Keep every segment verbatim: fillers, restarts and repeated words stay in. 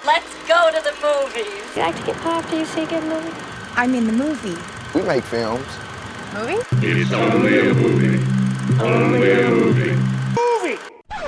Let's go to the movies. You like to get pop? Do you see a good movie? I mean the movie. We make films. Movie? It's only a movie. Only a movie. Movie!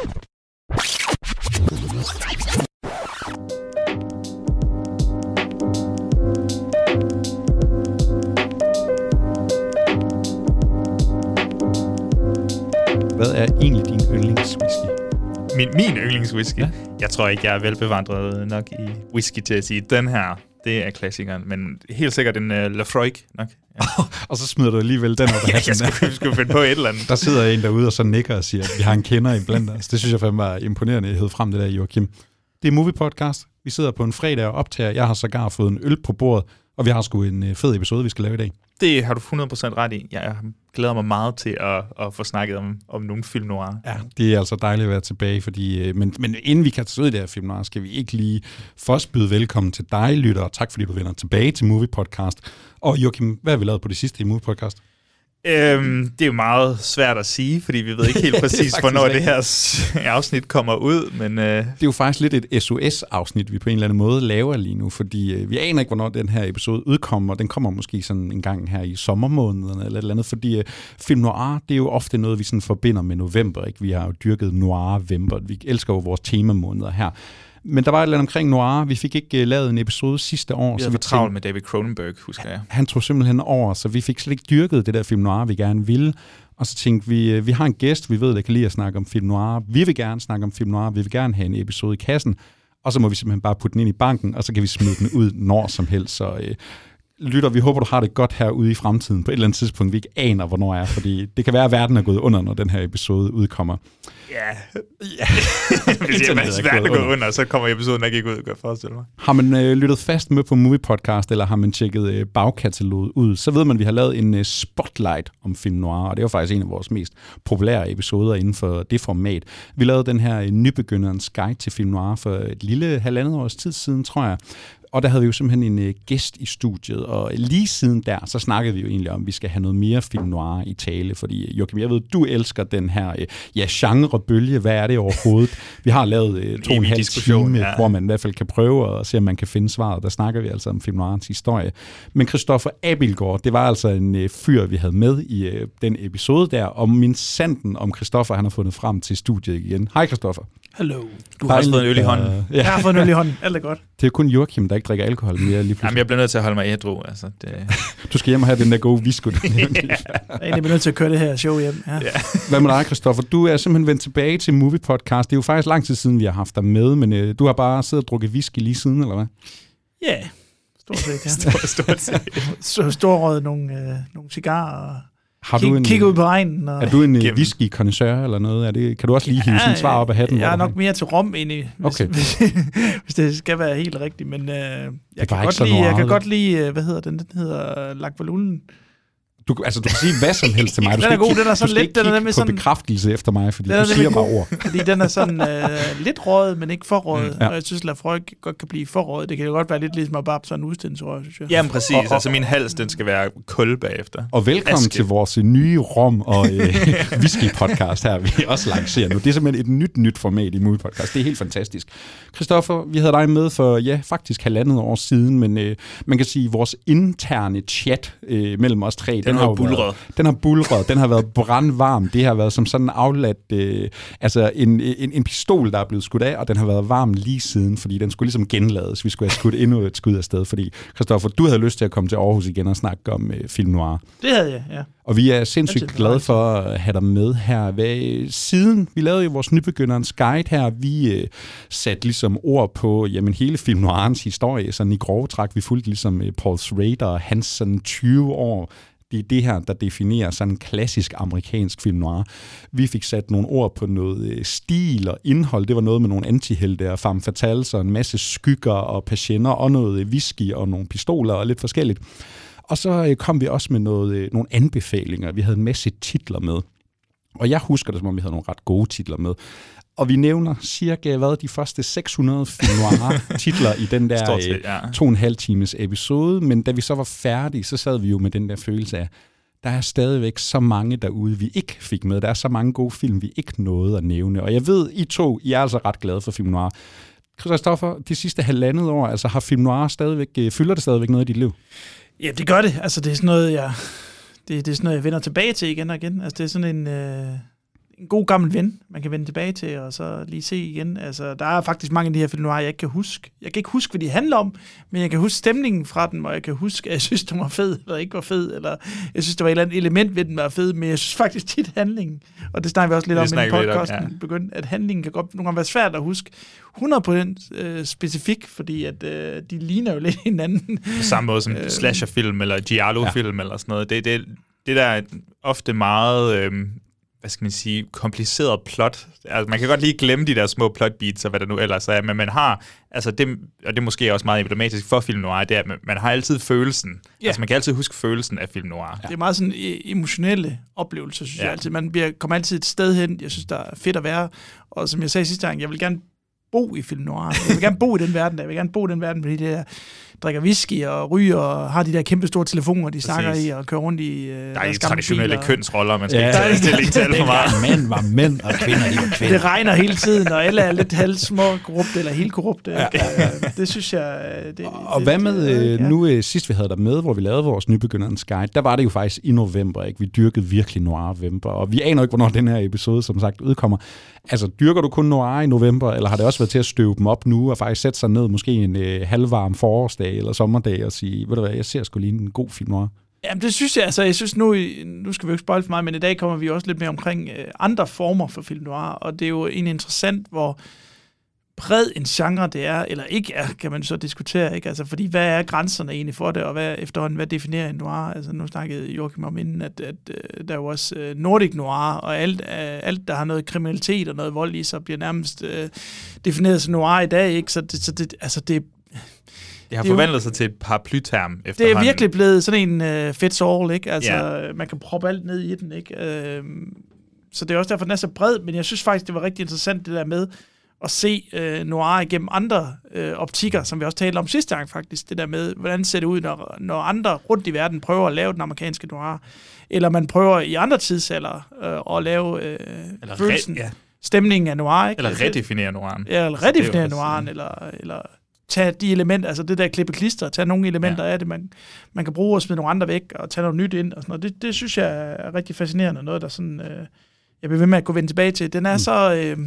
Hvad er egentlig din yndlingswhisky? Min, min yndlingswhisky? Ja. Jeg tror ikke, jeg er velbevandret nok i whisky til at sige, den her, det er klassikeren. Men helt sikkert en uh, Lafroig nok. Ja. Og så smider du alligevel den op af Ja, hatten. jeg skulle, skulle finde på et eller andet. Der sidder en derude og så nikker og siger, at vi har en kender i blandt os. Det synes jeg fandme var imponerende, jeg hed frem det der, Joachim. Det er Movie Podcast. Vi sidder på en fredag og optager. Jeg har sågar fået en øl på bordet, og vi har sgu en fed episode, vi skal lave i dag. Det har du hundrede procent ret i. Jeg glæder mig meget til at, at få snakket om, om nogle film noir. Ja, det er altså dejligt at være tilbage, fordi, men, men inden vi kan tage ud i det her film noir, skal vi ikke lige først byde velkommen til dig, lytter, og tak fordi du vender tilbage til Movie Podcast. Og Joachim, hvad har vi lavet på det sidste i Movie Podcast? Øhm, det er jo meget svært at sige, fordi vi ved ikke helt præcis, hvornår det her afsnit kommer ud. Men, øh... Det er jo faktisk lidt et S O S-afsnit, vi på en eller anden måde laver lige nu, fordi øh, vi aner ikke, hvornår den her episode udkommer. Den kommer måske sådan en gang her i sommermånederne eller et eller andet, fordi øh, film noir, det er jo ofte noget, vi sådan forbinder med november. Ikke? Vi har jo dyrket noir-vember. Vi elsker jo vores temamåneder her. Men der var et eller andet omkring noir. Vi fik ikke uh, lavet en episode sidste år. Vi så vi vi travlt med David Cronenberg, husker jeg. Han tog simpelthen over, så vi fik slet ikke dyrket det der film noir, vi gerne ville. Og så tænkte vi, uh, vi har en gæst, vi ved, der kan lide at snakke om film noir. Vi vil gerne snakke om film noir. Vi vil gerne have en episode i kassen. Og så må vi simpelthen bare putte den ind i banken, og så kan vi smide den ud når som helst. Så uh, lytter, vi håber, du har det godt herude i fremtiden på et eller andet tidspunkt, vi ikke aner, hvornår er, fordi det kan være, at verden er gået under, når den her episode udkommer. Ja. ja. Hvis jeg er verden er gået under, så kommer episoden ikke ud, kan jeg forestille mig. Har man øh, lyttet fast med på Movie Podcast, eller har man tjekket øh, bagkataloget ud, så ved man, at vi har lavet en øh, spotlight om film noir, og det er jo faktisk en af vores mest populære episoder inden for det format. Vi lavede den her øh, nybegynderens guide til film noir for et lille halvandet års tid siden, tror jeg. Og der havde vi jo simpelthen en uh, gæst i studiet, og lige siden der, så snakkede vi jo egentlig om, at vi skal have noget mere film noir i tale, fordi Joachim, jeg ved, du elsker den her uh, ja, genrebølge. Hvad er det overhovedet? Vi har lavet uh, to og en halv time, ja. Hvor man i hvert fald kan prøve at se, om man kan finde svaret. Der snakker vi altså om film noirens historie. Men Christoffer Abildgaard, det var altså en uh, fyr, vi havde med i uh, den episode der, og min sanden om Christoffer, han har fundet frem til studiet igen. Hej Christoffer. Hallo. Du har også fået en øl i hånden. Uh, ja. Jeg har fået en øl i hånden. Alt er godt. Det er kun Joachim, der ikke drikker alkohol mere lige pludselig. Jamen, jeg bliver nødt til at holde mig ædru. Altså, det... Du skal hjem og have den der gode visco. ja. Jeg er egentlig nødt til at køre det her show hjem. Ja. Ja. Hvad med dig, Christoffer? Du er simpelthen vendt tilbage til Movie Podcast. Det er jo faktisk lang tid siden, vi har haft dig med, men øh, du har bare siddet og drukket whisky lige siden, eller hvad? Ja, yeah. Stort set. Ja. Stort, stort set. Så storrøget nogle, øh, nogle cigarer og har kig, du en, kigge ud på regnen. Og er du en whisky-kondensør eller noget? Er det, kan du også lige hive ja, sådan et svar op af hatten? Jeg er nok mere til rom egentlig, hvis, okay. hvis, hvis det skal være helt rigtigt. Men øh, jeg, kan godt lide, jeg kan godt lide, hvad hedder den? Den hedder Lagvalulen. Du, altså, du kan sige hvad som helst til mig. Du den er god, den er sådan lidt... Du skal ikke kigge på bekræftelse efter mig, fordi du siger bare ord. Fordi den er sådan øh, lidt røget, men ikke for røget. Mm, ja. Og jeg synes, Lafroig godt kan blive for røget. Det kan jo godt være lidt ligesom at bare sådan en udstillingsrøg, synes jeg. Jamen præcis. Og, og, altså min hals, den skal være kul bagefter. Og velkommen Aske. til vores nye rom- og øh, whisky-podcast her, vi også lancerer nu. Det er simpelthen et nyt, nyt format i Movie Podcast. Det er helt fantastisk. Christoffer, vi havde dig med for, ja, faktisk halvandet år siden, men øh, man kan sige, vores interne chat øh, mellem os tre, den, den har jo bulret. Den har bulret, den har været brandvarm. Det har været som sådan afladt, øh, altså en, en, en pistol, der er blevet skudt af, og den har været varm lige siden, fordi den skulle ligesom genlades. Vi skulle have skudt endnu et skud afsted, fordi Christoffer, du havde lyst til at komme til Aarhus igen og snakke om øh, film noir. Det havde jeg, ja. Og vi er sindssygt glade for at have dig med her. Hvad, siden vi lavede jo vores nybegynderens guide her, vi øh, satte ligesom ord på jamen, hele film noirens historie, sådan i grove træk. Vi fulgte ligesom øh, Paul Schrader og hans sådan tyve år. Det er det her, der definerer sådan en klassisk amerikansk film noir. Vi fik sat nogle ord på noget stil og indhold. Det var noget med nogle antihelte og femme fatales og en masse skygger og patienter og noget whisky og nogle pistoler og lidt forskelligt. Og så kom vi også med noget, nogle anbefalinger. Vi havde en masse titler med. Og jeg husker det, som om vi havde nogle ret gode titler med. Og vi nævner cirka, hvad, de første seks hundrede film noir titler i den der set, ja. to og en halv times episode. Men da vi så var færdige, så sad vi jo med den der følelse af, der er stadigvæk så mange derude, vi ikke fik med. Der er så mange gode film, vi ikke nåede at nævne. Og jeg ved, I to, I er altså ret glade for film noir. Christoffer, de sidste halvandet år, altså har film noir stadigvæk, fylder det stadigvæk noget i dit liv? Ja, det gør det. Altså, det er sådan noget, jeg, det, det er sådan noget, jeg vender tilbage til igen og igen. Altså, det er sådan en, øh, en god gammel ven, man kan vende tilbage til, og så lige se igen. Altså, der er faktisk mange af de her film noir, jeg ikke kan huske. Jeg kan ikke huske, hvad de handler om, men jeg kan huske stemningen fra dem, og jeg kan huske, at jeg synes, den var fed, eller ikke var fed, eller jeg synes, der var et eller andet element ved den, der var fed, men jeg synes faktisk tit handlingen, og det snakker vi også lidt om i podcasten, ja. Begyndte, at handlingen kan godt nogle gange være svært at huske hundrede procent øh, specifik, fordi at øh, de ligner jo lidt hinanden. På samme måde som øh, slasherfilm, eller giallo-film, ja. Eller sådan noget. Det, det, det der er ofte meget... Øh, hvad skal man sige, kompliceret plot. Altså, man kan godt lige glemme de der små plotbeats, og hvad der nu ellers er, men man har, altså det, og det er måske også meget emblematisk for film noir, det er, at man har altid følelsen. Ja. Altså man kan altid huske følelsen af film noir. Ja. Det er meget sådan emotionelle oplevelser, synes ja. jeg altid. Man bliver, kommer altid et sted hen, jeg synes, der er fedt at være, og som jeg sagde sidste gang, jeg vil gerne bo i film noir. Jeg vil gerne bo i den verden der. Jeg vil gerne bo i den verden, fordi det er drikker whisky og ryger og har de der kæmpe store telefoner, de snakker i og kører rundt i. Øh, der er de traditionelle biler. Kønsroller, man skal ja, ikke tage stilling til alt for meget. Mænd var mænd, og kvinder de var kvinder. Det regner hele tiden, og alle er lidt halvt små korrupte, eller helt korrupte. Ja. Det synes jeg... Det, og det, hvad med det, ja. nu sidst vi havde dig med, hvor vi lavede vores nybegynderens guide, der var det jo faktisk i november, ikke? Vi dyrkede virkelig noir-november, og vi aner ikke, hvornår den her episode, som sagt, udkommer. Altså, dyrker du kun noir i november, eller har det også været til at støve dem op nu, og faktisk sætte sig ned måske en øh, halvvarm forårsdag eller sommerdag, og sige, ved du hvad, jeg ser sgu lige en god film noir? Jamen, det synes jeg, altså, jeg synes nu, nu skal vi jo ikke spoil for meget, men i dag kommer vi også lidt mere omkring øh, andre former for film noir, og det er jo egentlig interessant, hvor bred en genre det er, eller ikke er, kan man så diskutere, ikke? Altså, fordi hvad er grænserne egentlig for det, og hvad efterhånden, hvad definerer en noir? Altså, nu snakkede Joachim om inden, at, at, at der er jo også uh, Nordic noir, og alt, uh, alt, der har noget kriminalitet og noget vold i sig, bliver nærmest uh, defineret som noir i dag, ikke? Så det, så det altså, det Det har det forvandlet jo, sig til et paraplyterm efterhånden. Det er virkelig blevet sådan en uh, fits all, ikke? Altså, yeah. man kan proppe alt ned i den, ikke? Uh, så det er også derfor, den er så bred, men jeg synes faktisk, det var rigtig interessant, det der med at se øh, noir igennem andre øh, optikker, som vi også talte om sidste gang faktisk, det der med, hvordan ser det ud, når, når andre rundt i verden prøver at lave den amerikanske noir, eller man prøver i andre tidsalder øh, at lave øh, følelsen, re- ja. stemningen af noir, ikke? Eller redefinere noiren. Ja, eller redefinere noiren, eller, eller tage de elementer, altså det der klippe klister, tage nogle elementer ja. af det, man, man kan bruge og smide nogle andre væk, og tage noget nyt ind, og sådan noget. Det, det synes jeg er rigtig fascinerende, noget der sådan, øh, jeg bliver ved med at gå vende tilbage til. Den er mm. så... Øh,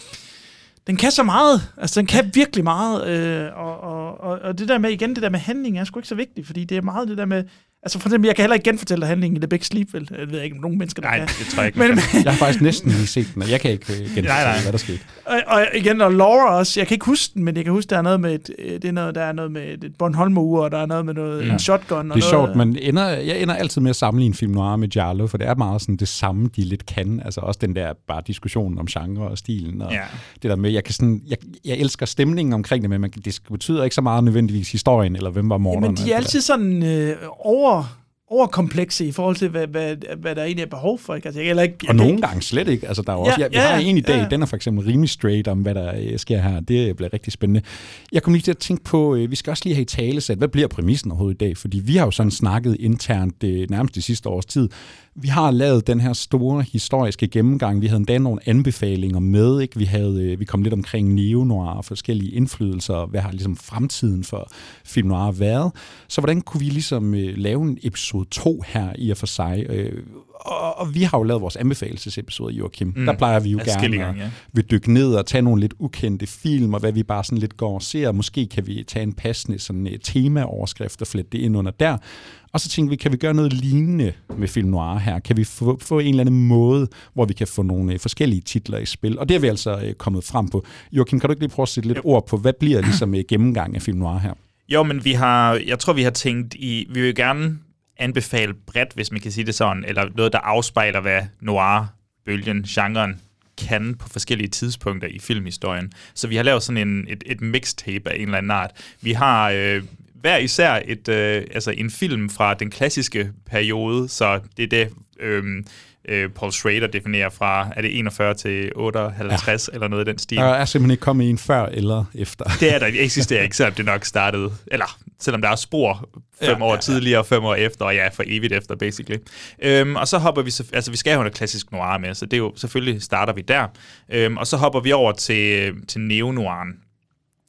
Den kan så meget, altså den kan virkelig meget, øh, og, og, og det der med, igen, det der med handling er sgu ikke så vigtigt, fordi det er meget det der med, altså for eksempel, jeg kan heller ikke genfortælle dig handlingen i The Big Sleep, vel? Jeg ved ikke, om nogen mennesker, der nej, kan. Nej, det tror jeg ikke. Men, jeg har faktisk næsten lige set den, og jeg kan ikke genfortælle, nej, nej. hvad der skete. Og, og igen, og Laura også, jeg kan ikke huske den, men jeg kan huske, der er noget med et, det er noget, der er noget med et Bornholmer-ur, og der er noget med noget, ja. en shotgun. Og det er noget, sjovt, men ender, jeg ender altid med at sammenligne film noir med giallo, for det er meget sådan det samme, de lidt kan. Altså også den der bare diskussion om genre og stilen, og ja. det der med, jeg kan sådan, jeg, jeg elsker stemningen omkring det, men man, det betyder ikke så meget nødvendigvis historien, eller hvem var morderen. Men de er altid sådan øh, over... overkomplekse i forhold til, hvad, hvad, hvad der egentlig er behov for. Ikke? Altså, jeg, ikke, jeg og nogle ikke... gange slet ikke. Altså, der er ja, også, jeg, vi ja, har en i dag, ja. den er for eksempel rimelig straight om, hvad der sker her. Det bliver rigtig spændende. Jeg kom lige til at tænke på, vi skal også lige have i talesat, hvad bliver præmissen overhovedet i dag? Fordi vi har jo sådan snakket internt det, nærmest det sidste års tid. Vi har lavet den her store historiske gennemgang. Vi havde endda nogle anbefalinger med. Ikke? Vi, havde, vi kom lidt omkring neo-noir og forskellige indflydelser. Hvad har ligesom fremtiden for film noir været? Så hvordan kunne vi ligesom uh, lave en episode to her i og for sig? Uh, og, og vi har jo lavet vores anbefalesepisode, Joachim. Mm. Der plejer vi jo gerne at ja. vi dykke ned og tage nogle lidt ukendte film, og hvad vi bare sådan lidt går og ser. Måske kan vi tage en passende sådan, uh, temaoverskrift og flette det ind under der. Og så tænkte vi, kan vi gøre noget lignende med film noir her? Kan vi få, få en eller anden måde, hvor vi kan få nogle øh, forskellige titler i spil? Og det er vi altså øh, kommet frem på. Joachim, kan du ikke lige prøve at sætte lidt ord på, hvad bliver ligesom øh, gennemgang af film noir her? Jo, men vi har, jeg tror, vi har tænkt i, vi vil gerne anbefale bredt, hvis man kan sige det sådan, eller noget, der afspejler, hvad noir-bølgen, genren, kan på forskellige tidspunkter i filmhistorien. Så vi har lavet sådan en, et, et mixtape af en eller anden art. Vi har... Øh, hver især et, øh, altså en film fra den klassiske periode, så det er det, øh, øh, Paul Schrader definerer fra, er det enogfyrre til otteoghalvtreds, ja. eller noget af den stil. Der er simpelthen ikke kommet en før eller efter. Det er der eksisterer ikke, selvom det nok startede, eller selvom der er spor fem ja, år ja, tidligere og fem år efter, og ja, for evigt efter, basically. Øhm, og så hopper vi, altså vi skal jo have klassisk noir med, så det er jo, selvfølgelig starter vi der. Øhm, og så hopper vi over til, til neo-noiren.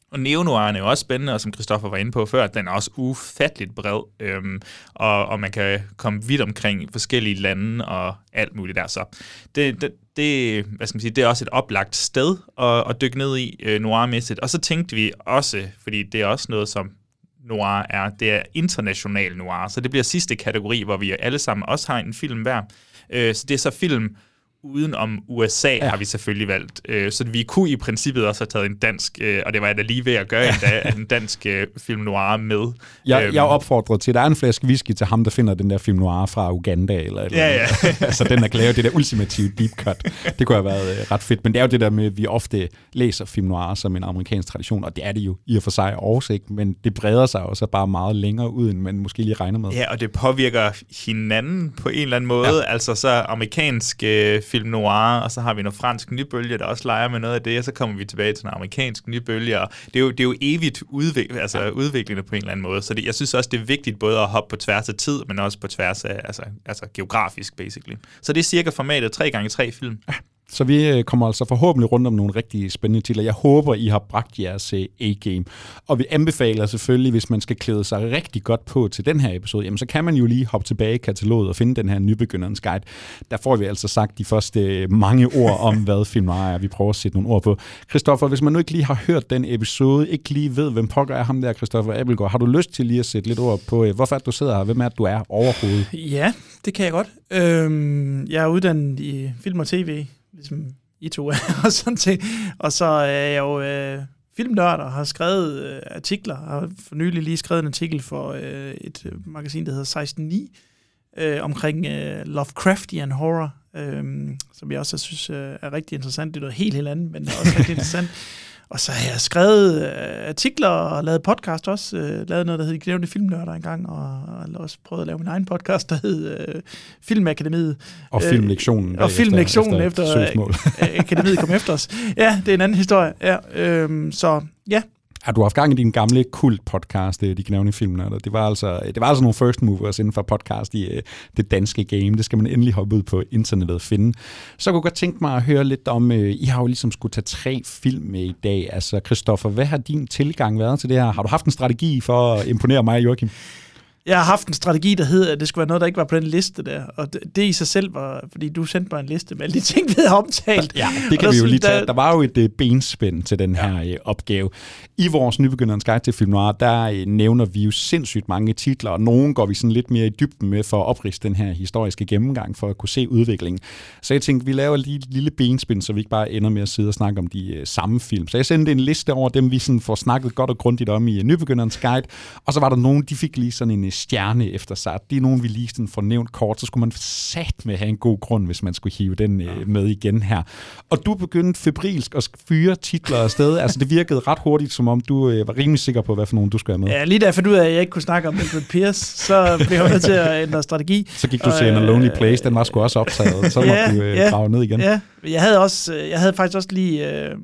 Og neo-noiren er jo også spændende, og som Christoffer var inde på før, den er også ufatteligt bred, øhm, og, og man kan komme vidt omkring forskellige lande og alt muligt der. Så det, det, det, hvad skal man sige, det er også et oplagt sted at, at dykke ned i øh, noir-mæssigt. Og så tænkte vi også, fordi det er også noget, som noir er, det er international noir, så det bliver sidste kategori, hvor vi alle sammen også har en film hver. Øh, så det er så film uden om U S A, ja. Har vi selvfølgelig valgt. Øh, så vi kunne i princippet også have taget en dansk, øh, og det var jeg da lige ved at gøre, endda, en dansk øh, film noir med. Jeg, øhm. jeg er opfordret til, at der er en flaske whisky til ham, der finder den der film noir fra Uganda. Eller, eller ja, ja. altså den, der kan lave det der ultimative deep cut. Det kunne have været øh, ret fedt. Men det er jo det der med, at vi ofte læser film noir som en amerikansk tradition, og det er det jo i og for sig oversigt, men det breder sig også bare meget længere ud, end man måske lige regner med. Ja, og det påvirker hinanden på en eller anden måde. Ja. Altså så amerikansk øh, film noir, og så har vi noget fransk nybølge, der også leger med noget af det, og så kommer vi tilbage til en amerikansk nybølge, og det er jo, det er jo evigt udvik- altså ja. udviklende på en eller anden måde. Så det, jeg synes også, det er vigtigt både at hoppe på tværs af tid, men også på tværs af, altså, altså geografisk, basically. Så det er cirka formatet tre gange tre film. Ja. Så vi kommer altså forhåbentlig rundt om nogle rigtig spændende titler. Jeg håber, I har bragt jeres A-game. Og vi anbefaler selvfølgelig, hvis man skal klæde sig rigtig godt på til den her episode, jamen så kan man jo lige hoppe tilbage i kataloget og finde den her nybegynderens guide. Der får vi altså sagt de første mange ord om, hvad film noir er. Vi prøver at sætte nogle ord på. Christoffer, hvis man nu ikke lige har hørt den episode, ikke lige ved, hvem pokker er ham der, Christoffer Abildgaard, har du lyst til lige at sætte lidt ord på, hvorfor du sidder her? Hvem er det, du er overhovedet? Ja, det kan jeg godt. Øhm, jeg er uddannet i film og tv, ligesom I to er, og sådan ting. Og så er jeg jo øh, filmnørd og har skrevet øh, artikler. Jeg har for nylig lige skrevet en artikel for øh, et øh, magasin, der hedder seksten ni, øh, omkring øh, Lovecraftian horror, øh, som jeg også synes øh, er rigtig interessant. Det er noget helt, helt andet, men også rigtig interessant. Og så har jeg skrevet øh, artikler og lavet podcast også. Øh, lavet noget, der hed Gnævne Filmnørder engang, og, og også prøvet at lave min egen podcast, der hed øh, Filmakademiet. Og Filmlektionen. Øh, og Filmlektionen efter, efter øh, Akademiet kom efter os. Ja, det er en anden historie. Ja, øh, så ja. Har du haft gang i din gamle kult-podcast, De Gnævne Filmnørder? Det var altså, det var altså nogle first movers inden for podcast i uh, det danske game. Det skal man endelig hoppe ud på internettet og finde. Så kunne jeg godt tænke mig at høre lidt om, uh, I har jo ligesom skulle tage tre film med i dag. Altså, Christoffer, hvad har din tilgang været til det her? Har du haft en strategi for at imponere mig, Joachim? Jeg har haft en strategi, der hed, at det skulle være noget, der ikke var på den liste der. Og det, det i sig selv var, fordi du sendte mig en liste med alle de ting, vi havde omtalt. Ja, det kan vi jo lige tage. Der var jo et uh, benspænd til den her ja. uh, opgave. I vores nybegynderens guide til film noir, der uh, nævner vi jo sindssygt mange titler, og nogle går vi sådan lidt mere i dybden med for at opridse den her historiske gennemgang, for at kunne se udviklingen. Så jeg tænkte, vi laver lige et lille benspænd, så vi ikke bare ender med at sidde og snakke om de uh, samme film. Så jeg sendte en liste over dem, vi sådan får snakket godt og grundigt om i uh, nybegynderens guide, og så var der nogen, de fik lige sådan en stjerne efter sig. Det er nogen, vi lige sådan får nævnt kort, så skulle man sat med have en god grund, hvis man skulle hive den øh, med igen her. Og du begyndte febrilsk at fyre titler afsted. Altså, det virkede ret hurtigt, som om du øh, var rimelig sikker på, hvad for nogen du skulle have med. Ja, lige da jeg fandt ud af, at jeg ikke kunne snakke om Edward Pierce, så blev jeg nødt til at ændre strategi. Så gik du til en Lonely Place, den var sgu også optaget. Så ja, måtte du øh, ja, grave ned igen. Ja, jeg havde, også, jeg havde faktisk også lige... Øh,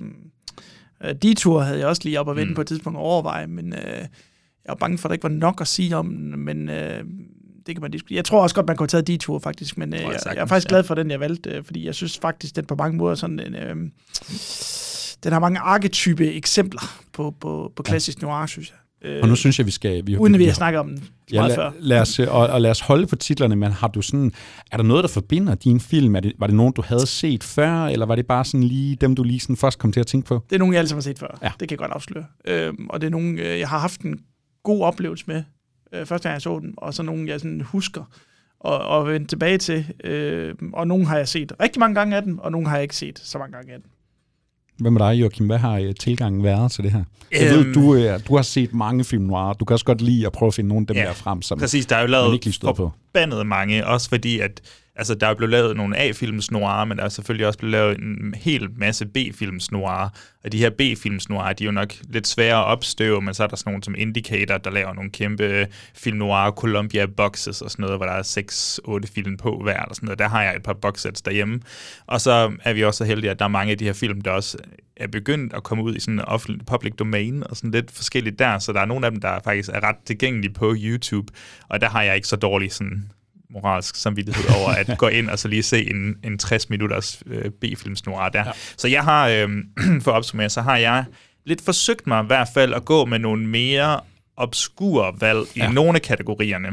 Detour havde jeg også lige op og vende mm. på et tidspunkt overveje, men... Øh, Jeg var bange for, at der ikke var nok at sige om den, men øh, det kan man diskutere. Jeg tror også godt, man kunne have taget Detour, faktisk, men øh, jeg, jeg er faktisk glad for den, jeg valgte, øh, fordi jeg synes faktisk, den på mange måder sådan en... Øh, den har mange arketype eksempler på, på, på klassisk ja. noir, synes jeg. Øh, og nu synes jeg, vi skal... Vi, uden at vi har snakket om den ja, meget lad, før. Lad os, og, og lad os holde på titlerne, men har du sådan... Er der noget, der forbinder din film? Er det, var det nogen, du havde set før, eller var det bare sådan lige dem, du lige sådan først kom til at tænke på? Det er nogen, jeg altid har set før. Ja. Det kan jeg godt afsløre. Øh, og det er nogen, øh, jeg har haft en god oplevelse med, øh, første gang jeg så den, og så nogle, jeg sådan husker og, og vende tilbage til. Øh, og nogle har jeg set rigtig mange gange af den, og nogle har jeg ikke set så mange gange af den. Hvad med dig, Joachim? Hvad har tilgangen været til det her? Jeg øhm, ved, du, er, du har set mange film noir. Du kan også godt lide at prøve at finde nogle af dem ja, der frem, som præcis, der er jo lavet man ikke lige stod på. Forbandet mange, også fordi, at altså, der er blevet lavet nogle A-films noir, men der er selvfølgelig også blevet lavet en hel masse B-films noir. Og de her B-films noir, de er jo nok lidt svære at opstøve, men så er der sådan nogle som Indicator, der laver nogle kæmpe film noir, Columbia boxes og sådan noget, hvor der er seks otte film på hver, eller sådan noget. Der har jeg et par boxsets derhjemme. Og så er vi også så heldige, at der er mange af de her film, der også er begyndt at komme ud i sådan en public domain og sådan lidt forskelligt der, så der er nogle af dem, der faktisk er ret tilgængelige på YouTube, og der har jeg ikke så dårlig sådan moralsk samvittighed over at gå ind og så lige se en, en tres minutters øh, B-films noir der. Ja. Så jeg har, øh, for at opsummere, så har jeg lidt forsøgt mig i hvert fald at gå med nogle mere obskure valg ja. i nogle af kategorierne.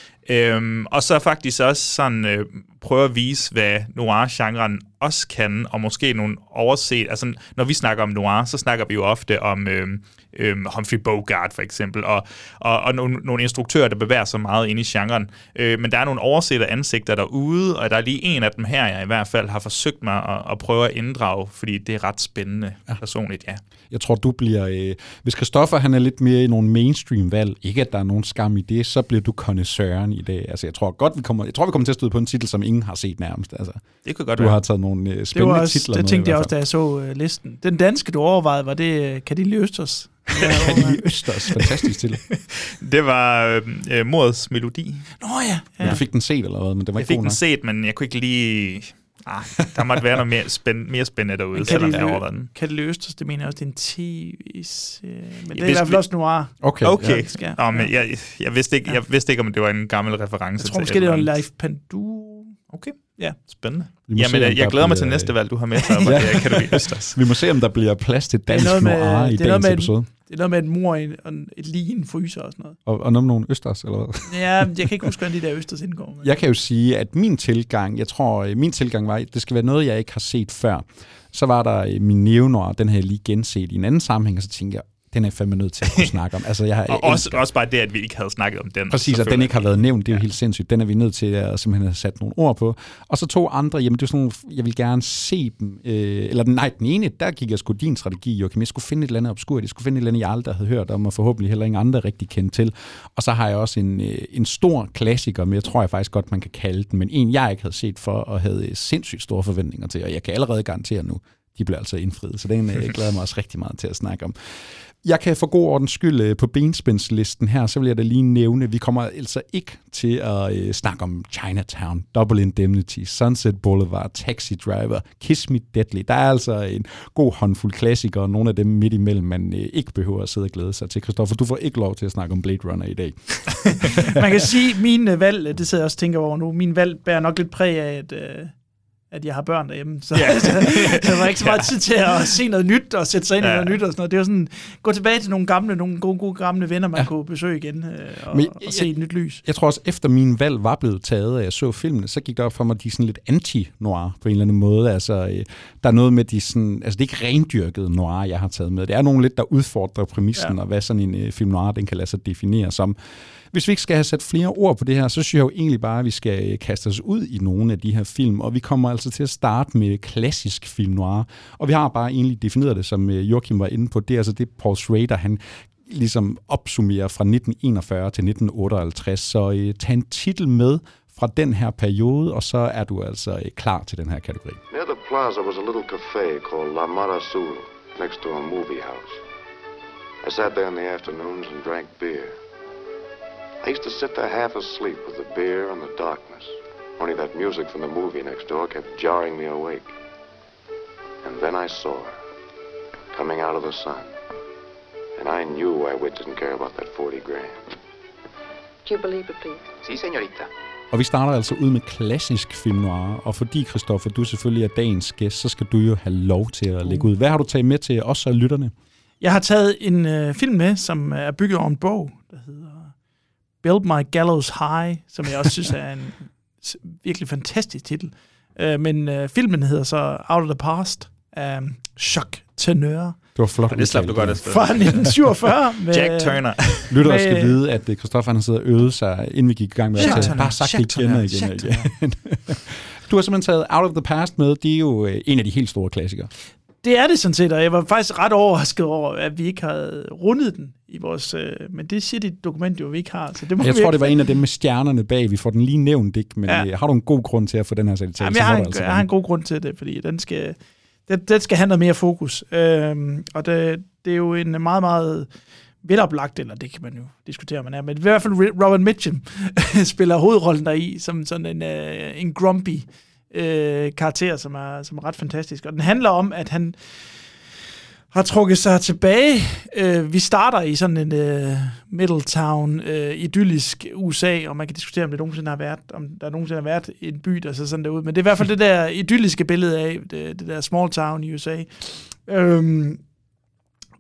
Øhm, og så faktisk også sådan øh, prøve at vise, hvad noir-genren også kan, og måske nogle overset. Altså, når vi snakker om noir, så snakker vi jo ofte om øh, øh, Humphrey Bogart for eksempel, og, og, og nogle, nogle instruktører, der bevæger sig meget ind i genren. Øh, men der er nogle oversete ansigter derude, og der er lige en af dem her, jeg i hvert fald har forsøgt mig at, at prøve at inddrage, fordi det er ret spændende ja. personligt, ja. Jeg tror, du bliver... Øh, hvis Christoffer han er lidt mere i nogle mainstream-valg, ikke at der er nogen skam i det, så bliver du connoisseuren i dag. Altså, jeg tror godt, vi kommer, jeg tror, vi kommer til at støde på en titel, som ingen har set nærmest. Altså, det kunne godt du være. har taget nogle øh, spændende det også, titler. Det med, tænkte jeg også, da jeg så uh, listen. Den danske, du overvejede, var det uh, Cadilly Østers. Cadilly Østers, fantastisk titel. Det var øh, Mordets Melodi. Nå ja. ja. Men du fik den set eller hvad? Men det var jeg ikke fik god den nok. set, men jeg kunne ikke lige... Ah, der måtte være noget mere, spænd- mere spændende derude, selvom jeg overvejede den. Cadilly Østers, det mener jeg også, det er en tv-serie. Men det er Hvis i hvert fald vi... også noir. Okay. okay. Ja. Nå, men jeg, jeg, vidste ikke, jeg vidste ikke, om det var en gammel reference. Jeg tror måske, det var Leif Panduro. Okay. Ja. Spændende. Jamen, se, jeg, jeg glæder mig til næste valg, du har med sig. ja. Det kan du Østers. Vi må se, om der bliver plads til dansk noir i dagens episode. Det er noget med en mor i en, et lig i en fryser og sådan noget. Og, og noget med nogle østers, eller hvad? Ja, jeg kan ikke huske, hvordan de der østers indgår. Men... Jeg kan jo sige, at min tilgang, jeg tror, min tilgang var, at det skal være noget, jeg ikke har set før. Så var der min neo-noir, den har jeg lige genset i en anden sammenhæng, og så tænkte jeg, den er jeg fandme nødt til at kunne snakke om. Altså, jeg har, og også, også bare det, at vi ikke havde snakket om den. Præcis, at den ikke har været nævnt, det er jo ja. helt sindssygt. Den er vi nødt til at simpelthen have sat nogle ord på. Og så to andre, jamen det er sådan nogle, jeg vil gerne se dem, øh, eller nej, den ene, der gik jeg sgu din strategi, Joachim. Jeg skulle finde et eller andet obskurt, jeg skulle finde et eller andet, jeg aldrig havde hørt om, og forhåbentlig heller ingen andre rigtig kendt til. Og så har jeg også en, øh, en stor klassiker, men jeg tror jeg faktisk godt, man kan kalde den, men en, jeg ikke havde set for, og havde sindssygt store forventninger til, og jeg kan allerede garantere nu, de bliver altså indfriet. Så den øh, glæder mig også rigtig meget til at snakke om. Jeg kan for god ordens skyld på benspændslisten her, så vil jeg da lige nævne, vi kommer altså ikke til at øh, snakke om Chinatown, Double Indemnity, Sunset Boulevard, Taxi Driver, Kiss Me Deadly. Der er altså en god håndfuld klassikere, og nogle af dem midt imellem, man øh, ikke behøver at sidde og glæde sig til. Christoffer, du får ikke lov til at snakke om Blade Runner i dag. Man kan sige, at mine valg, det sidder jeg også og tænker over nu, min valg bærer nok lidt præg af, at... Øh at jeg har børn derhjemme, så yeah. der var ikke så meget tid til at se noget nyt og sætte sig ind i ja. noget nyt og sådan noget. Det var sådan, gå tilbage til nogle gamle, nogle gode, gode gamle venner, man ja. kunne besøge igen øh, og, Men, og se jeg, et nyt lys. Jeg tror også, efter min valg var blevet taget, og jeg så filmene, så gik der op for mig, at de er sådan lidt anti-noir på en eller anden måde. Altså, øh, der er noget med, de sådan, altså det er ikke rendyrket noir, jeg har taget med. Det er nogle lidt, der udfordrer præmissen, ja. og hvad sådan en øh, film noir, den kan lade sig definere som. Hvis vi ikke skal have sat flere ord på det her, så synes jeg jo egentlig bare, at vi skal kaste os ud i nogle af de her film, og vi kommer altså til at starte med klassisk film noir. Og vi har bare egentlig defineret det, som Joachim var inde på, det er altså det, Paul Schrader, han ligesom opsummerer fra nitten enogfyrre til nitten otteoghalvtreds. Så uh, tag en titel med fra den her periode, og så er du altså uh, klar til den her kategori. Near the plaza was a little cafe called La Mar Azul, next to a movie house. I sat there in the afternoons and drank beer. I used to sit there half asleep with the beer and the darkness. Only that music from the movie next door kept jarring me awake. And then I saw her, coming out of the sun. And I knew why Whit didn't care about that forty grand. Do you believe it, please? Si, señorita. Og vi starter altså ud med klassisk film noir, og fordi, Christoffer, du selvfølgelig er dagens gæst, så skal du jo have lov til at lægge ud. Hvad har du taget med til os og lytterne? Jeg har taget en øh, film med, som er bygget over en bog, der hedder Build My Gallows High, som jeg også synes er en virkelig fantastisk titel. Uh, men uh, filmen hedder så Out of the Past af um, Jacques Tourneur. Det var flot. Det slap du godt afsted. Fra nitten syvogfyrre. Med, Jack Turner. Lytter skal vide, at Christoffer han sidder og øvede sig, inden vi gik i gang med at tage. Bare sagt det igen og igen og igen. Du har simpelthen taget Out of the Past med. Det er jo en af de helt store klassikere. Det er det sådan set, og jeg var faktisk ret overrasket over, at vi ikke havde rundet den i vores... Øh, men det siger dit dokument jo, vi ikke har. Så det må jeg vi tror, det var en af dem med stjernerne bag. Vi får den lige nævnt, ikke? Men ja. har du en god grund til at få den her sat i tale? Jamen, jeg, har en, altså jeg har en god grund til det, fordi den skal, den, den skal have noget mere fokus. Øhm, og det, det er jo en meget, meget veloplagt, eller det kan man jo diskutere, om man er, men i hvert fald Robert Mitchum spiller hovedrollen deri, som sådan en, øh, en grumpy Øh, karakter, som er, som er ret fantastisk. Og den handler om, at han har trukket sig tilbage. Øh, vi starter i sådan en øh, Middletown, øh, idyllisk U S A, og man kan diskutere, om det nogensinde har været, om der nogensinde har været en by, der ser sådan derude. Men det er i hvert fald det der idylliske billede af det, det der small town i U S A. Øh,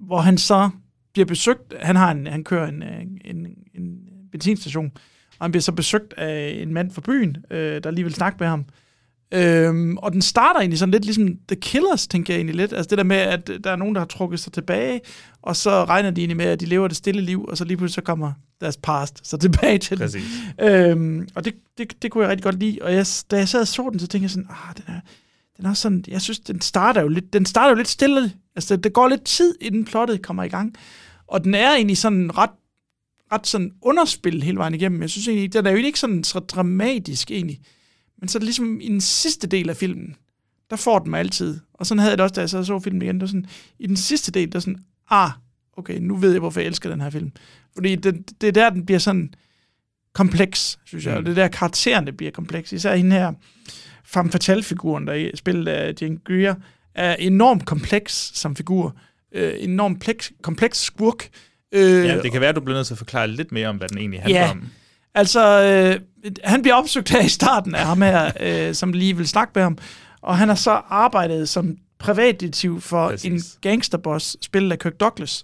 hvor han så bliver besøgt, han har en, han kører en, en, en benzinstation, og han bliver så besøgt af en mand fra byen, øh, der lige vil snakke med ham. Øhm, og den starter egentlig sådan lidt ligesom The Killers, tænker jeg egentlig lidt. Altså det der med, at der er nogen, der har trukket sig tilbage, og så regner de egentlig med, at de lever det stille liv, og så lige pludselig så kommer deres past så tilbage til Præcis. den. Øhm, og det, det, det kunne jeg rigtig godt lide. Og jeg, da jeg sad og så den, så tænkte jeg sådan, ah, den er, den er sådan, jeg synes, den starter jo lidt, den starter jo lidt stille. Altså det går lidt tid, inden plottet kommer i gang. Og den er egentlig sådan ret, ret sådan underspil hele vejen igennem. Jeg synes egentlig, den er jo ikke sådan så dramatisk egentlig. Men så ligesom i den sidste del af filmen, der får den mig altid. Og sådan havde jeg det også, da jeg så, så filmen igen. Der sådan, i den sidste del, der er sådan, ah, okay, nu ved jeg, hvorfor jeg elsker den her film. Fordi det, det er der, den bliver sådan kompleks, synes jeg. Mm. Og det er der, karaktererne bliver kompleks. Især hende her femme fatale-figuren, der er spillet af Jane Greer, er enormt kompleks som figur. Øh, enormt pleks, kompleks skurk. Øh, ja, det kan være, at du bliver nødt til at forklare lidt mere om, hvad den egentlig handler ja. om. Altså, øh, han bliver opsøgt her i starten af ham her, øh, som lige vil snakke med ham, og han har så arbejdet som privatdetektiv for Præcis. en gangsterboss, spillet af Kirk Douglas,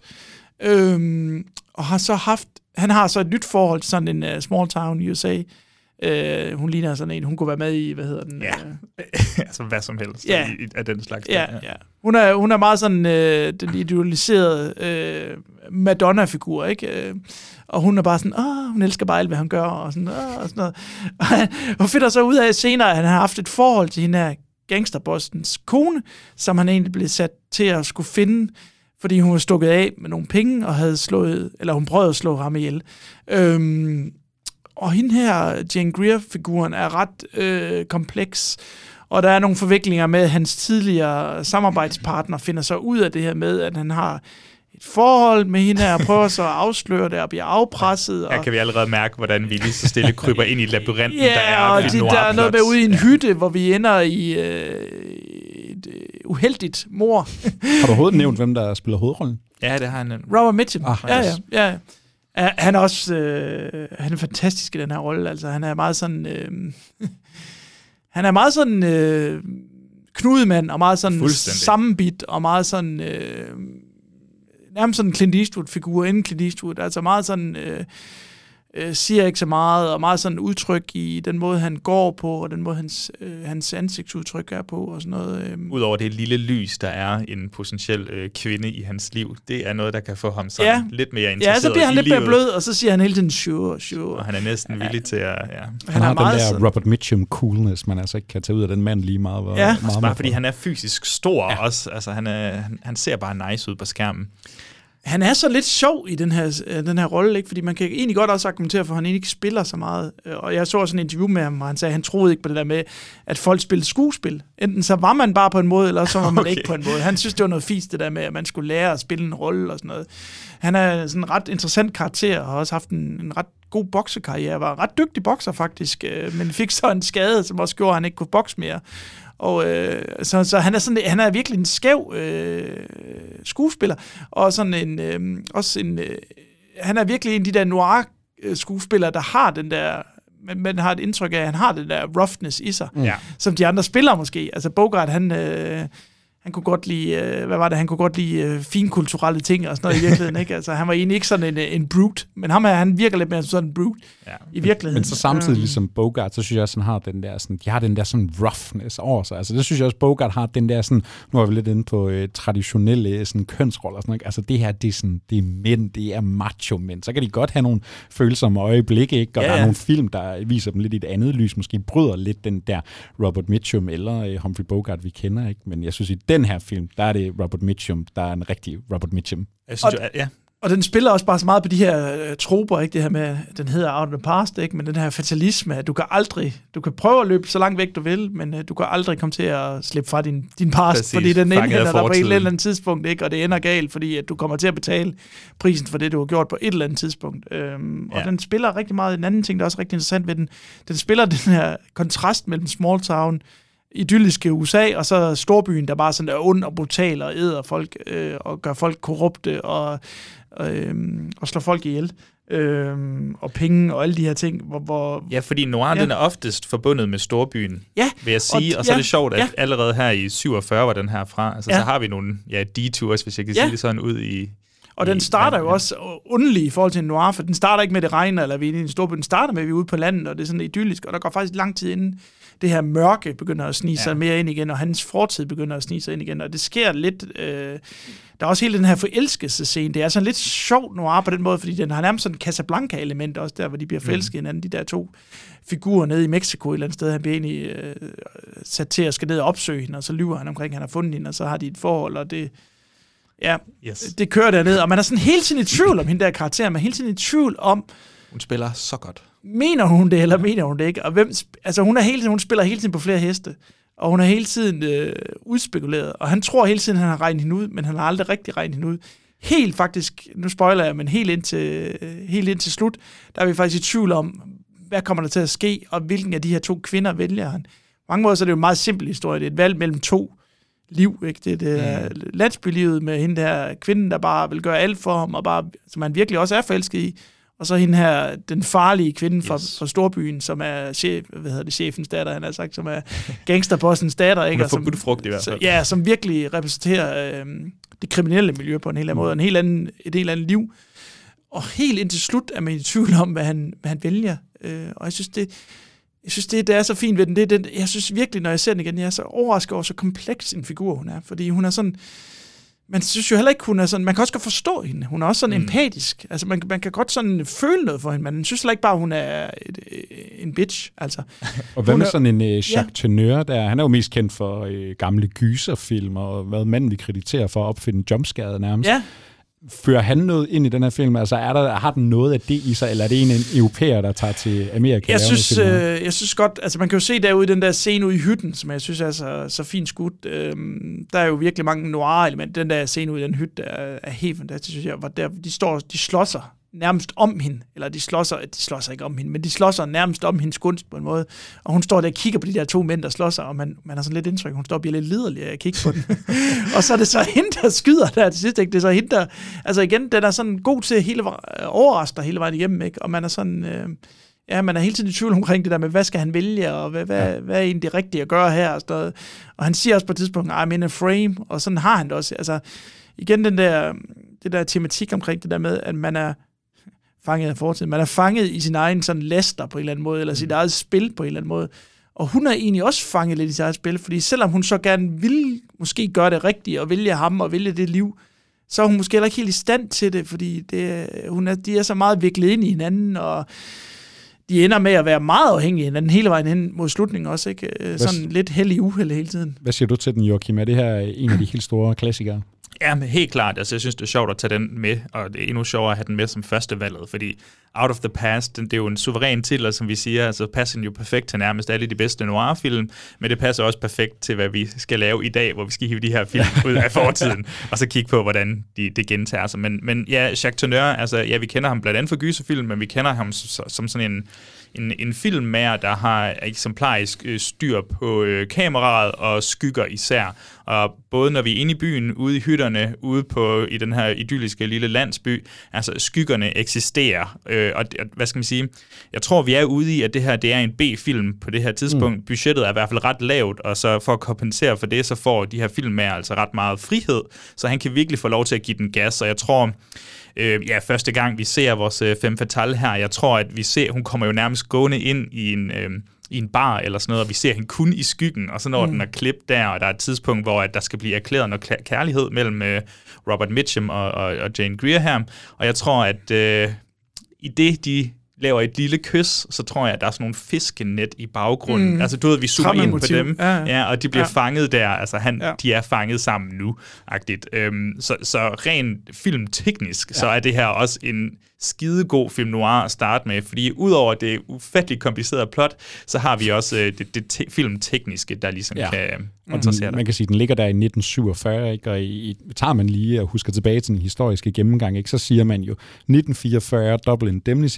øhm, og har så haft, han har så et nyt forhold til sådan en uh, small town U S A. Uh, hun ligner sådan en, hun kunne være med i, hvad hedder den? Ja, uh, altså hvad som helst ja. i, af den slags. Ja, ja. Hun er, hun er meget sådan øh, den idealiserede øh, Madonna-figur, ikke? Øh, og hun er bare sådan, åh, hun elsker bare alt, hvad han gør, og sådan, åh, og sådan noget. Og han, hun finder så ud af senere, at han har haft et forhold til hende her gangsterbossens kone, som han egentlig blev sat til at skulle finde, fordi hun var stukket af med nogle penge, og havde slået, eller hun prøvede at slå ham ihjel. Øhm, og hende her, Jane Greer-figuren, er ret øh, kompleks, og der er nogle forviklinger med, at hans tidligere samarbejdspartner finder så ud af det her med, at han har et forhold med hende her, og prøver så at afsløre det, og bliver afpresset. Og her kan vi allerede mærke, hvordan vi lige så stille kryber ind i labyrinten, ja, der er. Og de, der er noget med ude i en hytte, hvor vi ender i øh, et øh, uheldigt mord. Har du overhovedet nævnt, hvem der spiller hovedrollen? Ja, det har han. Robert Mitchum. Ah, ja, ja, ja. ja. Han er også øh, han er fantastisk i den her rolle. Altså, han er meget sådan... Øh, han er meget sådan øh, knudemand, og meget sådan sammenbit, og meget sådan... Øh, nærmest sådan en Clint Eastwood-figur inden Clint Eastwood. Altså meget sådan... Øh, øh, siger ikke så meget, og meget sådan udtryk i den måde, han går på, og den måde, hans, øh, hans ansigtsudtryk er på, og sådan noget. Øh. Udover det lille lys, der er en potentiel øh, kvinde i hans liv, det er noget, der kan få ham sådan ja. lidt mere interesseret Ja, så bliver han lidt livet. mere blød, og så siger han hele tiden, sure, sure. Og han er næsten villig til at... Ja. Han, han har, har den der sådan. Robert Mitchum coolness, man altså ikke kan tage ud af den mand lige meget. Hvor, ja, meget altså bare fordi han er fysisk stor ja. også. Altså, han, er, han, han ser bare nice ud på skærmen. Han er så lidt sjov i den her, den her rolle, ikke? Fordi man kan egentlig godt også argumentere for, at han ikke spiller så meget. Og jeg så også en interview med ham, hvor han sagde, at han troede ikke på det der med, at folk spillede skuespil. Enten så var man bare på en måde, eller så var man okay. ikke på en måde. Han synes, det var noget fisk, det der med, at man skulle lære at spille en rolle og sådan noget. Han er sådan en ret interessant karakter, og har også haft en, en ret god boksekarriere. Var ret dygtig bokser faktisk, men fik så en skade, som også gjorde, at han ikke kunne bokse mere. Og øh, så, så han er sådan, han er virkelig en skæv øh, skuespiller, og sådan en øh, også en øh, han er virkelig en af de der noir skuespillere, der har den der, man, man har et indtryk af, at han har den der roughness i sig, ja. som de andre spiller måske. Altså Bogart, han øh, han kunne godt lide, øh, hvad var det, han kunne godt lide øh, finkulturelle ting og sådan noget i virkeligheden, ikke? Altså han var egentlig ikke sådan en, en brute, men ham her, han virker lidt mere som sådan en brute ja. i virkeligheden. Men så samtidig ligesom Bogart, så synes jeg også, han har den der sådan, de har den der sådan roughness over sig. Altså det synes jeg også, Bogart har den der sådan, nu er vi lidt inde på øh, traditionelle sådan kønsroller og sådan noget. Altså det her, det er sådan, det er mænd, det er macho mænd. Så kan de godt have nogle følsomme øjeblikke, ikke? Og ja, ja. Der er nogle film, der viser dem lidt i et andet lys, måske bryder lidt den der Robert Mitchum eller øh, Humphrey Bogart, vi kender, ikke? Men jeg synes, i den her film, der er det Robert Mitchum, der er en rigtig Robert Mitchum. Jeg synes, og, jo, ja. og den spiller også bare så meget på de her øh, troper, ikke? Det her med, den hedder Out of the Past, ikke? Men den her fatalisme, at du kan aldrig, du kan prøve at løbe så langt væk du vil, men øh, du kan aldrig komme til at slippe fra din, din past, præcis, fordi den indhenter dig på et eller andet tidspunkt, ikke? Og det ender galt, fordi at du kommer til at betale prisen for det, du har gjort på et eller andet tidspunkt. Øhm, ja. Og den spiller rigtig meget. En anden ting, der er også rigtig interessant ved den, den spiller den her kontrast mellem small town idylliske U S A, og så storbyen, der bare sådan er ond og brutal og æder folk, øh, og gør folk korrupte, og, øh, og slår folk ihjel. Øhm, og penge og alle de her ting, hvor... hvor ja, fordi noir, ja. den er oftest forbundet med storbyen, ja, vil jeg sige. Og, og så ja, er det sjovt, at ja. allerede her i syvogfyrre var den her fra. Altså, ja. så har vi nogle ja, detours, hvis jeg kan ja. sige det sådan, ud i... Og den starter jo også underlig i forhold til en noir, for den starter ikke med, det regner, eller vi er i en storby. Den starter med, at vi er ude på landet, og det er sådan idyllisk, og der går faktisk lang tid inden det her mørke begynder at snige ja. sig mere ind igen, og hans fortid begynder at snige sig ind igen, og det sker lidt... Øh, der er også hele den her forelskelsescene. Det er sådan lidt sjovt noir på den måde, fordi den har nærmest sådan en Casablanca-element også der, hvor de bliver forelsket mm. hinanden, de der to figurer nede i Mexico et eller andet sted. Han bliver egentlig øh, sat til at skal ned og opsøge hende, og så lyver han omkring, at han har fundet hende, og så har de et forhold, og det... Ja, yes. det kører derned, og man er sådan hele tiden i tvivl om hende der karakter, man er hele tiden i tvivl om... Hun spiller så godt. Mener hun det, eller mener hun det ikke? Og hvem, altså hun, er hele tiden, hun spiller hele tiden på flere heste, og hun er hele tiden øh, udspekuleret, og han tror hele tiden, han har regnet hende ud, men han har aldrig rigtig regnet hende ud. Helt faktisk, nu spoiler jeg, men helt indtil, helt indtil slut, der er vi faktisk i tvivl om, hvad kommer der til at ske, og hvilken af de her to kvinder vælger han. På mange måder så er det jo en meget simpel historie. Det er et valg mellem to liv, ikke? Det er det mm. landsbylivet med hende der kvinden, der bare vil gøre alt for ham, og bare, som han virkelig også er forelsket i. Og så hende her, den farlige kvinde fra, yes. fra storbyen, som er chef, hvad hedder det, chefens datter, han har sagt, som er gangsterbossens datter. Ikke? Hun er forbudt frugt i hvert fald. Ja, som virkelig repræsenterer øh, det kriminelle miljø på en helt anden måde, en helt anden, et helt andet liv. Og helt indtil slut er man i tvivl om, hvad han, hvad han vælger. Øh, og jeg synes, det, jeg synes det, det er så fint ved den. Det, det, jeg synes virkelig, når jeg ser den igen, jeg er så overrasket over, så kompleks en figur hun er. Fordi hun er sådan... Man synes jo heller ikke, hun er sådan... Man kan også godt forstå hende. Hun er også sådan mm. empatisk. Altså, man, man kan godt sådan føle noget for hende, men man synes heller ikke bare, hun er et, en bitch, altså. Og hvad med er, sådan en uh, Jacques ja. Tourneur der? Han er jo mest kendt for uh, gamle gyserfilm, og hvad manden vi krediterer for at opfinde jumpscaret nærmest. Ja. Fører han noget ind i den her film? Altså, er der, har den noget af det i sig, eller er det en, en europæer, der tager til Amerika? Jeg synes, øh, jeg synes godt, altså man kan jo se derude i den der scene ude i hytten, som jeg synes er så, så fint skudt. Øhm, der er jo virkelig mange noir-elementer. Den der scene ude i den hytte, der er, er helt fantastisk, synes jeg. Hvor der, de står, de slår sig nærmest om hende, eller de slår sig, de slår sig ikke om hende, men de slår sig nærmest om hendes gunst på en måde. Og hun står der og kigger på de der to mænd, der slår sig, og man, man har sådan lidt indtryk, hun står og bliver lidt liderlig af at kigge på den. Og så er det så hende, der skyder der til sidst, ikke? Det er så hende, der... Altså igen, den er sådan god til hele overrasker hele vejen igennem, ikke? Og man er sådan... Øh, ja, man er hele tiden i tvivl omkring det der med, hvad skal han vælge, og hvad, hvad, ja. hvad er egentlig det rigtige at gøre her? Og, sådan og han siger også på et tidspunkt, I'm in a frame, og sådan har han det også. Altså igen, den der, det der tematik omkring det der med, at man er fanget af fortiden. Man er fanget i sin egen sådan laster på en eller anden måde, eller sit eget spil på en eller anden måde. Og hun er egentlig også fanget lidt i sit eget spil, fordi selvom hun så gerne vil måske gøre det rigtige, og vælge ham og vælge det liv, så er hun måske heller ikke helt i stand til det, fordi det, hun er, de er så meget viklet ind i hinanden, og de ender med at være meget afhængige af hinanden hele vejen hen mod slutningen også, ikke? Sådan hvad, lidt held i uheld hele tiden. Hvad siger du til den, Joachim? Er det her en af de helt store klassikere? Ja, men helt klart. Altså, jeg synes, det er sjovt at tage den med, og det er endnu sjovere at have den med som første valget, fordi Out of the Past, det er jo en suveræn titel, som vi siger, altså passer jo perfekt til nærmest alle de bedste noir-film, men det passer også perfekt til, hvad vi skal lave i dag, hvor vi skal hive de her film ud af fortiden, og så kigge på, hvordan de, det gentager sig. Men, men ja, Jacques Tourneur, altså ja, vi kender ham blandt andet for gyserfilm, men vi kender ham som, som sådan en En, en filmmager, der har eksemplarisk øh, styr på øh, kameraet og skygger især. Og både når vi er inde i byen, ude i hytterne, ude på i den her idylliske lille landsby, altså skyggerne eksisterer. Øh, og, og hvad skal man sige? Jeg tror, vi er ude i, at det her det er en B-film på det her tidspunkt. Mm. Budgettet er i hvert fald ret lavt, og så for at kompensere for det, så får de her filmmager altså ret meget frihed, så han kan virkelig få lov til at give den gas. Og jeg tror... Øh, ja, første gang vi ser vores øh, femme fatale her, jeg tror, at vi ser, hun kommer jo nærmest gående ind i en, øh, i en bar eller sådan noget, og vi ser hende kun i skyggen, og så når mm. den er klip der, og der er et tidspunkt, hvor at der skal blive erklæret noget kærlighed mellem øh, Robert Mitchum og, og, og Jane Greer her, og jeg tror, at øh, i det, de laver et lille kys, så tror jeg, at der er sådan nogle fiskenet i baggrunden. Mm. Altså, du ved, vi zoomer ind på dem, ja, ja. Ja, og de bliver ja. fanget der. Altså, han, ja. de er fanget sammen nu, agtigt. Øhm, så, så rent filmteknisk, ja. så er det her også en skidegod film noir at starte med, fordi udover det ufatteligt komplicerede plot, så har vi også øh, det, det te- filmtekniske, der ligesom ja. kan øh, interessere dig. Man kan sige, at den ligger der i nitten syvogfyrre, ikke? Og i, tager man lige og husker tilbage til den historiske gennemgang, ikke? Så siger man jo, nitten fireogfyrre, Double Indemnity, der får du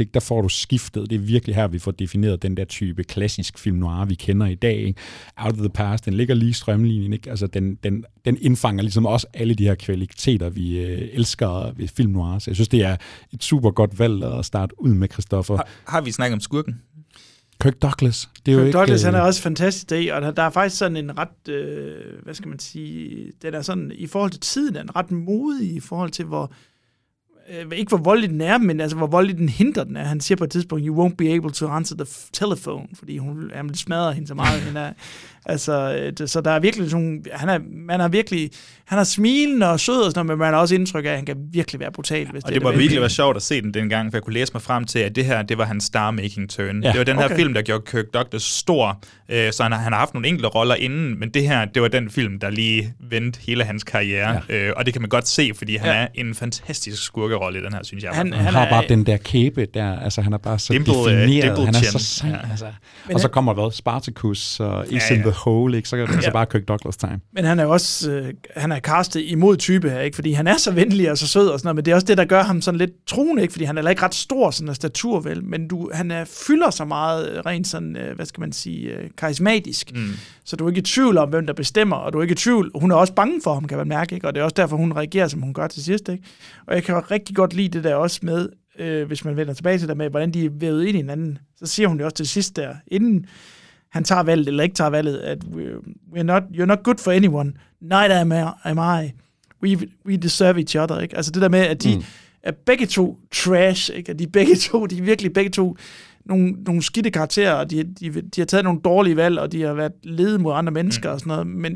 genreskiftet, det er virkelig her, vi får defineret den der type klassisk film noir, vi kender i dag. Ikke? Out of the Past, den ligger lige i strømlinjen, ikke? Altså, den, den, den indfanger ligesom også alle de her kvaliteter, vi øh, elsker ved film noir. Så jeg synes, det er et super godt valg at starte ud med, Christoffer. Har, har vi snakket om skurken? Kirk Douglas. Det er Kirk jo ikke, Douglas, øh... han er også fantastisk dag, og der, der er faktisk sådan en ret, øh, hvad skal man sige, den er sådan, i forhold til tiden, er den ret modig i forhold til, hvor, øh, ikke hvor voldelig den er, men altså, hvor voldelig den hindrer den er. Han siger på et tidspunkt, you won't be able to answer the telephone, fordi hun jamen, smadrer hende så meget. hende er, altså, det, så der er virkelig sådan, han er, man er virkelig, han er smilende og sød og sådan noget, men man har også indtryk af, at han kan virkelig være brutal. Hvis og det, det må det virkelig være sjovt at se den dengang, for jeg kunne læse mig frem til, at det her, det var hans star-making turn. Ja, det var den her okay. film, der gjorde Kirk Douglas stor, øh, så han har, han har haft nogle enkelte roller inden, men det her, det var den film, der lige vendte hele hans karriere, ja. øh, og det kan man godt se, fordi han ja. er en fantastisk skurkerolle i den her, synes jeg. Han, han, han har er, bare den der kæbe der, altså han er bare så dimple, defineret, uh, han er så sej, ja. altså. Og så kommer hvad, Spartacus og Is ja, ja. in the Hole, ikke? Så kan det ja. så bare Kirk Douglas time. Men han er også, øh, han er castet imod type her, ikke? Fordi han er så venlig og så sød og sådan noget, men det er også det, der gør ham sådan lidt truende, ikke? Fordi han er heller ikke ret stor sådan af statur, vel? Men du, han er, fylder så meget rent sådan, øh, hvad skal man sige, øh, karismatisk. Mm. Så du er ikke i tvivl om, hvem der bestemmer, og du er ikke i tvivl. Hun er også bange for ham, kan man mærke, ikke? Og det er også derfor, hun reagerer, som hun gør til sidst, ikke? Og jeg kan rigtig godt lide det der også med, øh, hvis man vender tilbage til det med, hvordan de er vævet ind i hinanden. Så siger hun det også til sidst der, inden han tager valget, eller ikke tager valget, at we're not, you're not good for anyone, neither am I. Am I. We, we deserve each other, ikke? Altså det der med, at de mm. er begge to trash, ikke? At de begge to, de er virkelig begge to nogle, nogle skidte karakterer, og de, de, de har taget nogle dårlige valg, og de har været ledet mod andre mennesker mm. og sådan noget, men,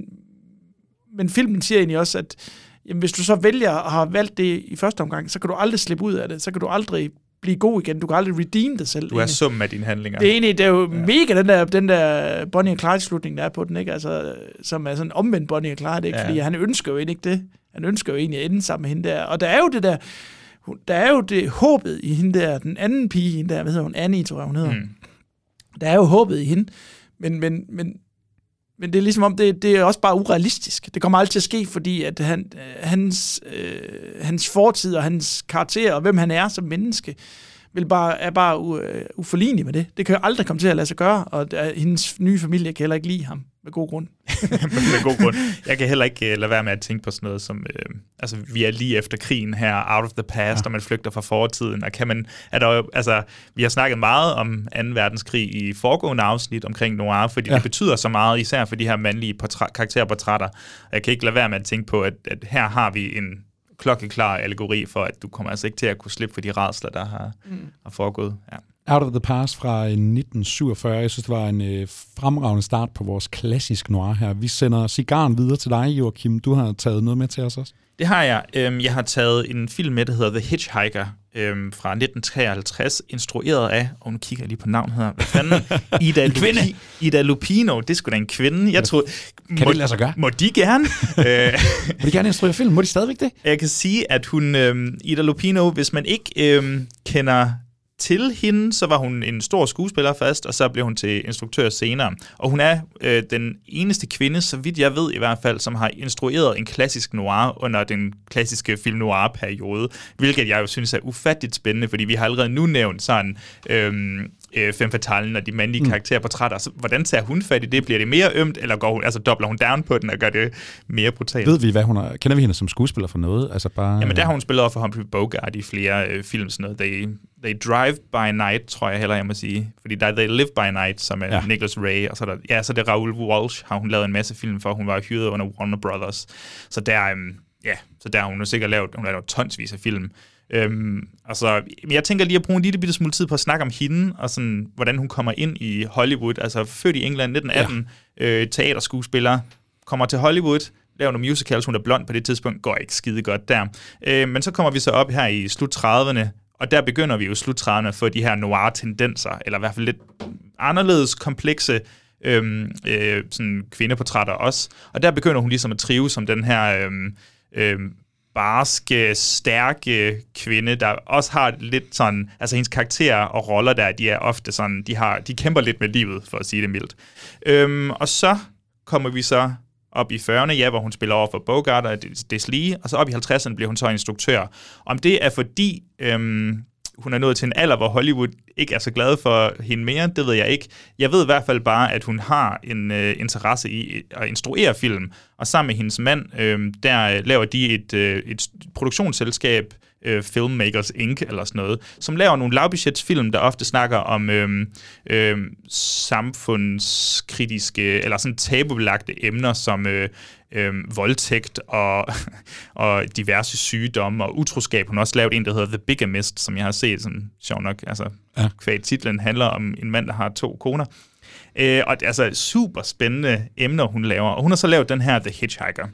men filmen siger egentlig også, at jamen, hvis du så vælger at have valgt det i første omgang, så kan du aldrig slippe ud af det, så kan du aldrig blive god igen. Du kan aldrig redeem dig selv. Du er summen af dine handlinger. Det er egentlig, det er jo ja. mega den der, den der Bonnie og Clyde-slutning, der er på den, ikke? Altså, som er sådan omvendt Bonnie og Clyde, ikke? Ja. Fordi han ønsker jo ikke det. Han ønsker jo egentlig at ende sammen med hende der. Og der er jo det der, der er jo det håbet i hende der, den anden pige, hende der, hvad hedder hun, Annie, tror jeg, hun hedder. Mm. Der er jo håbet i hende, men, men, men, men det er ligesom om, det, det er også bare urealistisk. Det kommer aldrig til at ske, fordi at han, hans, øh, hans fortid og hans karakter og hvem han er som menneske, vil bare, er bare u, uh, uforlignelig med det. Det kan jo aldrig komme til at lade sig gøre, og der, hendes nye familie kan heller ikke lide ham, med god grund. med god grund. Jeg kan heller ikke uh, lade være med at tænke på sådan noget som, uh, altså vi er lige efter krigen her, out of the past, ja. og man flygter fra fortiden, og kan man, er der jo, altså, vi har snakket meget om anden verdenskrig i foregående afsnit omkring noir, fordi ja. det betyder så meget, især for de her mandlige portræ- karakterportrætter, og jeg kan ikke lade være med at tænke på, at, at her har vi en klokkeklar allegori for, at du kommer altså ikke til at kunne slippe for de rædsler, der har, mm. har foregået. Ja. Out of the Past fra nitten syvogfyrre. Jeg synes, det var en øh, fremragende start på vores klassisk noir her. Vi sender cigaren videre til dig, Joachim. Du har taget noget med til os også. Det har jeg. Jeg har taget en film med, der hedder The Hitchhiker fra nitten treoghalvtreds, instrueret af, og nu kigger jeg lige på navnet her, hvad fanden? Ida, Lupi, Ida Lupino, det er sgu da en kvinde. Jeg troede, kan må, det lade sig gøre? Må de gerne? Må de gerne instruere film? Må de stadigvæk det? Jeg kan sige, at hun, Ida Lupino, hvis man ikke øhm, kender til hende, så var hun en stor skuespiller først, og så blev hun til instruktør senere. Og hun er øh, den eneste kvinde, så vidt jeg ved i hvert fald, som har instrueret en klassisk noir under den klassiske film noir-periode, hvilket jeg jo synes er ufatteligt spændende, fordi vi har allerede nu nævnt sådan øhm, øh, Femme Fatale og de mandlige mm. karakterportrætter. Så hvordan tager hun fat i det? Bliver det mere ømt, eller går hun, altså dobler hun down på den og gør det mere brutalt? Ved vi, hvad hun er? Kender vi hende som skuespiller for noget? Altså bare, Jamen der har hun spillet for Humphrey Bogart i flere øh, film, sådan noget. They, they Drive by Night, tror jeg heller, jeg må sige. Fordi der er They Live by Night, som er ja. Nicholas Ray, og så er der, ja, så er det Raoul Walsh, har hun lavet en masse film for. Hun var hyret under Warner Brothers. Så der, øhm, ja, så der har hun jo sikkert lavet, hun har lavet tonsvis af film. Øhm, altså, jeg tænker lige at bruge en lille bitte smule tid på at snakke om hende, og sådan, hvordan hun kommer ind i Hollywood. Altså, født i England nitten atten, ja. øh, teaterskuespiller, kommer til Hollywood, laver nogle musicals, hun er blond på det tidspunkt, går ikke skide godt der. Øh, men så kommer vi så op her i slut trediverne, og der begynder vi jo slut trediverne at få de her noir-tendenser, eller i hvert fald lidt anderledes komplekse øhm, øh, sådan kvindeportrætter også. Og der begynder hun ligesom at trive som den her øhm, øhm, barske, stærke kvinde, der også har lidt sådan, altså hendes karakterer og roller der, de er ofte sådan, de, har, de kæmper lidt med livet, for at sige det mildt. Øhm, og så kommer vi så op i fyrrerne, ja, hvor hun spiller over for Bogart og deslige, og så op i halvtredserne bliver hun så instruktør. Om det er fordi, øhm, hun er nået til en alder, hvor Hollywood ikke er så glad for hende mere, det ved jeg ikke. Jeg ved i hvert fald bare, at hun har en øh, interesse i at instruere film, og sammen med hendes mand, øh, der laver de et, øh, et produktionsselskab, øh, Filmmakers Incorporated eller sådan noget, som laver nogle lavbudgetsfilm, der ofte snakker om øh, øh, samfundskritiske, eller sådan tabubelagte emner, som øh, øh, voldtægt og, og diverse sygdomme og utroskab. Hun har også lavet en, der hedder The Bigamist, som jeg har set, som sjov nok, altså ja. Kvad titlen handler om en mand, der har to koner. Øh, og det er altså super spændende emner, hun laver. Og hun har så lavet den her The Hitchhiker.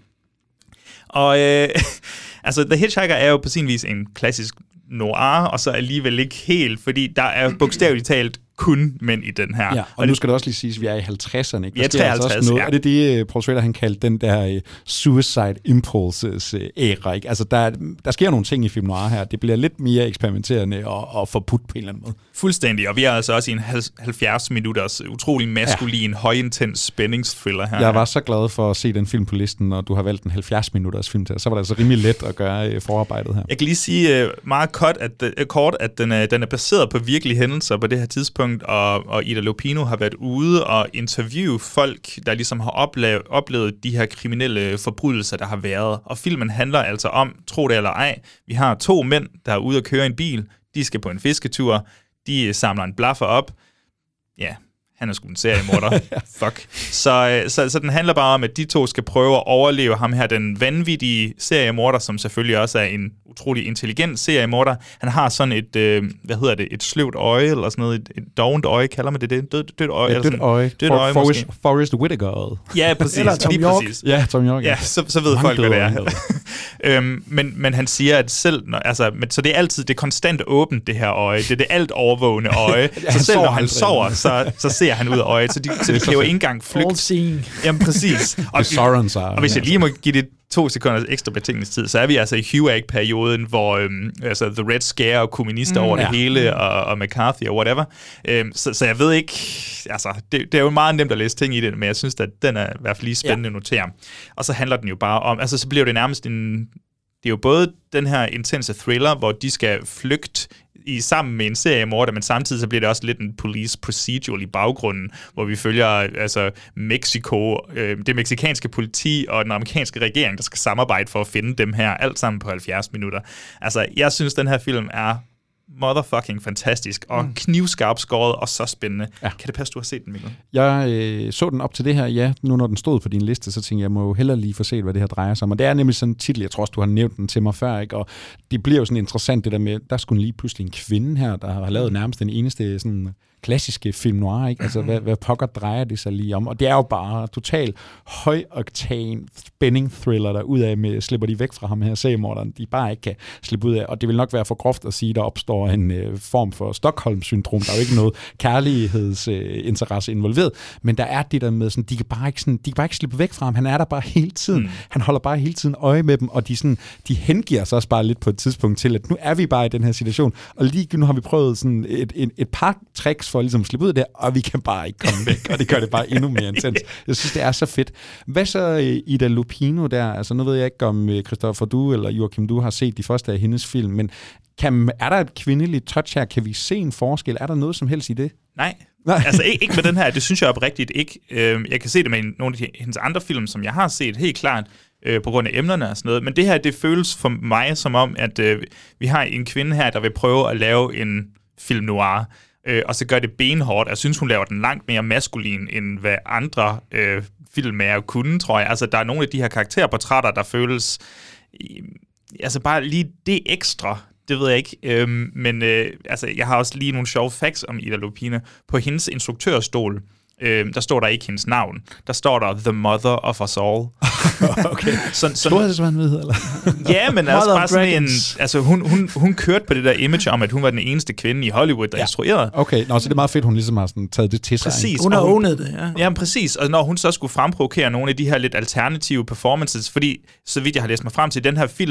Og øh, altså, The Hitchhiker er jo på sin vis en klassisk noir, og så alligevel ikke helt, fordi der er bogstaveligt talt kun mænd i den her. Ja, og, og nu skal det også lige siges, at vi er i halvtredserne, ikke? Ja, treoghalvtreds, altså noget, ja. Er det det, Paul Schrader, han kaldte den der uh, suicide impulses uh, æra, ikke? Altså, der, der sker nogle ting i film noir her. Det bliver lidt mere eksperimenterende og, og forbudt på en eller anden måde. Fuldstændig, og vi er altså også i en halvfjerds minutters utrolig maskulin, ja. højintens spændingsthriller her. Jeg var så glad for at se den film på listen, og du har valgt en halvfjerds minutters film til, så var det altså rimelig let at gøre uh, forarbejdet her. Jeg kan lige sige uh, meget kort, at, uh, kort, at den, uh, den er baseret på virkelige hændelser på det her tidspunkt, Og, og Ida Lupino har været ude og interviewe folk, der ligesom har oplevet, oplevet de her kriminelle forbrydelser, der har været. Og filmen handler altså om, tro det eller ej, vi har to mænd, der er ude og køre en bil. De skal på en fisketur. De samler en blaffer op. Ja, han er sgu en seriemorder. ja. Fuck. Så, så, så den handler bare om, at de to skal prøve at overleve ham her, den vanvittige seriemorder, som selvfølgelig også er en utrolig intelligent seriemorder. Han har sådan et, øh, hvad hedder det, et sløvt øje, eller sådan noget, et, et dovent øje, kalder man det det? Død, dødt øje? Ja, dødt øje. Dødt øje, For, Forrest, Forrest Whitaker. Ja, præcis. Eller Tom lige York. Præcis. Ja, Tom York. Ja, så, så ved folk, hvad det er. øhm, men, men han siger, at selv, når, altså, men, så det er altid det konstant åbent, det her øje. Det er det alt overvågende øje. så selv når han sover, så, så ser han ud af øjet. Så de, så de kan jo ikke engang flygte. Jamen, præcis. Og, og, og hvis jeg lige må give det to sekunders ekstra betingelsestid, så er vi altså i HUAC-perioden, hvor øhm, altså The Red Scare og kommunister mm, over det ja. hele, og, og McCarthy og whatever. Øhm, så, så jeg ved ikke, altså, det, det er jo meget nemt at læse ting i det, men jeg synes, at den er i hvert fald lige spændende ja. at notere. Og så handler den jo bare om, altså så bliver det nærmest en, det er jo både den her intense thriller, hvor de skal flygte i sammen med en seriemorder, men samtidig så bliver det også lidt en police procedural i baggrunden, hvor vi følger altså Mexico, øh, det mexikanske politi og den amerikanske regering, der skal samarbejde for at finde dem her, alt sammen på halvfjerds minutter. Altså, jeg synes, den her film er motherfucking fantastisk, og mm. knivskarpt skåret, og så spændende. Ja. Kan det passe, du har set den, Mikkel? Jeg øh, så den op til det her, ja. Nu når den stod på din liste, så tænkte jeg, jeg må jo hellere lige få set, hvad det her drejer sig om. Og det er nemlig sådan en titel, jeg tror også, du har nævnt den til mig før, ikke? Og det bliver jo sådan interessant, det der med, der skulle lige pludselig en kvinde her, der har lavet nærmest den eneste sådan klassiske film noir, ikke? Altså, hvad, hvad pokker drejer det sig lige om? Og det er jo bare total højoktan spænding thriller, der ud af med, slipper de væk fra ham her, seriemorderen, de bare ikke kan slippe ud af. Og det vil nok være for groft at sige, der opstår en øh, form for Stockholm-syndrom. Der er jo ikke noget kærlighedsinteresse øh, involveret, men der er det der med, sådan, de kan bare ikke, sådan, de kan bare ikke slippe væk fra ham. Han er der bare hele tiden. Mm. Han holder bare hele tiden øje med dem, og de, sådan, de hengiver sig også bare lidt på et tidspunkt til, at nu er vi bare i den her situation, og lige nu har vi prøvet sådan et, et, et par tricks for at ligesom slippe ud af det, og vi kan bare ikke komme væk, og det gør det bare endnu mere intens. Jeg synes, det er så fedt. Hvad så Ida Lupino der? Altså, nu ved jeg ikke, om Christoffer, du eller Joachim, du har set de første af hendes film, men kan, er der et kvindeligt touch her? Kan vi se en forskel? Er der noget som helst i det? Nej. Nej. Altså, ikke, ikke med den her. Det synes jeg oprigtigt ikke. Jeg kan se det med nogle af hendes andre film, som jeg har set, helt klart, øh, på grund af emnerne og sådan noget. Men det her, det føles for mig som om, at øh, vi har en kvinde her, der vil prøve at lave en film noir, øh, og så gør det benhårdt. Jeg synes, hun laver den langt mere maskulin, end hvad andre øh, filmmager kunne, tror jeg. Altså, der er nogle af de her karakterportrætter, der føles øh, altså bare lige det ekstra. Det ved jeg ikke, øhm, men øh, altså, jeg har også lige nogle sjove facts om Ida Lupino. På hendes instruktørstol, øh, der står der ikke hendes navn. Der står der The Mother of Us All. Okay. Storhedsvandvid, eller? Ja, men altså bare sådan en... Altså, hun, hun, hun kørte på det der image om, at hun var den eneste kvinde i Hollywood, der ja. instruerede. Okay, nå, så det er meget fedt, hun ligesom har sådan taget det til sig. Præcis. Hun har ownet det, ja. Ja, præcis. Og når hun så skulle fremprovokere nogle af de her lidt alternative performances, fordi, så vidt jeg har læst mig frem til, den her film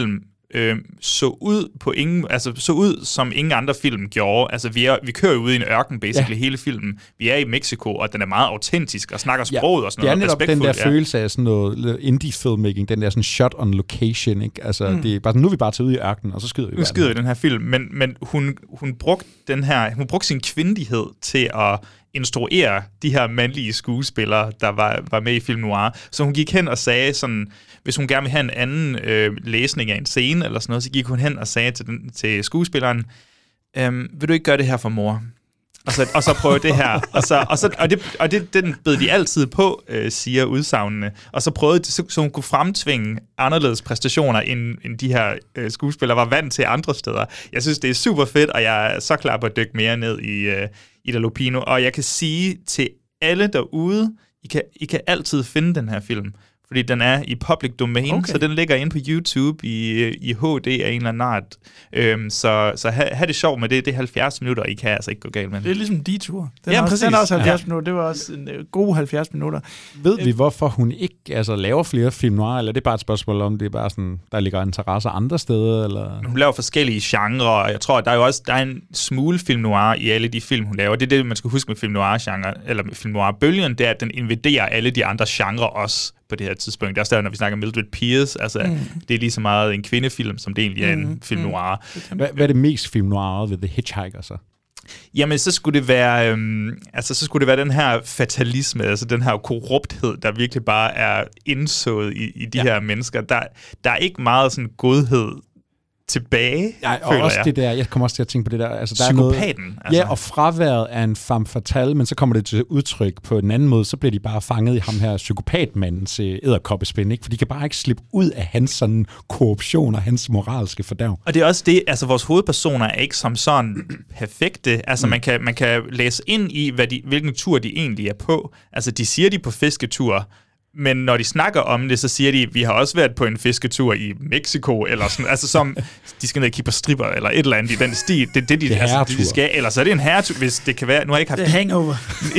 øh, så ud på ingen, altså så ud som ingen andre film gjorde. Altså vi, er, vi kører jo ude i en ørken basically ja. hele filmen. Vi er i Mexico, og den er meget autentisk og snakker sproget ja, og sådan noget. Det er netop den der ja. følelse af sådan noget indie-filmmaking, den der sådan shot on location, ikke? Altså mm. det er bare sådan, nu er vi bare til ude i ørkenen, og så skyder vi. Nu skyder vi den her film, men, men hun, hun brugte den her, hun brugte sin kvindelighed til at instruere de her mandlige skuespillere, der var, var med i film noir. Så hun gik hen og sagde sådan, hvis hun gerne vil have en anden øh, læsning af en scene eller sådan noget, så gik hun hen og sagde til, den, til skuespilleren, øhm, vil du ikke gøre det her for mor? Og så, og så prøve det her. Og, så, og, så, og, det, og det, den bed de altid på, øh, siger udsagnene. Og så prøvede de, så, så hun kunne fremtvinge anderledes præstationer, end, end de her øh, skuespillere var vant til andre steder. Jeg synes, det er super fedt, og jeg er så klar på at dykke mere ned i øh, Ida Lupino. Og jeg kan sige til alle derude, I kan, I kan altid finde den her film. Fordi den er i public domain, okay. så den ligger inde på YouTube i, i H D af en eller anden art. Øhm, så så ha, ha det sjovt med det. Det er halvfjerds minutter, og I kan altså ikke gå galt med det. Det er ligesom Detour. Den, ja, også, præcis. den er også halvfjerds ja. minutter. Det var også en uh, god halvfjerds minutter. Ved vi, hvorfor hun ikke altså, laver flere film noir, eller er det bare et spørgsmål om, det er bare sådan, der ligger interesser andre steder? Eller? Hun laver forskellige genrer, og jeg tror, der er jo også der er en smule film noir i alle de film, hun laver. Det er det, man skal huske med film noir-genre, eller med film noir-bølgen, det er, at den invaderer alle de andre genrer også på det her tidspunkt. Der er stadig, når vi snakker Mildred Pierce, altså mm. det er lige så meget en kvindefilm, som det egentlig er en mm. film noir. Mm. Hvad, hvad er det mest film noir ved The Hitchhiker så? Jamen, så skulle det være, øhm, altså, så skulle det være den her fatalisme, altså den her korrupthed, der virkelig bare er indsået i, i de ja. her mennesker. Der, der er ikke meget sådan godhed tilbage, ja, og også jeg. det der, jeg kommer også til at tænke på det der, altså der psykopaten. Er noget, altså. Ja, og fraværet af en femme fatale, men så kommer det til udtryk på en anden måde, så bliver de bare fanget i ham her psykopatmandens edderkoppespind, ikke? For de kan bare ikke slippe ud af hans sådan korruption og hans moralske fordærv. Og det er også det, altså vores hovedpersoner er ikke som sådan perfekte, altså mm. man, kan, man kan læse ind i, hvad de, hvilken tur de egentlig er på. Altså de siger, de er på fisketur, men når de snakker om det, så siger de, vi har også været på en fisketur i Mexico, eller sådan, altså som, de skal ned og kigge på stripper, eller et eller andet i den stil. Det er det, de, det altså, det, de skal, eller så er det en herretur, hvis det kan være, nu har jeg ikke haft... Det hangover.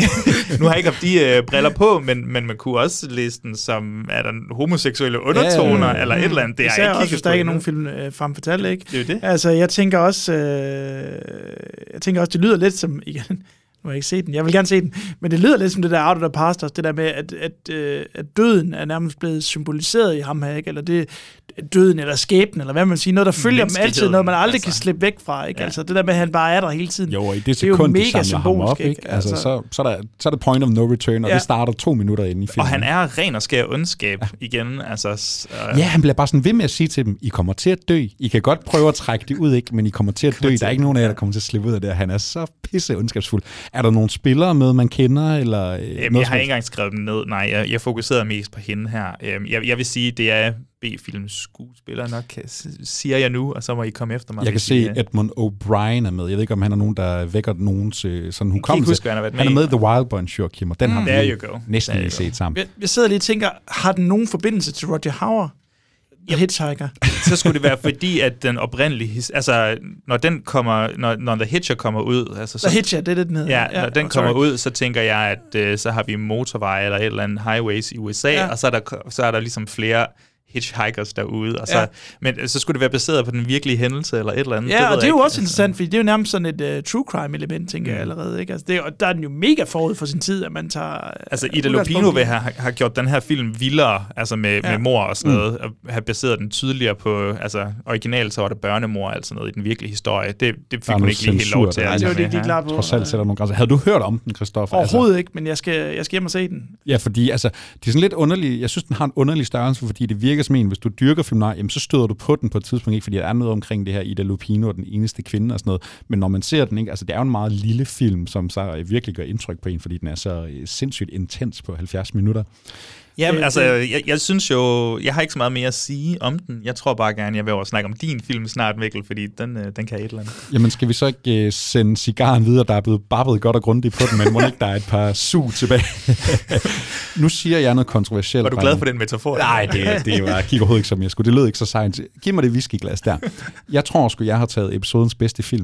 nu har jeg ikke haft de uh, briller på, men, men man kunne også læse den som, er der homoseksuelle undertoner, ja, ja, ja. eller et eller andet. Det er ikke også, hvis der ikke er nogen film uh, frem fortalt, ikke? Det er jo det. Altså, jeg tænker også, øh, jeg tænker også, det lyder lidt som, igen... Nu har jeg ikke set den. Jeg vil gerne se den. Men det lyder lidt som det der Out of the Past også. Det der med, at, at, at døden er nærmest blevet symboliseret i ham her, ikke? Eller det, døden eller skæbnen, eller hvad man siger. Noget, der følger dem altid. Noget, man aldrig altså. kan slippe væk fra, ikke? Ja. Altså, det der med, at han bare er der hele tiden. Jo, og i det sekund, det er jo mega symbolisk, ham op, ikke? ikke? Altså, altså, så, så, er der, så er det point of no return, og ja. det starter to minutter inde i filmen. Og han er ren og skær ondskab ja. igen. Altså, uh... Ja, han bliver bare sådan ved med at sige til dem, I kommer til at dø. I kan godt prøve at trække det ud, ikke? Men I kommer til at dø. Der er ikke nogen af jer, der kommer til at slippe ud af det. Han er så pisse ondskabsfuld. Er der nogle spillere med, man kender? Eller Jamen, jeg har ikke engang skrevet dem ned. Nej, jeg, jeg fokuserede mest på hende her. Jeg, jeg vil sige, det er B-films skuespiller nok, siger jeg nu, og så må I komme efter mig. Jeg kan se, at Edmund O'Brien er med. Jeg ved ikke, om han er nogen, der vækker nogens sådan hukommelse. Han, han er med i The Wild Bunch, Joachim, og den mm. har vi næsten lige set sammen. Jeg, jeg sidder lige og tænker, har den nogen forbindelse til Roger Hauer? The Hitchhiker. Så skulle det være fordi, at den oprindelige, altså når den kommer, når, når The Hitcher kommer ud, altså så, The Hitcher, det er det den hedder. Ja, når ja, den oh, kommer ud, så tænker jeg, at uh, så har vi motorveje eller et eller andet highways i U S A, ja. og så er der så er der ligesom flere hitchhikers derude, og så, ja. men så skulle det være baseret på den virkelige hændelse, eller et eller andet. Ja, det og det er jo ikke. også interessant, fordi det er jo nærmest sådan et uh, true crime-element, tænker mm. jeg allerede. Ikke? Altså, det er, og der er den jo mega forud for sin tid, at man tager... Altså, Ida Lupino vil have, have gjort den her film vildere, altså med, ja. med mor og sådan noget, mm. og have baseret den tydeligere på, altså originalt så var det børnemor og alt sådan noget i den virkelige historie. Det, det fik hun ikke lige helt lov til. Altså, det er jo det, klar på. Trods alt sætter nogle grænser. Havde du hørt om den, Christoffer? Overhovedet altså, ikke, men jeg skal, jeg skal hjem og se den. Ja, fordi altså, det er sådan lidt underligt. Jeg synes, den har en underlig størrelse, fordi det virker som en, hvis du dyrker film, nej, jamen, så støder du på den på et tidspunkt, ikke, fordi der er noget omkring det her Ida Lupino og den eneste kvinde og sådan noget, men når man ser den, ikke, altså det er jo en meget lille film, som så virkelig gør indtryk på en, fordi den er så sindssygt intens på halvfjerds minutter. Ja, men, altså, jeg, jeg synes jo, jeg har ikke så meget mere at sige om den. Jeg tror bare gerne, jeg vil over snakke om din film snart, Mikkel, fordi den, den kan et eller andet. Jamen, skal vi så ikke uh, sende cigaren videre, der er blevet babbet godt og grundigt på den, men må ikke der er et par sug tilbage? Nu siger jeg noget kontroversielt. Var du glad for den metafor? Nej, det, det var, gik overhovedet ikke, som jeg skulle. Det lød ikke så sejt. Giv mig det whiskyglas der. Jeg tror sgu, jeg har taget episodens bedste film med her.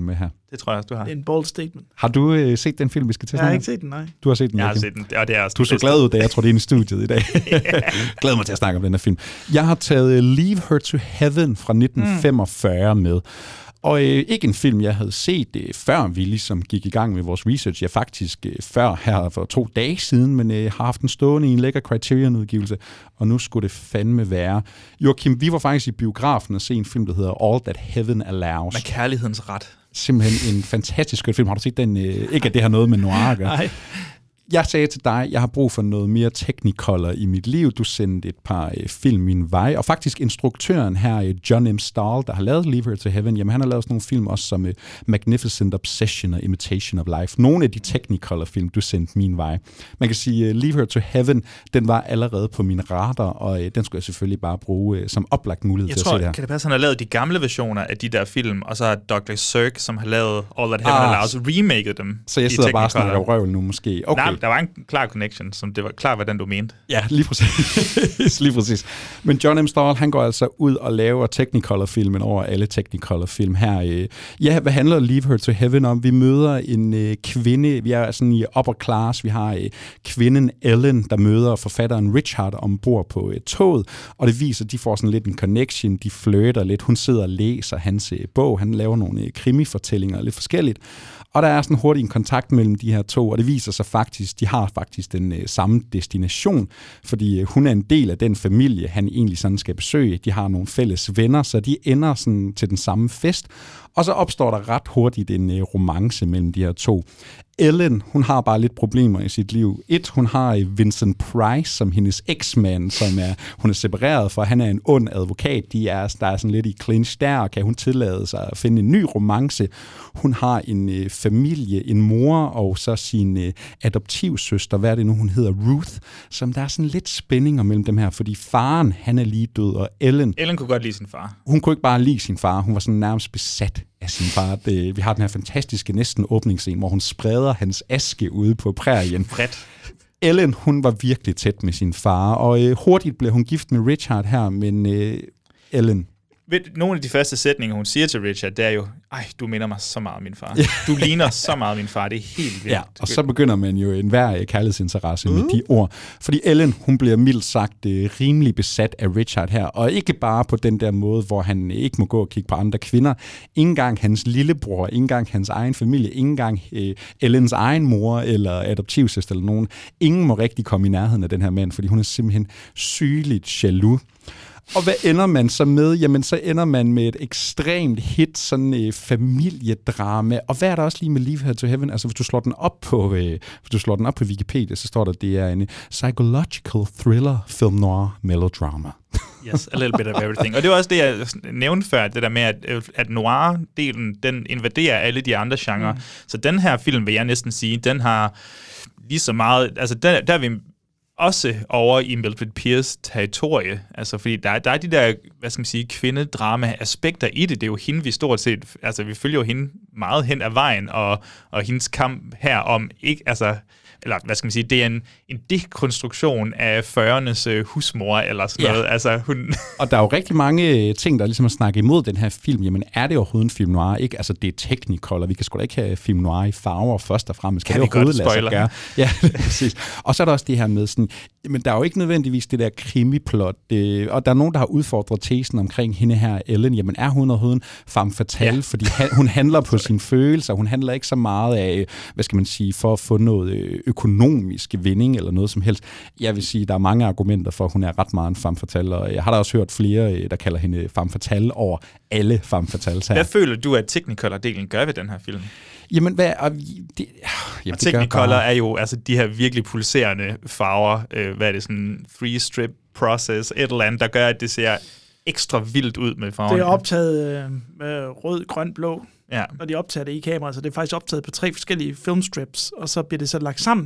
Det tror jeg også, du har. Det er en bold statement. Har du øh, set den film, vi skal til? Jeg har ikke set den, nej. Du har set den, Jeg har Joachim. set den, og det er også Du er så glad ud, da jeg tror, det er inde i studiet i dag. Glæder mig til at snakke om den her film. Jeg har taget Leave Her to Heaven fra nitten femogfyrre mm. med. Og øh, ikke en film, jeg havde set, øh, før vi ligesom gik i gang med vores research. Jeg faktisk øh, før her for to dage siden, men øh, har haft den stående i en lækker Criterion-udgivelse, og nu skulle det fandme være. Joachim, vi var faktisk i biografen og se en film, der hedder All That Heaven Allows. Med kærlighedens ret. Simpelthen en fantastisk skøn film. Har du set den? Øh, ikke at det har noget med noir at gøre. Nej. Jeg sagde til dig, jeg har brug for noget mere technicolor i mit liv. Du sendte et par øh, film min vej, og faktisk instruktøren her, øh, John M. Stahl, der har lavet Leave Her to Heaven, jamen han har lavet sådan nogle film også som øh, Magnificent Obsession og Imitation of Life. Nogle af de technicolor film, du sendte min vej. Man kan sige, øh, Leave Her to Heaven, den var allerede på min radar, og øh, den skulle jeg selvfølgelig bare bruge øh, som oplagt mulighed jeg til tror, at se det her. Kan det passe, han har lavet de gamle versioner af de der film, og så har Douglas Sirk, som har lavet All That Heaven Ah, Allows, remaket dem. Så jeg i sidder bare og Technicolor. snakker røvel nu måske. Okay. Nej, der var en klar connection, som det var klar, hvad den du mente. Ja, lige præcis. lige præcis. Men John M. Stahl, han går altså ud og laver Technicolor-filmen over alle Technicolor-film her. Øh. Ja, hvad handler Leave Her to Heaven om? Vi møder en øh, kvinde, vi er sådan i upper class, vi har øh, kvinden Ellen, der møder forfatteren Richard ombord på øh, toget, og det viser, at de får sådan lidt en connection, de flirter lidt, hun sidder og læser hans øh, bog, han laver nogle øh, krimifortællinger, lidt forskelligt. Og der er sådan hurtigt en kontakt mellem de her to, og det viser sig faktisk, de har faktisk den øh, samme destination, fordi øh, hun er en del af den familie, han egentlig sådan skal besøge. De har nogle fælles venner, så de ender sådan til den samme fest, og så opstår der ret hurtigt en øh, romance mellem de her to. Ellen, hun har bare lidt problemer i sit liv. Et, hun har Vincent Price som hendes eksmand, som er, hun er separeret fra. Han er en ond advokat. De er, der er sådan lidt i clinch der, og kan hun tillade sig at finde en ny romance. Hun har en øh, familie, en mor og så sin øh, adoptivsøster, hvad er det nu, hun hedder, Ruth, som der er sådan lidt spændinger mellem dem her, fordi faren, han er lige død, og Ellen... Ellen kunne godt lide sin far. Hun kunne ikke bare lide sin far, hun var sådan nærmest besat af sin far. Det, vi har den her fantastiske næsten åbningsscene, hvor hun spreder hans aske ude på prærien. Bredt. Ellen, hun var virkelig tæt med sin far, og øh, hurtigt blev hun gift med Richard her, men øh, Ellen... Nogle af de første sætninger, hun siger til Richard, det er jo, ej, du minder mig så meget om min far. Du ligner så meget min far, det er helt vildt. Ja, og så begynder man jo enhver kærlighedsinteresse uh. med de ord. Fordi Ellen, hun bliver mildt sagt øh, rimelig besat af Richard her, og ikke bare på den der måde, hvor han ikke må gå og kigge på andre kvinder. Ingen engang hans lillebror, ingen engang hans egen familie, ingen engang øh, Ellens egen mor eller adoptivsøster eller nogen. Ingen må rigtig komme i nærheden af den her mand, fordi hun er simpelthen sygeligt jaloux. Og hvad ender man så med? Jamen, så ender man med et ekstremt hit, sådan et øh, familiedrama. Og hvad er der også lige med Leave Her to Heaven? Altså, hvis du slår den op på, øh, hvis du slår den op på Wikipedia, så står der, at det er en psychological thriller, film noir, melodrama. Yes, a little bit of everything. Og det var også det, jeg nævnte før, det der med, at, at noir-delen, den invaderer alle de andre genrer. Mm. Så den her film, vil jeg næsten sige, den har lige så meget... Altså, der, der er vi... også over i Mildred Pierce territorie, altså fordi der, der er de der, hvad skal man sige, kvindedrama-aspekter i det. Det er jo hende, vi stort set, altså vi følger jo hende meget hen ad vejen, og, og hendes kamp her om ikke, altså, eller hvad skal man sige, det er en, en dekonstruktion af fyrreernes uh, husmor, eller sådan ja. noget. Altså, hun... Og der er jo rigtig mange ting, der ligesom at snakke imod den her film. Jamen, er det overhovedet en film noir? Ikke? Altså, det er Technicolor. Vi kan sgu da ikke have film noir i farver først og fremmest. Kan, kan vi det overhovedet godt spoiler? Lade sig gøre? Ja, præcis. Og så er der også det her med sådan, men der er jo ikke nødvendigvis det der krimiplot, det, og der er nogen, der har udfordret tesen omkring hende her, Ellen. Jamen, er hun overhovedet en femme fatale? Ja. Fordi han, hun handler på sine følelser. Hun handler ikke så meget af, hvad skal man sige, for at få noget økonomisk vinding eller noget som helst. Jeg vil sige, der er mange argumenter for, at hun er ret meget en femme fatale, og jeg har da også hørt flere, der kalder hende femme fatale over alle femme fatales her. Hvad føler du, at Technicolor-delen gør ved den her film? Jamen, hvad... Det, jamen, og Technicolor bare... er jo altså de her virkelig pulserende farver. Øh, hvad er det, sådan three-strip process, et eller andet, der gør, at det ser ekstra vildt ud med farverne. Det er optaget øh, med rød, grøn, blå, ja. og de optager det i kamera, så det er faktisk optaget på tre forskellige filmstrips, og så bliver det så lagt sammen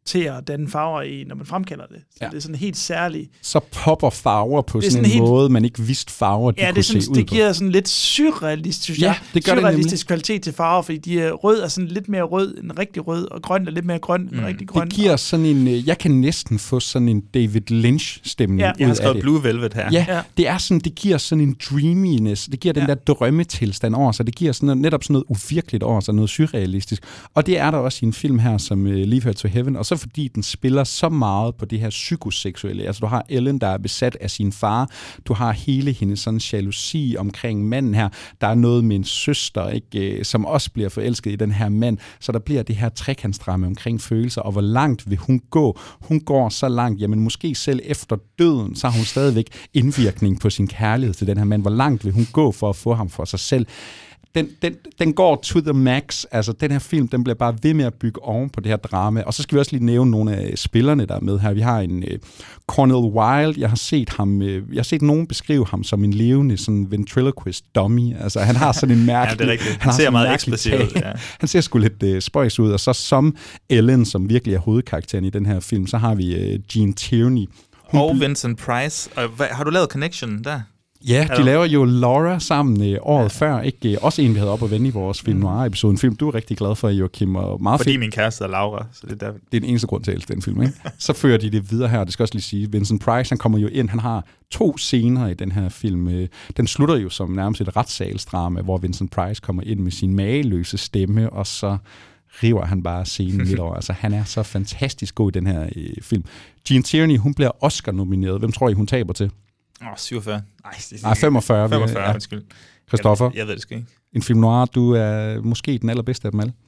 til at danne farver i, når man fremkalder det. Så ja. det er sådan helt særligt. Så popper farver på sådan, sådan en helt, måde, man ikke vidste farver, de ja, det kunne sådan, se ud det på. giver sådan lidt surrealistisk, ja, det gør surrealistisk det kvalitet til farver, fordi de er rød er sådan lidt mere rød end rigtig rød, og grøn er lidt mere grøn end Mm. rigtig grøn. Det giver sådan en, jeg kan næsten få sådan en David Lynch-stemning Ja. ud Jeg har af skrevet det. Blue Velvet her. Ja, Ja. det er sådan, det giver sådan en dreaminess, det giver den Ja. der drømmetilstand over sig, det giver sådan noget, netop sådan noget uvirkeligt over sig, noget surrealistisk. Og det er der også i en film her, som uh, Leave Her to Heaven, og så fordi den spiller så meget på det her psykoseksuelle. Altså du har Ellen, der er besat af sin far, du har hele hendes sådan jalousi omkring manden her, der er noget med en søster, ikke, som også bliver forelsket i den her mand, så der bliver det her trekantsdrama omkring følelser, og hvor langt vil hun gå? Hun går så langt, jamen måske selv efter døden, så har hun stadigvæk indvirkning på sin kærlighed til den her mand. Hvor langt vil hun gå for at få ham for sig selv? Den, den, den går to the max. Altså, den her film, den bliver bare ved med at bygge oven på det her drama. Og så skal vi også lige nævne nogle af spillerne, der er med her. Vi har en uh, Cornel Wilde. Jeg har set ham, uh, jeg har set nogen beskrive ham som en levende sådan ventriloquist dummy. Altså, han har sådan en mærkelig... Ja, det er rigtigt. Han, han ser meget ekspressiv ud. Ja. Han ser sgu lidt uh, spøjs ud. Og så som Ellen, som virkelig er hovedkarakteren i den her film, så har vi uh, Gene Tierney. Hun Og Vincent Price. Og hvad, har du lavet Connection der? Ja, de laver jo Laura sammen øh, året ja. før. Ikke? Også en, vi havde op at vende i vores Film Noir-episode. En film, du er rigtig glad for, Joachim. Og meget Fordi fedt. min kæreste er Laura. Så det, er der... det er den eneste grund til at elske den film. Ikke? Så fører de det videre her. Det skal også lige sige, Vincent Price, han kommer jo ind. Han har to scener i den her film. Den slutter jo som nærmest et retssalsdrama, hvor Vincent Price kommer ind med sin mageløse stemme, og så river han bare scenen midt over. Altså, han er så fantastisk god i den her øh, film. Gene Tierney, hun bliver Oscar-nomineret. Hvem tror I, hun taber til? Åh, oh, syvogfyrre. Ej, det Nej, femogfyrre. femogfyrre, Ja. undskyld. Christoffer, Jeg, jeg ved det sgu ikke. en film noir, du er måske den allerbedste af dem alle.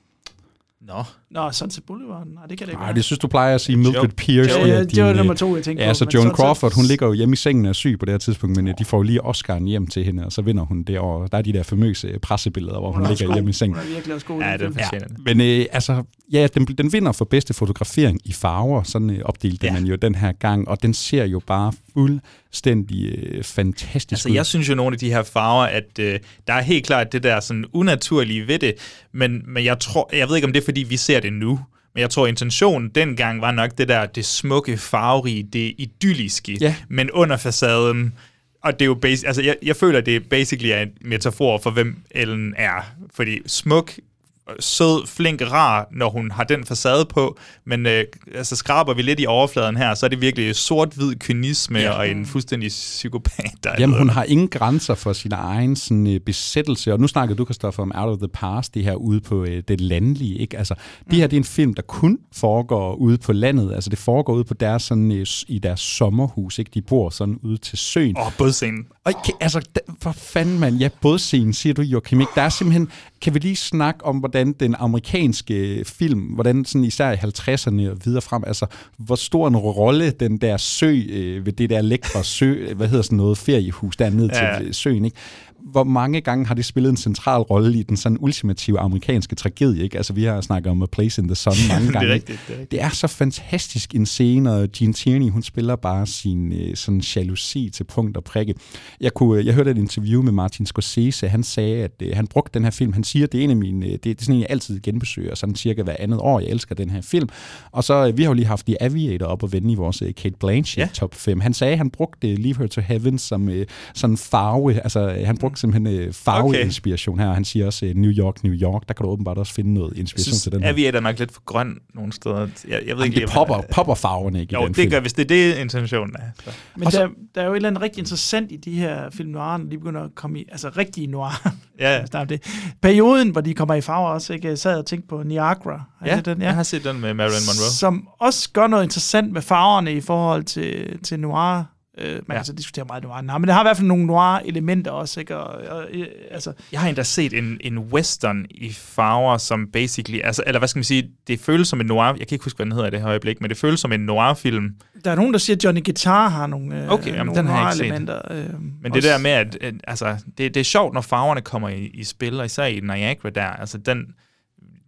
Nå. Nå, Sunset Boulevard. Nej, det kan det ikke Nej, være. det synes du plejer at sige Mildred Joan- Pierce. Ja, det er ja, det var din, nummer øh, to, jeg tænkte Ja, på. så men Joan Sunset- Crawford, hun ligger jo hjemme i sengen og er syg på det her tidspunkt, men øh, de får jo lige Oscar'en hjem til hende, og så vinder hun det år. Der er de der famøse pressebilleder, hvor hun er også ligger god. hjemme i sengen. Hun er virkelig også god. i Ja, den det film. fortjener det. Men øh, altså, ja, den, den vinder for bedste fotografering i farver, sådan øh, opdelte Ja. man jo den her gang, og den ser jo bare fuldstændig øh, fantastisk Altså, ud. jeg synes jo, nogle af de her farver, at øh, der er helt klart det der sådan unaturlige ved det, men, men jeg tror, jeg ved ikke, om det er, fordi vi ser det nu, men jeg tror, intentionen dengang var nok det der, det smukke, farverige, det idylliske, Ja. men under facaden, og det er jo basic, altså jeg, jeg føler, at det basically er en metafor for, hvem Ellen er, fordi smuk, sød, flink, rar, når hun har den facade på, men øh, altså skraber vi lidt i overfladen her, så er det virkelig sort-hvid kynisme ja. og en fuldstændig psykopat, der er Jamen, hun med. har ingen grænser for sin egen sådan, øh, besættelse, og nu snakker du, Christoffer, om Out of the Past, det her ude på øh, det landlige, ikke? Altså, det her, det er en film, der kun foregår ude på landet, altså det foregår ude på deres, sådan, øh, i deres sommerhus, ikke? De bor sådan ude til søen. Åh, oh, bådscenen. Og kan, altså, da, for fanden, mand, ja, bådscenen, siger du, Joachim, ikke? Der er simpelthen, kan vi lige snakke om, hvordan den amerikanske film, hvordan sådan især i halvtredserne og videre frem, altså, hvor stor en rolle den der sø, øh, ved det der lækre sø, hvad hedder sådan noget, feriehus dernede Ja. til søen, ikke? Hvor mange gange har det spillet en central rolle i den sådan ultimative amerikanske tragedie, ikke? Altså, vi har snakket om A Place in the Sun mange gange. det er rigtigt, det er rigtigt. Det er så fantastisk en scene, og Gene Tierney, hun spiller bare sin øh, sådan jalousi til punkt og prikke. Jeg, kunne, jeg hørte et interview med Martin Scorsese, han sagde, at øh, han brugte den her film, han siger, det er en af mine, det, det er sådan en, jeg altid genbesøger, sådan cirka hver andet år, jeg elsker den her film. Og så, øh, vi har jo lige haft The Aviator op og vende i vores øh, Cate Blanchett Ja. top fem. Han sagde, han brugte Leave Her to Heaven som øh, sådan farve, altså øh, han brugte simpelthen øh, farveinspiration her, han siger også øh, New York, New York, der kan du åbenbart også finde noget Jeg inspiration synes, til den her. Aviator er nok lidt for grøn nogle steder. Jeg, jeg ved Jamen, ikke, det lige, popper, om- popper farverne ikke i Jo, den det film. gør, hvis det er det, intentionen er. Så. Men Og så- der, der er jo et eller andet rigtig interessant i de her film noir, når de begynder at komme i, altså rigtige noir. Ja, Der er det. Perioden, hvor de kommer i farver også, ikke? Jeg sad og tænkte på Niagara. Har I ja, set den? jeg har set den med Marilyn Monroe. Som også gør noget interessant med farverne i forhold til, til noir. Øh, man Ja. kan så diskutere meget noir. Nej, men det har i hvert fald nogle noir-elementer også, ikke? Og, og, øh, altså, Jeg har endda set en, en western i farver, som basically, altså, eller hvad skal man sige, det føles som en noir, jeg kan ikke huske, hvad den hedder i det her øjeblik, men det føles som en noir-film. der er nogen, der siger, at Johnny Guitar har nogle, øh, Okay, jamen, nogle den har jeg ikke set. noir-elementer. Øh, Men det der med, at, at altså, det, det er sjovt, når farverne kommer i, i spil, og især i Niagara der, altså den,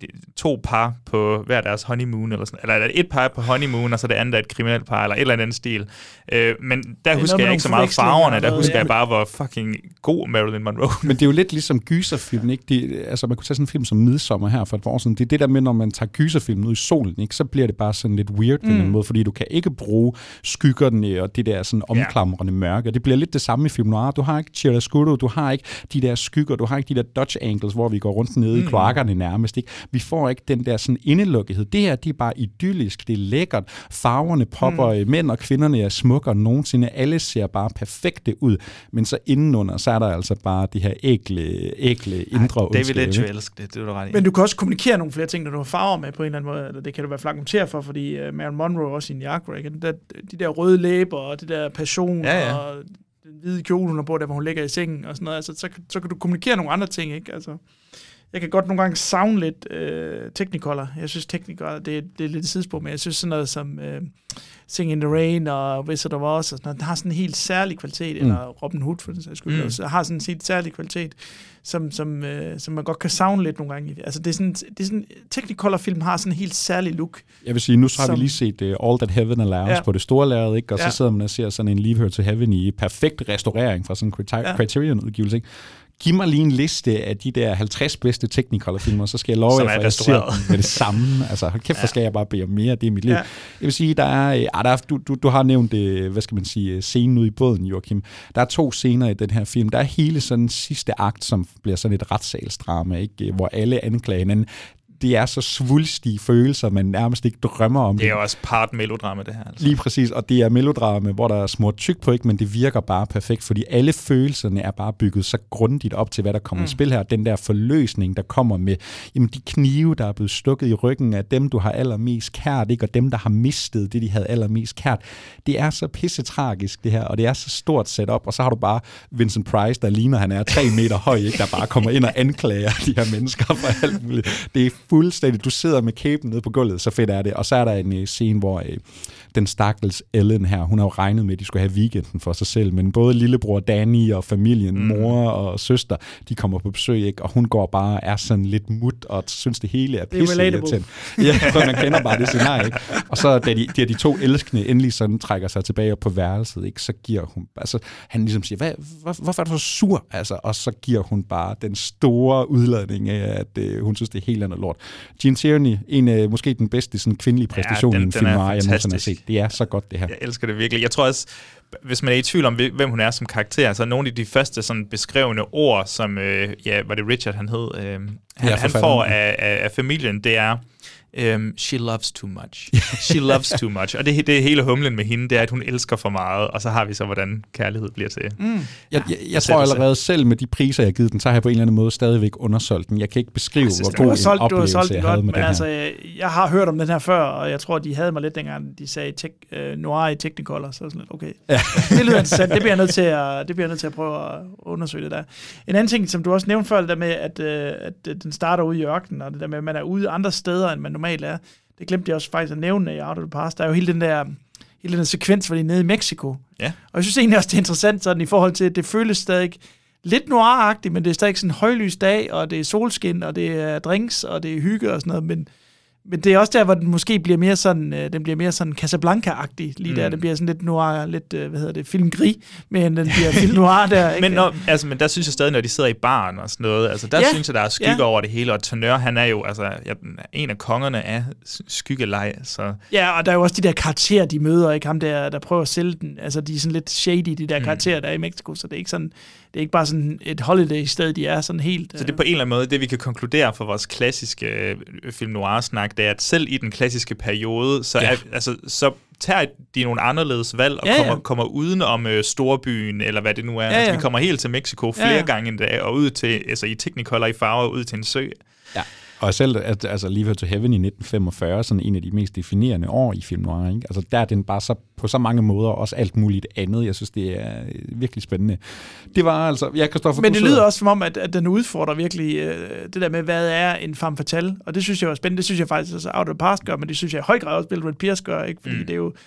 to par på hver deres honeymoon, eller sådan, eller et par på honeymoon, og så det andet er et kriminelt par, eller et eller andet stil. Øh, men der husker jeg ikke så meget farverne, der husker ja. jeg bare, hvor fucking god Marilyn Monroe. Men det er jo lidt ligesom gyserfilm, ikke? Det, altså man kunne tage sådan en film som Midsommer her for et par år siden. Det er det der med, når man tager gyserfilm ud i solen, ikke? Så bliver det bare sådan lidt weird på mm. en måde, fordi du kan ikke bruge skyggerne og det der sådan omklamrende mørke. Det bliver lidt det samme i film noir. Du har ikke chiaroscuro, du har ikke de der skygger, du har ikke de der Dutch angles, hvor vi går rundt nede mm. i kloakkerne nærmest, ikke? Vi får ikke den der sådan indelukkethed. Det her, det er bare idyllisk, det er lækkert. Farverne popper, mm. mænd og kvinderne er smukkere end nogensinde. Alle ser bare perfekte ud. Men så indenunder, så er der altså bare det her ægle, ægle indre ondskab. David Lynch vil elske det, det er du ret i. Men du kan også kommunikere nogle flere ting, når du har farver med på en eller anden måde. Eller det kan du være flagmentere for, fordi uh, Marilyn Monroe også i Niagara, ikke? Der, de der røde læber og det der passion ja, ja. og den hvide kjole, hun har på der, hvor hun ligger i sengen og sådan noget. Altså, så, så kan du kommunikere nogle andre ting, ikke? Altså, jeg kan godt nogle gange savne lidt øh, Technicolor. Jeg synes, Technicolor, det, det er lidt et sidespor, men jeg synes sådan noget som øh, Sing in the Rain og Wizard of Oz, og sådan noget, den har sådan en helt særlig kvalitet, mm. eller Robin Hood for den sags skyld, mm. også, har sådan en helt særlig kvalitet, som, som, øh, som man godt kan savne lidt nogle gange. Altså det er sådan, det er sådan Technicolor-film har sådan en helt særlig look. Jeg vil sige, nu så har som, vi lige set uh, All That Heaven Allows ja. på det store lærred, ikke? Og ja. så sidder man og ser sådan en Leave Her to Heaven i perfekt restaurering fra sådan en ja. Criterion-udgivelse, ikke? Giv mig lige en liste af de der halvtreds bedste Technicolor-filmer, så skal jeg love jer, at jeg ser dem med det samme. Altså, hold kæft, ja. skal jeg bare bede om mere, det er mit liv. Ja. Jeg vil sige, der er, ah, der er du, du, du har nævnt, hvad skal man sige, scenen ude i båden, Joachim. Der er to scener i den her film. Der er hele sådan sidste akt, som bliver sådan et retssalsdrama, ikke? Hvor alle anklager hinanden. Det er så svulstige følelser, man nærmest ikke drømmer om. Det er jo også part melodrama, det her. Altså. Lige præcis, og det er melodrama, hvor der er smurt tyk på, ikke, men det virker bare perfekt, fordi alle følelserne er bare bygget så grundigt op til, hvad der kommer mm. i spil her. Den der forløsning, der kommer med jamen, de knive, der er blevet stukket i ryggen af dem, du har allermest kært, ikke, og dem, der har mistet det, de havde allermest kært. Det er så pissetragisk, det her, og det er så stort sat op, og så har du bare Vincent Price, der ligner, han er tre meter høj, ikke, der bare kommer ind og anklager de her mennesker for alt muligt. Det er fuldstændig. Du sidder med kæben nede på gulvet, så fedt er det. Og så er der en uh, scene, hvor uh, den stakkels Ellen her, hun har jo regnet med, at de skulle have weekenden for sig selv, men både lillebror Danny og familien, mm. mor og søster, de kommer på besøg, ikke? Og hun går bare og er sådan lidt mut, og synes det hele er pisseirriterende. Ja, for man kender bare det scenarie, ikke? Og så da de, de, de to elskende endelig sådan trækker sig tilbage på værelset, ikke? Så giver hun, altså han ligesom siger, Hvad, hvor, hvorfor er du så sur? Altså, og så giver hun bare den store udladning af, at uh, hun synes, det er helt andet lort. Gene Tierney, en af måske den bedste sådan, kvindelige præstation ja, den, i en film, jeg nogensinde har set. Det er så godt, det her. Jeg elsker det virkelig. Jeg tror også, hvis man er i tvivl om, hvem hun er som karakter, så er nogle af de første sådan, beskrevne ord, som, øh, ja, var det Richard, han hed, øh, han, ja, han får af, af, af familien, det er, Um, she loves too much. She loves too much. Og det, det er hele humlen med hende, det er, at hun elsker for meget, og så har vi så, hvordan kærlighed bliver til. Mm. Jeg, jeg, jeg, jeg tror allerede selv med de priser, jeg har givet den, så har jeg på en eller anden måde stadigvæk undersolgt den. Jeg kan ikke beskrive, synes, hvor god en solgt, oplevelse jeg havde godt, med den her. Altså, jeg har hørt om den her før, og jeg tror, de havde mig lidt dengang, de sagde tech, uh, noir i Technicolor, så sådan lidt, okay. Ja. Det lyder interessant, det bliver jeg nødt til at, det bliver jeg nødt til at prøve at undersøge det der. En anden ting, som du også nævnte før, det der med, at, uh, at den starter ude i ørkenen, og det der med, at man er ude andre steder, end man normalt er. Det glemte jeg også faktisk at nævne i Out of the Past. Der er jo hele den der, hele den der sekvens, hvor de er nede i Mexico. Ja. Og jeg synes egentlig også, det er interessant sådan, i forhold til, at det føles stadig lidt noir-agtigt, men det er stadig sådan en højlys dag, og det er solskin, og det er drinks, og det er hygge og sådan noget, men Men det er også der, hvor den måske bliver mere sådan, øh, den bliver mere sådan Casablanca-agtig, lige mm. der. Den bliver sådan lidt noir, lidt, øh, hvad hedder det, filmgris, men den bliver film noir der. Ikke? men, når, altså, men der synes jeg stadig, når de sidder i baren og sådan noget, altså der ja. synes jeg, der er skygge ja. over det hele, og Tourneur, han er jo altså ja, en af kongerne af skyggeleg. Så. Ja, og der er jo også de der karakterer, de møder, ikke? Ham der, der prøver at sælge den. Altså, de er sådan lidt shady, de der mm. karakterer, der er i Mexico, så det er ikke sådan, det er ikke bare sådan et holiday-sted, de er sådan helt... Så det er på en eller anden måde, det vi kan konkludere for vores klassiske øh, film noir-snak, det er, at selv i den klassiske periode, så, ja. er, altså, så tager de nogle anderledes valg og ja, ja. kommer, kommer uden om øh, storbyen, eller hvad det nu er. Ja, ja. Altså, vi kommer helt til Mexico flere ja, ja. gange en dag, og ud til, altså i Technicolor i farver, ud til en sø. Ja. Og selv, altså Leave Her to Heaven i nitten femogfyrre, sådan en af de mest definerende år i film noir, ikke? Altså der er den bare så, på så mange måder også alt muligt andet. Jeg synes, det er virkelig spændende. Det var altså, jeg kan stå for Men det lyder også som om, at, at den udfordrer virkelig øh, det der med, hvad er en femme fatale? Og det synes jeg var spændende. Det synes jeg faktisk også Out of the Past gør, men det synes jeg i høj grad også Bill Red Pierce gør, ikke? Fordi mm. det er jo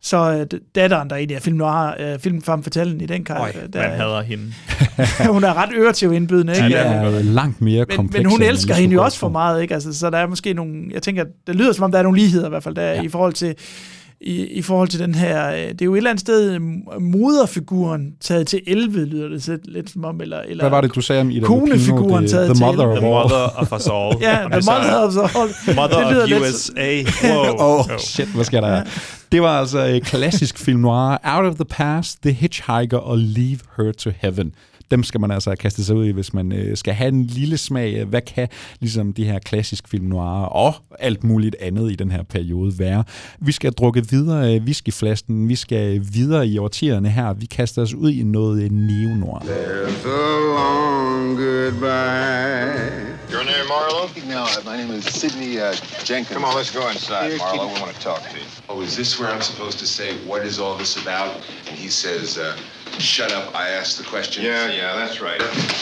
Så øh, datteren, der egentlig er film noir, øh, film femme fatale i den karakter. Øj, man hader hende. Hun er ret øretiv indbydende, ikke? Det er langt mere kompleks. Men, men hun elsker hende jo også for meget, ikke? Altså, så der er måske nogle, jeg tænker, det lyder som om, der er nogle ligheder i hvert fald, der ja. i forhold til I, i forhold til den her, det er jo et eller andet sted moderfiguren taget til elleve, lyder det lidt, lidt som om, eller, eller hvad var det, du sagde om Ida konefiguren Lupino, taget the til mother elleve. The mother of us all. Ja, the mother of us all. Mother of U S A. Wow. oh, shit, hvad skal der være? Det var altså et klassisk film noir. Out of the Past, The Hitchhiker og Leave Her to Heaven. Dem skal man altså kaste sig ud i, hvis man øh, skal have en lille smag af, hvad kan ligesom de her klassiske film noir og alt muligt andet i den her periode være. Vi skal drukke videre af whiskyflasken, vi skal videre i årtierne her, vi kaster os ud i noget neo-noir. There's a long goodbye. Your name, Marlo? No, my name is Sidney uh, Jenkins. Come on, let's go inside, Here, Marlo. kid. We want to talk to you. Oh, is this where I'm supposed to say, what is all this about? And he says, uh, shut up, I asked the question. Yeah, yeah, that's right.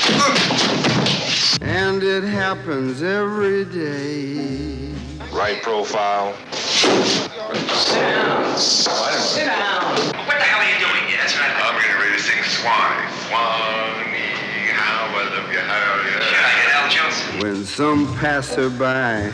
And it happens every day. Right profile. Sit down. Sit down. What the hell are you doing here? That's right. I'm getting ready to sing Swan. Swanee, how I love you, how you Should I get Al Jolson? When some passerby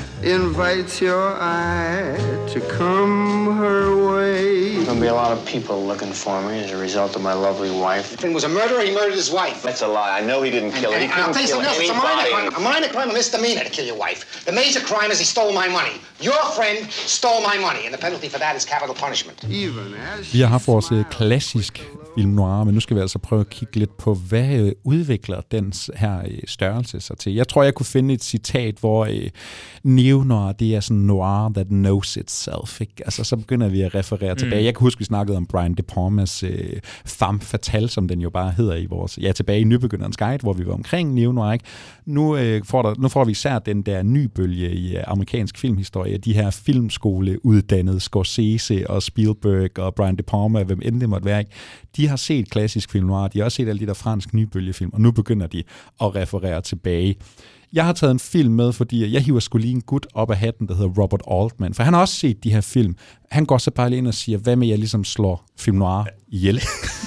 invites your eye to come her way. There's gonna be a lot of people looking for me as a result of my lovely wife. If he was a murderer, he murdered his wife. That's a lie. I know he didn't kill her. He And, and I'll couldn't tell you kill something else. It's a minor anybody. crime. A minor crime, a misdemeanor to kill your wife. The major crime is he stole my money. Your friend stole my money, and the penalty for that is capital punishment. Even as Vi har haft vores øh, klassisk film noir, men nu skal vi altså prøve at kigge lidt på, hvad øh, udvikler den her øh, størrelse sig til. Jeg tror, jeg kunne finde et citat, hvor øh, neo-noir, det er sådan noir that knows itself. Ikke? Altså, så begynder vi at referere mm. tilbage. Jeg kan huske, vi snakkede om Brian De Palmas øh, Femme Fatale, som den jo bare hedder i vores, ja, tilbage i Nybegynderens Guide, hvor vi var omkring neo-noir. Ikke? Nu, øh, får der, nu får vi især den der ny bølge i øh, amerikansk filmhistorie, de her filmskoleuddannede Scorsese og Spielberg og Brian De Palma, hvem end det måtte være, ikke? De har set klassisk film noir, de har også set alle de der fransk nybølgefilm, og nu begynder de at referere tilbage. Jeg har taget en film med, fordi jeg hiver sgu lige en gut op af hatten, der hedder Robert Altman, for han har også set de her film. Han går så bare lige ind og siger, hvad med jeg ligesom slår film noir ihjel?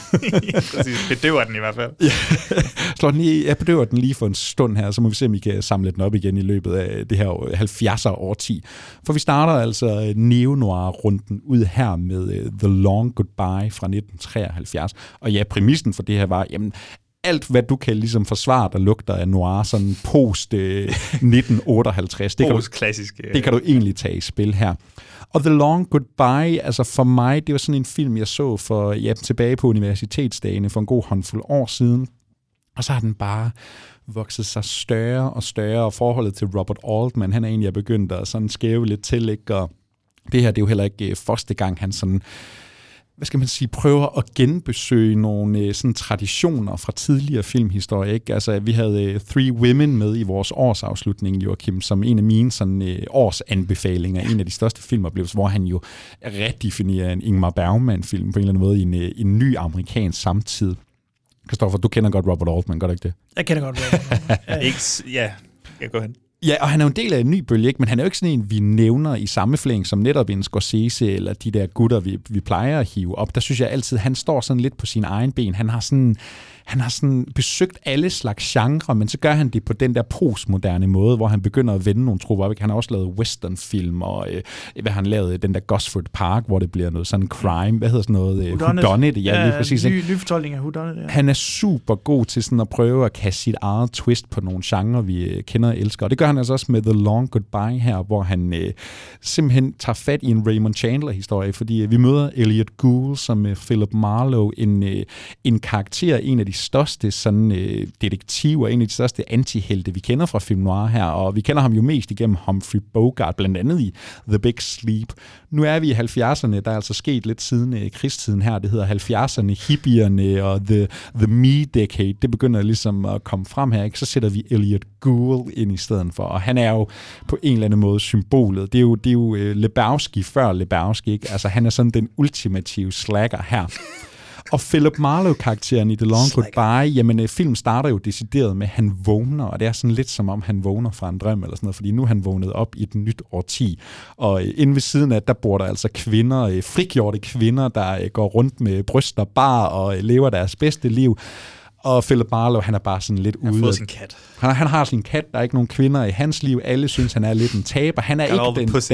Præcis, bedøver den i hvert fald. Ja. Slår den lige, jeg bedøver den lige for en stund her, så må vi se, om vi kan samle den op igen i løbet af det her halvfjerdser årti. For vi starter altså neo-noir-runden ud her med The Long Goodbye fra nitten treoghalvfjerds. Og ja, præmissen for det her var, jamen, alt, hvad du kan ligesom forsvare, der lugter af noir, sådan post øh, nitten otteoghalvtreds. Det, post klassisk, kan du, det kan du egentlig tage i spil her. Og The Long Goodbye, altså for mig, det var sådan en film, jeg så for, ja, tilbage på universitetsdagene for en god håndfuld år siden. Og så har den bare vokset sig større og større, og forholdet til Robert Altman, han er egentlig begyndt at sådan skæve lidt til, ikke? Og det her, det er jo heller ikke første gang, han sådan, hvad skal man sige, prøver at genbesøge nogle sådan traditioner fra tidligere filmhistorie, ikke? Altså, vi havde Three Women med i vores årsafslutning, Joachim, som en af mine sådan, årsanbefalinger, en af de største filmoplevelser, hvor han jo redefinerer en Ingmar Bergman-film på en eller anden måde i en, en ny amerikansk samtid. Christoffer, du kender godt Robert Altman, gør du ikke det? Jeg kender godt Robert Altman. Ja, ikke, ja, jeg går hen. Ja, og han er jo en del af en ny bølge, ikke? Men han er jo ikke sådan en, vi nævner i samme flæng som netop en Scorsese eller de der gutter, vi, vi plejer at hive op. Der synes jeg altid, han står sådan lidt på sin egen ben. Han har sådan, han har sådan besøgt alle slags genre, men så gør han det på den der postmoderne måde, hvor han begynder at vende nogle trupper op. Ikke? Han har også lavet westernfilm, og øh, hvad han lavede, den der Gosford Park, hvor det bliver noget sådan crime, hvad hedder sådan noget? Øh, Whodunit. Ja, ja, lige præcis. Ny, ny fortolkning af Whodunit. Ja. Han er super god til sådan at prøve at kaste sit eget twist på nogle genre, vi øh, kender og elsker. Og det gør han altså også med The Long Goodbye her, hvor han øh, simpelthen tager fat i en Raymond Chandler-historie, fordi øh, vi møder Elliot Gould som øh, Philip Marlowe, en, øh, en karakter, en af de største sådan, øh, detektiver, en af de største antihelte, vi kender fra film noir her, og vi kender ham jo mest igennem Humphrey Bogart, blandt andet i The Big Sleep. Nu er vi i halvfjerdserne, der er altså sket lidt siden øh, krigstiden her, det hedder halvfjerdserne, hippierne og The, the Me Decade, det begynder ligesom at komme frem her, ikke? Så sætter vi Elliot Gould ind i stedet for, og han er jo på en eller anden måde symbolet. Det er jo, det er jo uh, Lebowski før Lebowski, ikke? Altså han er sådan den ultimative slacker her. Og Philip Marlowe-karakteren i The Long Goodbye, jamen filmen starter jo decideret med, at han vågner, og det er sådan lidt som om, han vågner fra en drøm eller sådan noget, fordi nu er han vågnet op i et nyt årti. Og inde ved siden af, der bor der altså kvinder, frigjorte kvinder, der går rundt med bryster bar og lever deres bedste liv. Og Philip Marlowe, han er bare sådan lidt ude. Han har fået sin kat. Han, han har sin kat, der er ikke nogen kvinder i hans liv. Alle synes, han er lidt en taber. Han er han ikke den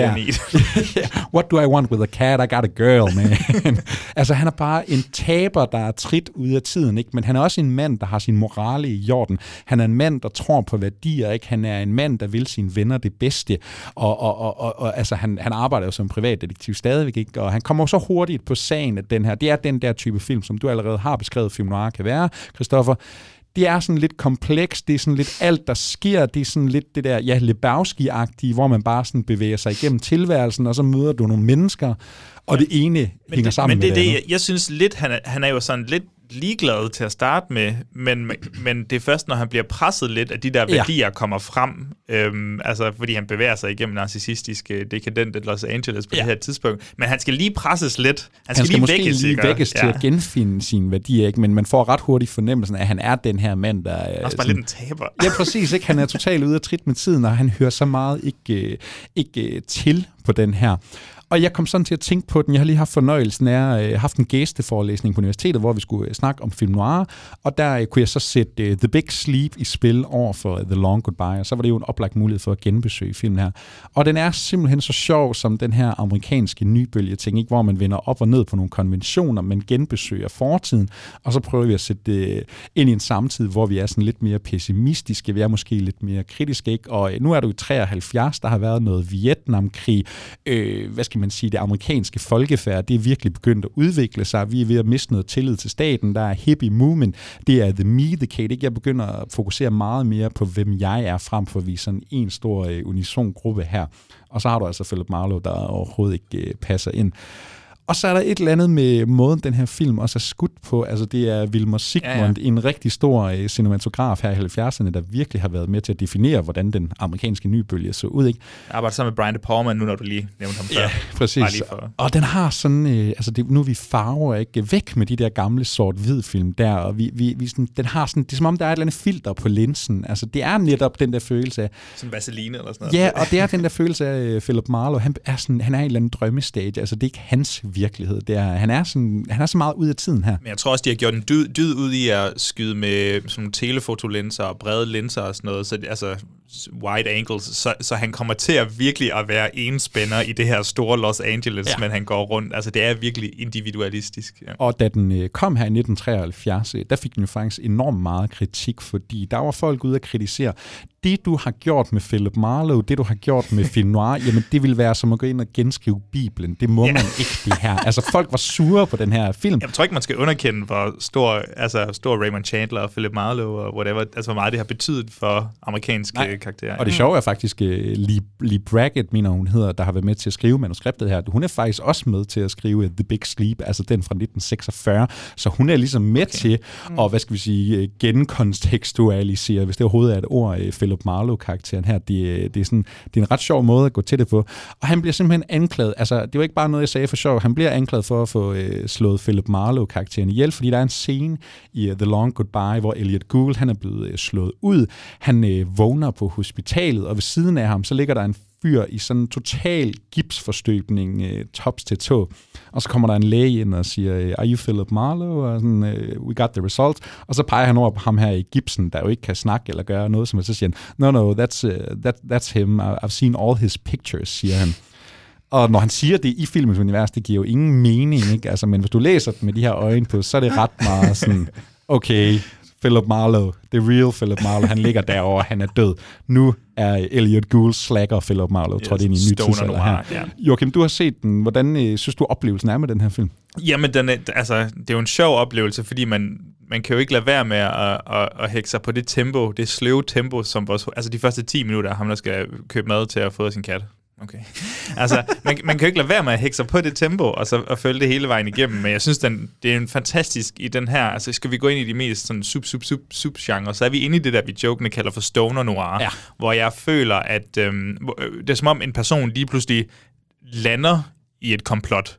der... What do I want with a cat? I got a girl, man. Altså, han er bare en taber, der er trit ude af tiden, ikke? Men han er også en mand, der har sin morale i orden. Han er en mand, der tror på værdier, ikke? Han er en mand, der vil sine venner det bedste. Og, og, og, og, og altså, han, han arbejder jo som privatdetektiv stadigvæk, ikke? Og han kommer jo så hurtigt på sagen, at den her, det er den der type film, som du allerede har beskrevet, film noir kan være, Christoffer. Det er sådan lidt kompleks, det er sådan lidt alt, der sker, det er sådan lidt det der, ja, Lebowski-agtige, hvor man bare sådan bevæger sig igennem tilværelsen, og så møder du nogle mennesker, og det ene men hænger det, sammen men det, med det, det andet. Jeg, jeg synes lidt, han er, han er jo sådan lidt ligeglad til at starte med, men, men det er først, når han bliver presset lidt, at de der værdier ja. kommer frem, øhm, altså fordi han bevæger sig igennem narcissistiske, dekadente Los Angeles på ja. det her tidspunkt. Men han skal lige presses lidt. Han skal, han skal lige måske vækkes, lige vækkes ja. til at genfinde sine værdier, ikke? Men man får ret hurtigt fornemmelsen af, at han er den her mand, der er... Også bare sådan, lidt en taber. Ja, præcis. Ikke? Han er totalt ude af trit med tiden, og han hører så meget ikke, ikke til på den her. Og jeg kom sådan til at tænke på den. Jeg har lige haft fornøjelsen af øh, haft en gæsteforelæsning på universitetet, hvor vi skulle øh, snakke om film noir, og der øh, kunne jeg så sætte øh, The Big Sleep i spil over for The Long Goodbye, og så var det jo en oplagt mulighed for at genbesøge filmen her. Og den er simpelthen så sjov som den her amerikanske nybølge ting, ikke? Hvor man vender op og ned på nogle konventioner, men genbesøger fortiden, og så prøver vi at sætte det øh, ind i en samtid, hvor vi er sådan lidt mere pessimistiske, vi er måske lidt mere kritiske, ikke? Og øh, nu er det jo treoghalvfjerds, der har været noget Vietnamkrig, øh, hvad skal man sige, det amerikanske folkefærd, det er virkelig begyndt at udvikle sig. Vi er ved at miste noget tillid til staten. Der er hippie movement. Det er the me, the Kate. Jeg begynder at fokusere meget mere på, hvem jeg er, frem for at vi er sådan en stor uh, unison gruppe her. Og så har du altså Philip Marlowe, der overhovedet ikke uh, passer ind. Og så er der et eller andet med måden, den her film også er skudt på. Altså, det er Vilmos Zsigmond, ja, ja. en rigtig stor uh, cinematograf her i halvfjerdserne, der virkelig har været med til at definere, hvordan den amerikanske nybølge så ud, ikke? Jeg arbejder sammen med Brian De Palma nu, når du lige nævnte ham før. Ja, præcis. For... Og den har sådan, uh, altså det, nu er vi farver, ikke? Væk med de der gamle sort-hvid film der, og vi, vi, vi sådan, den har sådan, det er som om, der er et eller andet filter på linsen. Altså, det er netop den der følelse af... Som Vaseline eller sådan noget. Ja, og det er den der følelse af uh, Philip Marlowe. Han er, sådan, han er i en eller anden drømmestage. Altså, det er ikke hans virkelighed. Det er, han, er sådan, han er så meget ud af tiden her. Men jeg tror også, de har gjort en dyd, dyd ud i at skyde med sådan telefotolinser og brede linser og sådan noget, så altså wide angles, så, så han kommer til at virkelig at være enspænder i det her store Los Angeles, ja. men han går rundt. Altså, det er virkelig individualistisk. Ja. Og da den kom her i nitten treoghalvfjerds, der fik den jo faktisk enormt meget kritik, fordi der var folk ude at kritisere, det du har gjort med Philip Marlowe, det du har gjort med film noir, jamen det vil være som at gå ind og genskrive Bibelen. Det må ja. man ikke, det her. Altså folk var sure på den her film. Jeg tror ikke, man skal underkende, hvor stor, altså, stor Raymond Chandler og Philip Marlowe og whatever, altså hvor meget det har betydet for amerikanske Nej. karakterer. Og det sjove er faktisk, uh, Lee, Lee Brackett, mener hun hedder, der har været med til at skrive manuskriptet her. Hun er faktisk også med til at skrive The Big Sleep, altså den fra nitten seksogfyrre. Så hun er ligesom med okay. til mm. at, hvad skal vi sige, genkontekstualisere, hvis det overhovedet er et ord, Philip Marlowe-karakteren her. Det, det, er sådan, det er en ret sjov måde at gå til det på. Og han bliver simpelthen anklaget. Altså, det var ikke bare noget, jeg sagde for sjov. Han bliver anklaget for at få øh, slået Philip Marlowe-karakteren ihjel, fordi der er en scene i uh, The Long Goodbye, hvor Elliot Gould, han er blevet øh, slået ud. Han øh, vågner på hospitalet, og ved siden af ham, så ligger der en fyr i sådan en total gipsforstøbning, øh, tops til tå. Og så kommer der en læge ind og siger, are you Philip Marlowe? Og sådan, uh, we got the result. Og så peger han over på ham her i gipsen, der jo ikke kan snakke eller gøre noget, som så siger han, no, no, that's, uh, that, that's him. I've seen all his pictures, siger han. Og når han siger det i filmens univers, det giver jo ingen mening, ikke? Altså, men hvis du læser det med de her øjne på, så er det ret meget sådan, okay, Philip Marlowe, the real Philip Marlowe, han ligger derovre, han er død. Nu er Elliot Gould slacker Philip Marlowe, yes, trådt ind i en ny tidsalder her. Ja. Joachim, du har set den. Hvordan øh, synes du oplevelsen er med den her film? Jamen, den er, altså, det er jo en sjov oplevelse, fordi man, man kan jo ikke lade være med at, at, at hække sig på det tempo, det sløve tempo, som vores, altså de første ti minutter, ham der skal købe mad til at fodre sin kat. Okay. Altså, man, man kan jo ikke lade være med at hække sig på det tempo, og så og følge det hele vejen igennem, men jeg synes, den, det er en fantastisk i den her, altså skal vi gå ind i de mest sådan sub, sub, sub, sub-genre, så er vi inde i det der, vi jokende kalder for stoner noir, ja. hvor jeg føler, at øhm, det er som om en person lige pludselig lander i et komplot,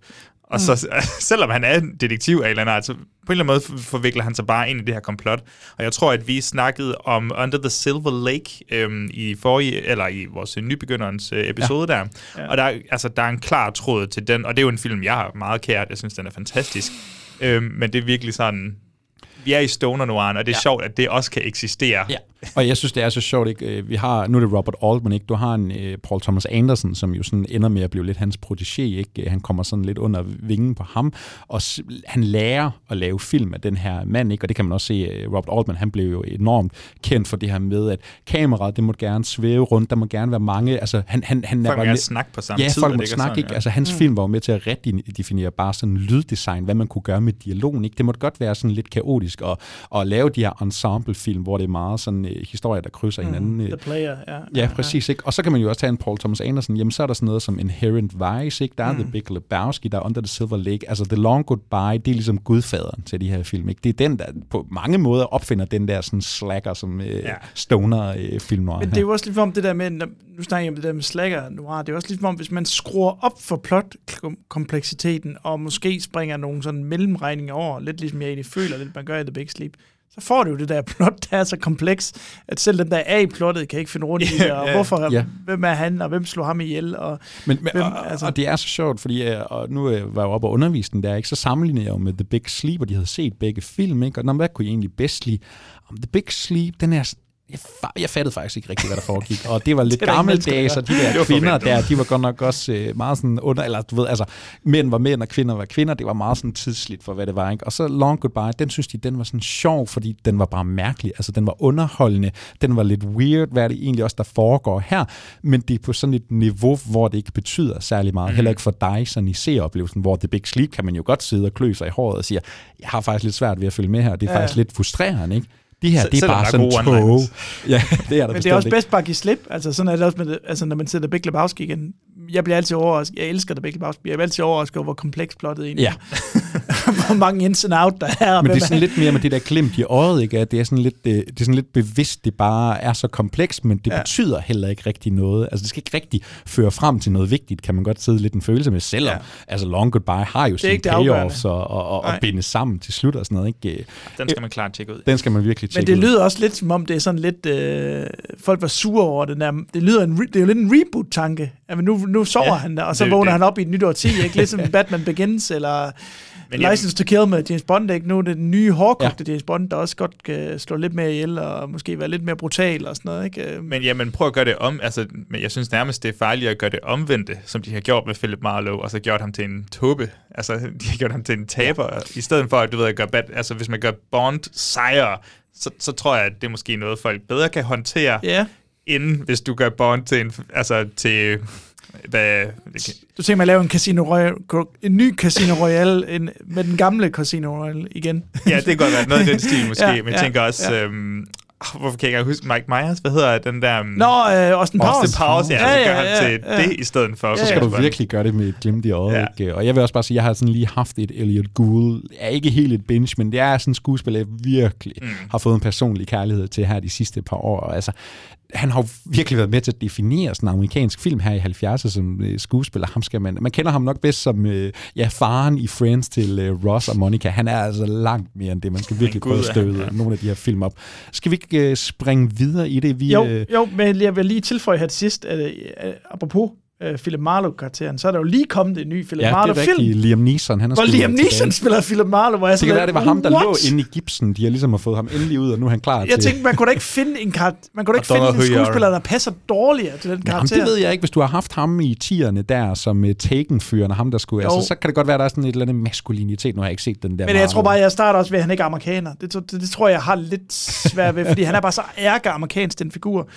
Og mm. så, selvom han er en detektiv af en eller anden art, så på en eller anden måde forvikler han sig bare ind i det her komplot. Og jeg tror, at vi snakkede om Under the Silver Lake øhm, i forrige, eller i vores nybegynderens øh, episode ja. der. Ja. Og der, altså, der er en klar tråd til den, og det er jo en film, jeg har meget kært. Jeg synes, den er fantastisk. øhm, men det er virkelig sådan... Vi er i stoner noiren, og det er ja. sjovt, at det også kan eksistere. Ja. Og jeg synes, det er så sjovt, ikke? Vi har, nu er det Robert Altman, ikke? Du har en uh, Paul Thomas Anderson, som jo sådan ender med at blive lidt hans protégé, ikke? Han kommer sådan lidt under vingen på ham, og s- han lærer at lave film af den her mand, ikke? Og det kan man også se, uh, Robert Altman, han blev jo enormt kendt for det her med, at kameraet, det må gerne svæve rundt, der må gerne være mange, altså han... han, han folk må gerne snakke på samme ja, tid. Ja, folk må snakke, sådan, ikke? Ja. Altså hans mm. film var jo med til at redefinere bare sådan lyddesign, hvad man kunne gøre med dialogen, ikke? Det måtte godt være sådan lidt kaotisk, og, og lave de her ensemble-film, hvor det er meget sådan uh, historier, der krydser mm, hinanden. The Player, ja. Ja, præcis. Ikke? Og så kan man jo også tage en Paul Thomas Anderson. Jamen, så er der sådan noget som Inherent Vice, ikke? Der er mm. The Big Lebowski, der er Under the Silver Lake. Altså, The Long Goodbye, det er ligesom gudfaderen til de her film, ikke? Det er den, der på mange måder opfinder den der sådan slacker, som øh, ja. stoner øh, film noir. Men det er jo også lidt om det der med, nu snakker jeg om det der med slacker noir, det er også lidt om, hvis man skruer op for plot-kompleksiteten, og måske springer nogle sådan mellemregninger over, lidt ligesom jeg egentlig føler, lidt man gør i The Big Sleep, så får du jo det der plot, der er så kompleks, at selv den der A-plottet kan ikke finde rundt i det, og yeah, hvorfor, yeah. hvem er han, og hvem slår ham ihjel, og men, men, hvem, og, altså. og det er så sjovt, fordi og nu var jeg jo oppe og undervise den der, ikke? Så sammenligner jeg jo med The Big Sleep, og de havde set begge film, ikke? Og når, hvad kunne jeg egentlig bedst lide? Om The Big Sleep, den er... Jeg, jeg fattede faktisk ikke rigtigt, hvad der foregik. Og det var lidt gammeldags, og de der kvinder der, de var godt nok også øh, meget sådan under, eller du ved, altså, mænd var mænd, og kvinder var kvinder, det var meget sådan tidsligt for, hvad det var, ikke? Og så Long Goodbye, den synes de, den var sådan sjov, fordi den var bare mærkelig, altså den var underholdende, den var lidt weird, hvad er det egentlig også, der foregår her, men det er på sådan et niveau, hvor det ikke betyder særlig meget, mm. heller ikke for dig, sådan i seeroplevelsen, hvor The Big Sleep kan man jo godt sidde og klø sig i håret og sige, jeg har faktisk lidt svært ved at følge med her, det er ja. faktisk lidt frustrerende, ikke? De her, det er bare sådan tog. Ja, det er der. Men det er også bedst bare at give slip. Altså sådan er det også med det, altså når man ser The Big Lebowski igen. Jeg bliver altid overrasket. Jeg elsker The Big Lebowski. Jeg bliver altid overrasket over, hvor kompleks plottet egentlig er. Ja. Hvor mange ins and out der er. Men det er sådan lidt mere med det der glimt i øjet, ikke? At det er sådan lidt, det, det er sådan lidt bevidst, det bare er så komplekst, men det ja. betyder heller ikke rigtig noget. Altså det skal ikke rigtig føre frem til noget vigtigt, kan man godt sidde lidt en følelse med, selvom ja. altså Long Goodbye har jo sine payoffs og, og, og, og binde sammen til slut og sådan noget, ikke? Den skal man klart tjekke ud. Den skal man virkelig tjekke ud. Men det lyder også lidt som om det er sådan lidt øh, folk var sure over den der. Det lyder en, det er jo lidt en reboot-tanke. Altså, nu, nu sover ja, han der, og så det, vågner det. han op i et nyt årti, ikke? Ligesom Batman Begins, eller men License jeg... to Kill med James Bond, ikke? Nu er det den nye hårdkogte ja. James Bond, der også godt kan slå lidt mere ihjel, og måske være lidt mere brutal og sådan noget, ikke? Men jamen, prøv at gøre det om, altså, men jeg synes nærmest, det er farligt at gøre det omvendte, som de har gjort med Philip Marlowe, og så gjort ham til en tåbe. Altså, de har gjort ham til en taber, ja. i stedet for, at du ved, at gøre bat, altså, hvis man gør Bond sejre, så, så tror jeg, at det er måske noget, folk bedre kan håndtere, yeah. end hvis du gør Bond til en, altså til... Hvad, du tænker, man laver en Casino Royale, en ny Casino Royale en, med den gamle Casino Royale igen. Ja, det kan godt være noget af den stil måske, ja, men jeg ja, tænker også... Ja. Øhm, hvorfor kan jeg ikke huske Mike Myers? Hvad hedder den der... Nå, øh, Austin Powers. Austin Powers, ja, ja, ja, så gør ja, ja, han til ja. det i stedet for... Ja, så skal ja. du virkelig gøre det med et glimt i øjet, ja. ikke? Og jeg vil også bare sige, jeg har sådan lige haft et Elliot Gould, er ikke helt et binge, men det er sådan en skuespil, jeg virkelig mm. har fået en personlig kærlighed til her de sidste par år. Og altså, han har virkelig været med til at definere sådan en amerikansk film her i halvfjerdserne som uh, skuespiller. Ham skal man, man kender ham nok bedst som uh, ja, faren i Friends til uh, Ross og Monica. Han er altså langt mere end det. Man skal virkelig prøve at støve ja. nogle af de her film op. Skal vi ikke uh, springe videre i det? Vi, jo, uh... jo, men jeg vil lige tilføje her til sidst, at, uh, apropos Uh, Philip Marlowe-karakteren, så er der jo lige kommet en ny Philip ja, Marlowe-film. Ja, det er rigtigt. Liam Neeson, han har Hvor Liam Neeson spiller Philip Marlowe, hvor jeg det kan være, det var ham, der what? lå inde i gipsen. De har ligesom har fået ham endelig ud, og nu er han klar jeg til... Jeg tænkte, man kunne da ikke finde en, kar- man kunne da ikke finde en skuespiller, der passer dårligere til den karakter. Jamen, det ved jeg ikke. Hvis du har haft ham i tierne der, som uh, Taken-fyren, og ham, der skulle... Altså, så kan det godt være, der er sådan et eller andet maskulinitet. Nu har jeg ikke set den der... Men jeg Marlowe. tror bare, jeg starter også ved, at han ikke er amerikaner. Det, det, det tror jeg, jeg har lidt svært ved, fordi han er bare så ærger-amerikansk, den figur.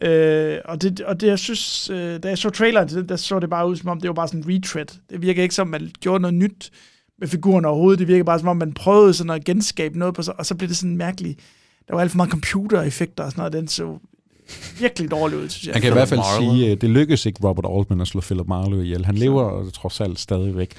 Øh, og, det, og det, jeg synes, øh, da jeg så traileren, der så det bare ud, som om det var bare sådan en retread. Det virker ikke som, man gjorde noget nyt med figuren overhovedet. Det virker bare som om, man prøvede sådan at genskabe noget på sig, og så blev det sådan mærkeligt. Der var alt for mange computereffekter og sådan noget, den så virkelig dårligt ud, synes jeg. Man kan i hvert fald sige, at det lykkedes ikke Robert Altman at slå Philip Marlowe ihjel. Han lever trods alt stadigvæk.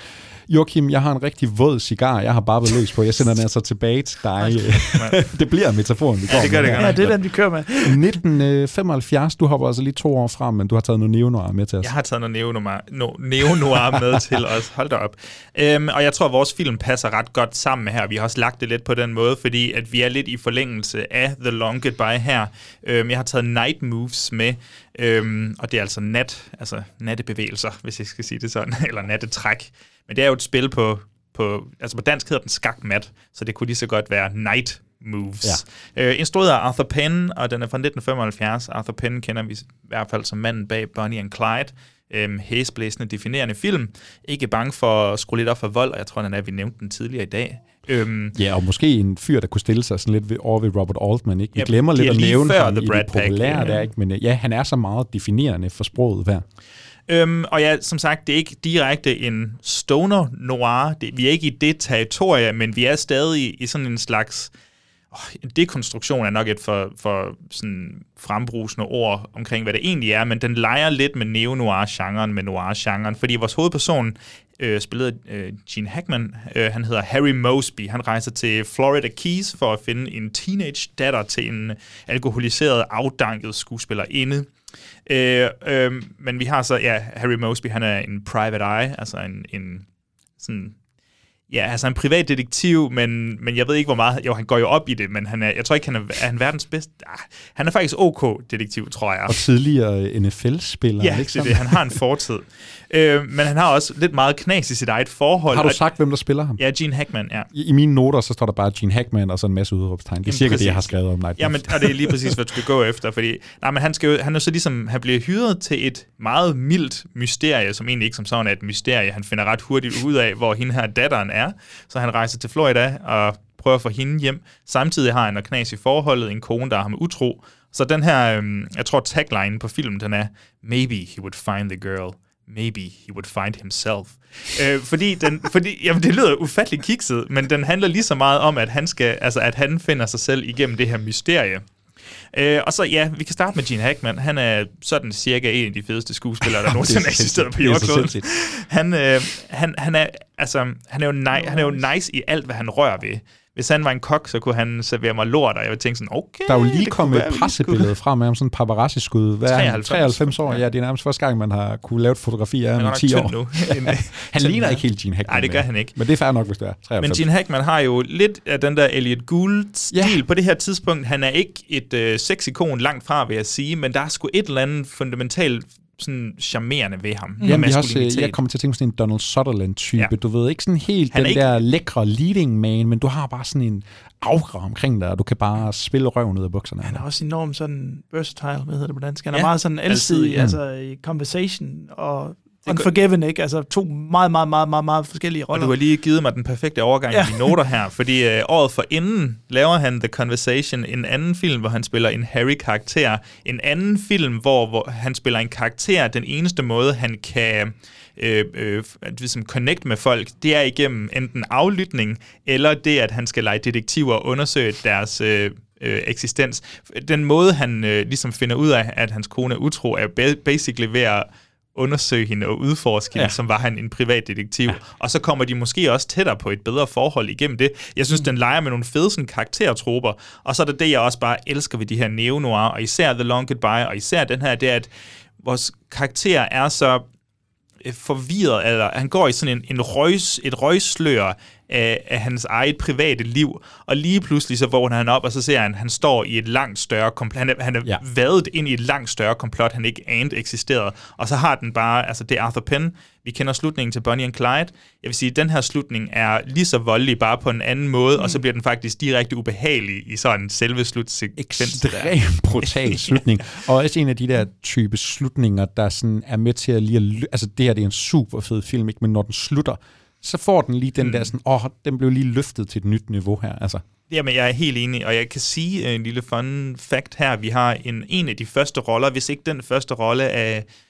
Joachim, jeg har en rigtig våd cigar, jeg har bare været løs på. Jeg sender den altså tilbage til dig. Det bliver metaforen, vi går ja, det gør det, med. Ja, det er den, vi kører med. nitten femoghalvfjerds, du hopper altså lige to år frem, men du har taget noget neo-noir med til os. Jeg har taget noget neo-noir, no, neo-noir med til os. Hold da op. Øhm, og jeg tror, at vores film passer ret godt sammen her. Vi har også lagt det lidt på den måde, fordi at vi er lidt i forlængelse af The Long Goodbye her. Øhm, jeg har taget Night Moves med, øhm, og det er altså nat, altså nattebevægelser, hvis jeg skal sige det sådan, eller nattetræk. Men det er jo et spil på, på altså på dansk hedder den skakmat, så det kunne lige så godt være Night Moves. Ja. Øh, instrueret af Arthur Penn, og den er fra nitten femoghalvfjerds. Arthur Penn kender vi i hvert fald som manden bag Bonnie and Clyde. Øhm, hæsblæsende, definerende film. Ikke bange for at skrue lidt op for vold, og jeg tror, den er, vi nævnte den tidligere i dag. Øhm, ja, og måske en fyr, der kunne stille sig sådan lidt ved, over ved Robert Altman. Ikke? Vi ja, glemmer lidt at nævne ham The i Brad det populære, Pack, ja. der, ikke? Men ja, han er så meget definerende for sproget hver. Øhm, og ja, som sagt, det er ikke direkte en stoner noir. Det, vi er ikke i det territorie, men vi er stadig i sådan en slags... Oh, en dekonstruktion er nok et for, for sådan frembrusende ord omkring, hvad det egentlig er, men den leger lidt med neo-noir-genren, med noir-genren, fordi vores hovedperson, øh, spillet øh, Gene Hackman, øh, han hedder Harry Mosby. Han rejser til Florida Keys for at finde en teenage-datter til en alkoholiseret, afdanket skuespillerinde. Øh, øh, men vi har så, ja, Harry Mosby, han er en private eye, altså en, en sådan... Ja, altså en privatdetektiv, men, men jeg ved ikke, hvor meget... Jo, han går jo op i det, men han er, jeg tror ikke, han er, er han verdens bedste... Ah, han er faktisk OK-detektiv, tror jeg. Og tidligere N F L-spiller. Ja, det er det. Han har en fortid. øh, men han har også lidt meget knas i sit eget forhold. Har du sagt, hvem der spiller ham? Ja, Gene Hackman, ja. I, i mine noter, så står der bare Gene Hackman og så en masse udråbstegn. Det er cirka det, jeg har skrevet om Night. Ja, men, og det er lige præcis, hvad du skal gå efter, fordi... Nej, men han, skal jo, han er så ligesom... Han bliver hyret til et meget mildt mysterie, som egentlig ikke som sådan er et mysterie. Han finder ret hurtigt ud af, hvor hende her datteren er. Så han rejser til Florida og prøver at få hende hjem. Samtidig har han noget knas i forholdet, en kone, der er ham utro. Så den her, øhm, jeg tror tagline på filmen, den er, maybe he would find the girl, maybe he would find himself. Øh, fordi den, fordi, jamen det lyder ufattelig kikset, men den handler lige så meget om, at han, skal, altså, at han finder sig selv igennem det her mysterie. Øh, og så ja, vi kan starte med Gene Hackman. Han er sådan cirka en af de fedeste skuespillere, der nogensinde er eksisteret på jordkloden. Han, øh, han, han, er, altså, han, er jo ni- han er jo nice i alt, hvad han rører ved. Hvis han var en kok, så kunne han servere mig lort, og jeg ville tænke sådan, okay... Der er jo lige kommet et pressebillede frem med ham, sådan en paparazzi-skud. Hvad er han? treoghalvfems år? Ja, det er nærmest første gang, man har kunne lave et fotografi af ham i ti år. Nu. Han ligner ikke helt Gene Hackman. Nej, det gør han ikke. Men det er fair nok, hvis det er treoghalvfems. Men Gene Hackman har jo lidt af den der Elliot Gould-stil yeah. på det her tidspunkt. Han er ikke et øh, sexikon langt fra, vil jeg sige, men der er sgu et eller andet fundamentalt sådan charmerende ved ham. Mm. Jamen, jeg, også, jeg kommer til at tænke sådan en Donald Sutherland-type. Ja. Du ved ikke sådan helt han den ikke... der lækre leading man, men du har bare sådan en aura omkring dig, og du kan bare spille røven ud af bukserne. Han er også enormt sådan versatile, hvad hedder det på dansk. Han er ja. meget sådan alsidig, ja. altså i conversation og Unforgiven, ikke? Altså to meget, meget, meget, meget, meget forskellige roller. Og du har lige givet mig den perfekte overgang ja. i de noter her, fordi øh, året for inden laver han The Conversation, en anden film, hvor han spiller en Harry-karakter. En anden film, hvor, hvor han spiller en karakter. Den eneste måde, han kan øh, øh, ligesom connect med folk, det er igennem enten aflytning, eller det, at han skal lege detektiver og undersøge deres... Øh, Øh, eksistens. Den måde, han øh, ligesom finder ud af, at hans kone er utro, er basically ved at undersøge hende og udforske hende, ja. som var han en privatdetektiv. Ja. Og så kommer de måske også tættere på et bedre forhold igennem det. Jeg synes, mm. den leger med nogle fede sådan, karaktertroper, og så er det det, jeg også bare elsker ved de her neo-noir, og især The Long Goodbye, og især den her, det er, at vores karakter er så forvirret, eller han går i sådan en, en røgs, et røgslør af, af hans eget private liv, og lige pludselig så vågner han op, og så ser han, at han står i et langt større komplot. Han er, han er ja. vadet ind i et langt større komplot, han ikke anede eksisterede. Og så har den bare, altså det er Arthur Penn, vi kender slutningen til Bonnie and Clyde. Jeg vil sige, at den her slutning er lige så voldelig, bare på en anden måde, mm. og så bliver den faktisk direkte ubehagelig i sådan en selve slutsekvens. Ekstremt brutal slutning. Og også en af de der type slutninger, der sådan er med til at lige at lø- altså det her, det er en super fed film, ikke? Men når den slutter, så får den lige den mm. der sådan, åh, den blev lige løftet til et nyt niveau her, altså. Jamen, jeg er helt enig, og jeg kan sige en lille fun fact her. Vi har en, en af de første roller, hvis ikke den første rolle af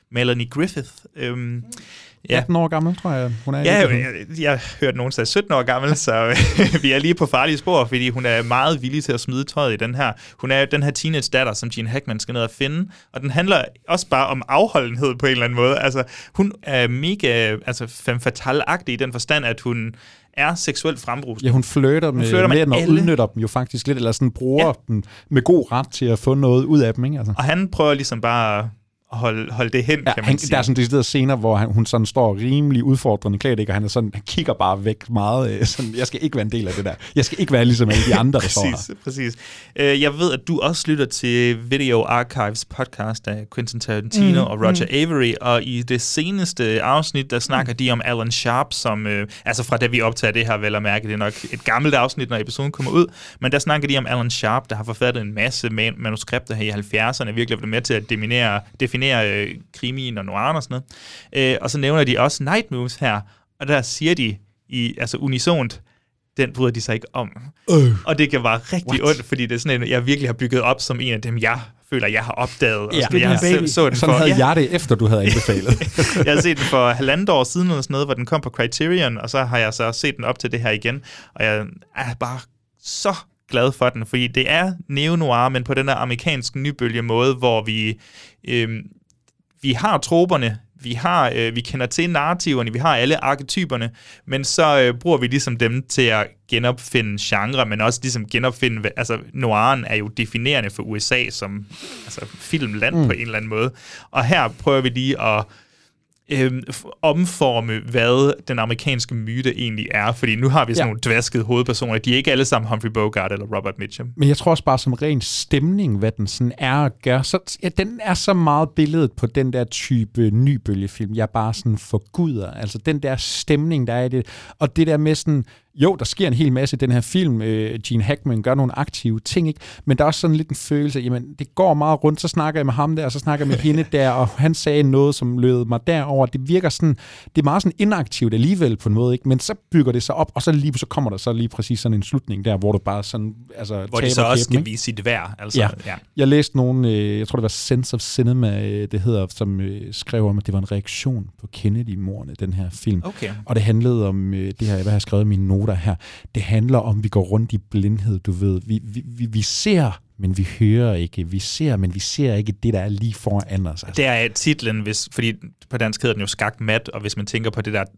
Melanie Griffith. Øhm, ja. atten år gammel, tror jeg, hun er. Ja, jeg, jeg, jeg hørte nogen sige sytten år gammel, så vi er lige på farlige spor, fordi hun er meget villig til at smide tøjet i den her. Hun er den her teenage-datter, som Gene Hackman skal ned og finde, og den handler også bare om afholdenhed på en eller anden måde. Altså, hun er mega altså, femme fatale-agtig i den forstand, at hun er seksuelt frembrusende. Ja, hun flirter med, hun flirter med, med og udnytter dem jo faktisk lidt, eller sådan bruger ja. dem med god ret til at få noget ud af dem, ikke? Altså. Og han prøver ligesom bare Hold, hold det hen, ja, kan man han, sige. Der er sådan deciderede scener, hvor han, hun sådan står rimelig udfordrende klædt, ikke? Og han, er sådan, han kigger bare væk meget. Sådan, jeg skal ikke være en del af det der. Jeg skal ikke være ligesom alle de andre, der står her. Præcis, præcis. Uh, jeg ved, at du også lytter til Video Archives podcast af Quentin Tarantino mm, og Roger mm. Avery, og i det seneste afsnit, der snakker mm. de om Alan Sharp, som, uh, altså fra da vi optager det her, vel at mærke, det er nok et gammelt afsnit, når episoden kommer ud, men der snakker de om Alan Sharp, der har forfattet en masse man- manuskripter her i halvfjerdserne, virkelig været med til at definere, definere Øh, krimien og noiren og sådan noget. Øh, og så nævner de også Night Moves her, og der siger de i altså unisont, den bryder de sig ikke om. Øh. Og det kan være rigtig What? ondt, fordi det er sådan en, jeg virkelig har bygget op som en af dem, jeg føler, jeg har opdaget. Ja, og jeg så, så den sådan for, havde ja. jeg det, efter du havde anbefalet. Jeg har set den for halvandet år siden, eller sådan noget, hvor den kom på Criterion, og så har jeg så set den op til det her igen, og jeg er bare så glad for den, fordi det er neo-noir, men på den der amerikanske nybølge måde, hvor vi øh, vi har troperne, vi har, øh, vi kender til narrativerne, vi har alle arketyperne, men så øh, bruger vi ligesom dem til at genopfinde genre, men også ligesom genopfinde, altså noiren er jo definerende for U S A som altså filmland mm. på en eller anden måde, og her prøver vi lige at Øhm, omforme, hvad den amerikanske myte egentlig er. Fordi nu har vi sådan ja. nogle dvaskede hovedpersoner. De er ikke alle sammen Humphrey Bogart eller Robert Mitchum. Men jeg tror også bare som ren stemning, hvad den sådan er og gør. Så, ja, den er så meget billedet på den der type nybølgefilm. Jeg bare sådan forguder. Altså den der stemning, der er i det. Og det der med sådan, jo, der sker en hel masse i den her film. Øh, Gene Hackman gør nogle aktive ting, ikke? Men der er også sådan lidt en følelse, jamen, det går meget rundt, så snakker jeg med ham der, og så snakker jeg med hende der, og han sagde noget, som lød mig derover. Det virker sådan, det er meget sådan inaktivt alligevel på en måde, ikke? Men så bygger det sig op, og så lige så kommer der så lige præcis sådan en slutning der, hvor du bare sådan, altså, hvor de så også skal vise sit værd. Altså, ja. ja. Jeg læste nogen, øh, jeg tror det var Sense of Cinema, øh, det hedder, som øh, skrev om, at det var en reaktion på Kennedy-mordene, den her film. Okay. Og det handlede om, øh, det her, hvad jeg har skrevet i mine noter her, det handler om, at vi går rundt i blindhed, du ved. Vi, vi, vi, vi ser, men vi hører ikke. Vi ser, men vi ser ikke det, der er lige foran os. Altså. Det er titlen, hvis, fordi på dansk hedder den jo Skak Mat, og hvis man tænker på det der,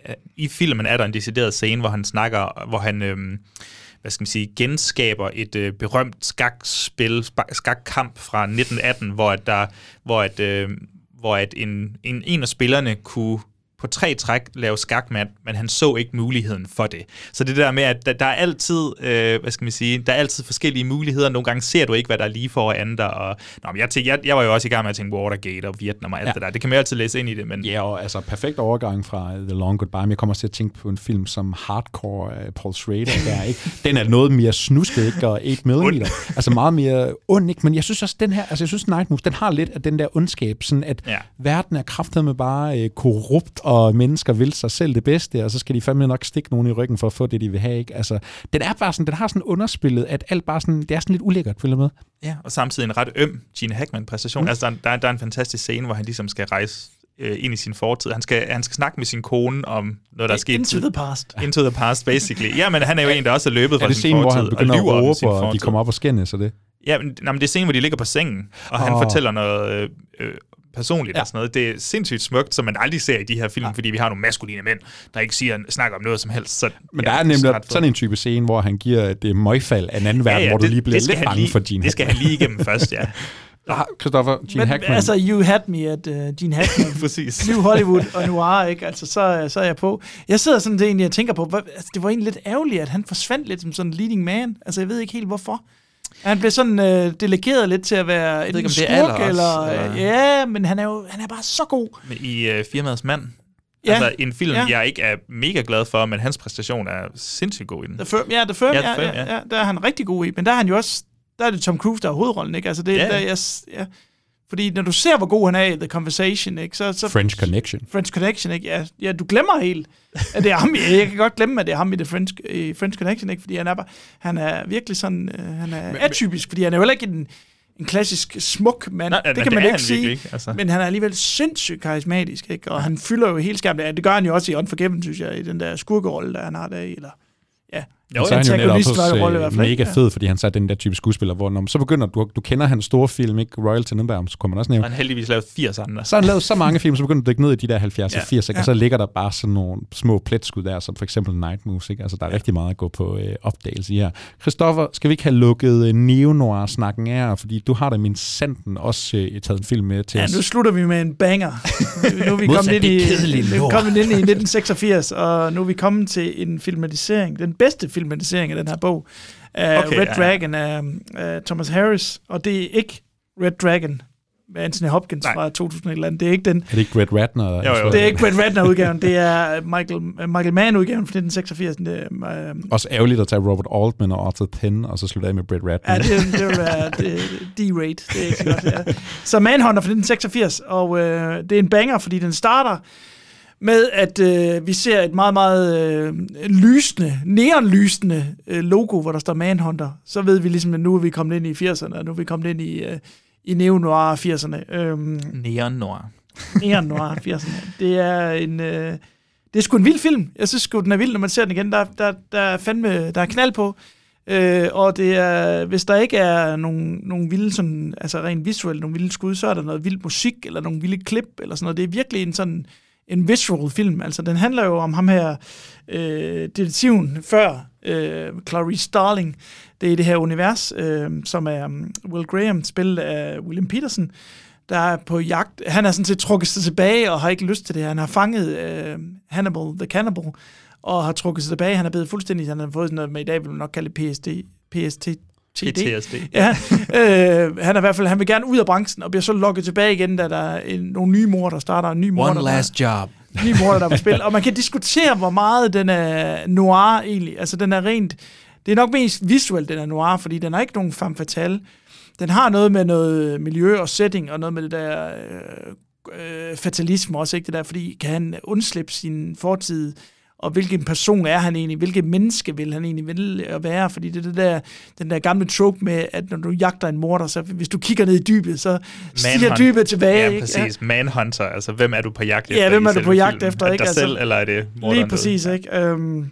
i filmen er der en decideret scene, hvor han snakker, hvor han, øhm, hvad skal man sige, genskaber et øh, berømt skakspil, skakkamp fra nitten atten, hvor at der, hvor at, øh, hvor at en, en, en af spillerne kunne på tre træk lave skakmat, men han så ikke muligheden for det. Så det der med, at der, der er altid, øh, hvad skal man sige, der er altid forskellige muligheder. Nogle gange ser du ikke, hvad der er lige foran dig. Og, nå, men jeg, tænkte, jeg, jeg var jo også i gang med at tænke Watergate og Vietnam og alt ja. det der. Det kan man jo altid læse ind i det. Men ja, og altså perfekt overgang fra The Long Goodbye. Men jeg kommer til at tænke på en film som Hardcore af Paul Schrader. Der, ikke? Den er noget mere snusket, ikke? Og otte millimeter. Altså meget mere ond, ikke? Men jeg synes også, den her, altså jeg synes Night Moves, den har lidt af den der ondskab, sådan at ja. verden er kraftedeme bare øh, korrupt, og mennesker vil sig selv det bedste, og så skal de fandme nok stikke nogen i ryggen for at få det, de vil have, ikke? Altså, den er bare sådan, den har sådan underspillet, at alt bare sådan, det er sådan lidt ulækkert, følger med. Ja, og samtidig en ret øm Gene Hackman-præstation. Mm. Altså, der, der, der er en fantastisk scene, hvor han ligesom skal rejse øh, ind i sin fortid. Han skal, han skal snakke med sin kone om noget, der er sket. Into the past. Into the past, basically. Ja, men han er jo en, der også er løbet fra sin sin fortid. Er det scenen, hvor han begynder at råbe, og de kommer op og skændes, så det? Ja, men, nej, men det er scenen, hvor de ligger på sengen, og han oh. fortæller noget Øh, øh, personligt ja. og sådan noget. Det er sindssygt smukt, som man aldrig ser i de her film, ja. fordi vi har nogle maskuline mænd, der ikke siger, snakker om noget som helst. Så, men ja, der er nemlig sådan, sådan en type scene, hvor han giver det møgfald af en anden verden, ja, ja, hvor det, du lige bliver lidt bange lige, for Gene Hackman. Det skal han lige igennem først, ja. Christopher, Gene men, Hackman. Altså, you had me at uh, Gene Hackman. Præcis. New Hollywood og noir, ikke? Altså, så, så er jeg på. Jeg sidder sådan det egentlig og tænker på, hvad, altså, det var egentlig lidt ærgerligt, at han forsvandt lidt som sådan en leading man. Altså, jeg ved ikke helt, hvorfor. Han blev sådan øh, delegeret lidt til at være en skurk, eller, eller ja, men han er jo han er bare så god. I øh, Firmaets mand. Ja. Altså en film, ja. jeg ikke er mega glad for, men hans præstation er sindssygt god i den. The Firm, ja, The Firm, ja, ja, ja, ja, der er han rigtig god i, men der er han jo også, der er det Tom Cruise, der er hovedrollen, ikke? Altså det, ja. der, jeg, ja. Fordi når du ser, hvor god han er i The Conversation, ikke? Så, så French Connection. French Connection, ikke? Ja, ja, du glemmer helt, at det er ham. Jeg kan godt glemme, at det er ham i The French, i French Connection, ikke? Fordi han er bare, han er virkelig sådan, uh, han er men, atypisk, fordi han er jo heller ikke en, en klassisk smuk mand. Nej, det men kan man det ikke sige, ikke, altså. Men han er alligevel sindssygt karismatisk, ikke? Og ja. han fylder jo helt skærmt. Det gør han jo også i Unforgiven, synes jeg, i den der skurkerolle, der han har der i, eller... Ja, jo, så er han jo netop også øh, mega fed, fordi han satte den der type skuespiller, hvor når, så begynder du, du kender hans store film, ikke? Royal Tenenbaum, så kommer man også nævne. Han har heldigvis lavet firs andre. Så har han lavet så mange film, så begynder du at dykke ned i de der halvfjerds og firs, ja. og så ligger der bare sådan nogle små pletskud der, som for eksempel Night Moves, ikke? Altså der er ja. rigtig meget at gå på øh, opdagelse i her. Christoffer, skal vi ikke have lukket øh, neo-noir-snakken af, fordi du har da min sanden også øh, taget en film med til ja, os. nu slutter vi med en banger. Nu er vi kommet ind, i, kommet ind i nitten seksogfirs, og nu er vi kommet til en filmatisering, den bedste filmatisering af den her bog, af okay, Red ja. Dragon af uh, Thomas Harris, og det er ikke Red Dragon med Anthony Hopkins Nej. fra to tusind eller andet. Det er ikke den. Er det ikke Red Ratner? Jo, jo. Det er ikke Red Ratner-udgaven, det er Michael, Michael Mann-udgaven fra nitten seksogfirs. Det, uh, Også ærgerligt at tage Robert Altman og Arthur Penn, og så slutte af med Brett Ratner. Ja, det, det vil være D-rate. Det er ikke så godt, ja. Så Manhunter fra nitten seksogfirs, og uh, det er en banger, fordi den starter med, at øh, vi ser et meget, meget øh, lysende, neonlysende øh, logo, hvor der står Manhunter. Så ved vi ligesom, at nu er vi kommet ind i firserne, og nu er vi kommet ind i, øh, i neo-noir firserne. Øhm, Neon-noir. Neon-noir firserne. Det er en... Øh, det er sgu en vild film. Jeg synes sgu, den er vild, når man ser den igen. Der, der, der er fandme, der er knald på. Øh, og det er, hvis der ikke er nogen, nogen vilde, sådan, altså rent visuelt, nogle vilde skud, så er der noget vild musik, eller nogle vilde klip, eller sådan noget. Det er virkelig en sådan... en visual film. Altså, den handler jo om ham her, øh, detektiven før øh, Clarice Starling. Det er det her univers, øh, som er um, Will Graham, spillet af William Peterson, der er på jagt. Han er sådan set trukket sig tilbage og har ikke lyst til det. Han har fanget øh, Hannibal the Cannibal og har trukket sig tilbage. Han er blevet fuldstændig, han har fået sådan noget med i dag, vil man nok kalde P S D, P S T. P T S D. Ja, øh, han er i hvert fald, han vil gerne ud af branchen og bliver så lukket tilbage igen, da der er en, nogle nye mor, der starter en ny mor. One last der, job. Nye mor, der er på spil. Og man kan diskutere, hvor meget den er noir egentlig. Altså, den er rent... Det er nok mest visuelt, den er noir, fordi den har ikke nogen femme fatale. Den har noget med noget miljø og setting, og noget med det der øh, øh, fatalisme også, ikke det der, fordi kan han undslippe sin fortid, og hvilken person er han egentlig, hvilket menneske vil han egentlig vil at være, fordi det er det der, den der gamle trope med, at når du jagter en morder, så hvis du kigger ned i dybet, så stiger dybet tilbage. Ja, præcis. Ikke? Ja. Manhunter, altså hvem er du på jagt efter? Ja, hvem er du på jagt efter? Er ikke? dig Altså, selv, eller er det morderen? Lige præcis, ikke? Øhm,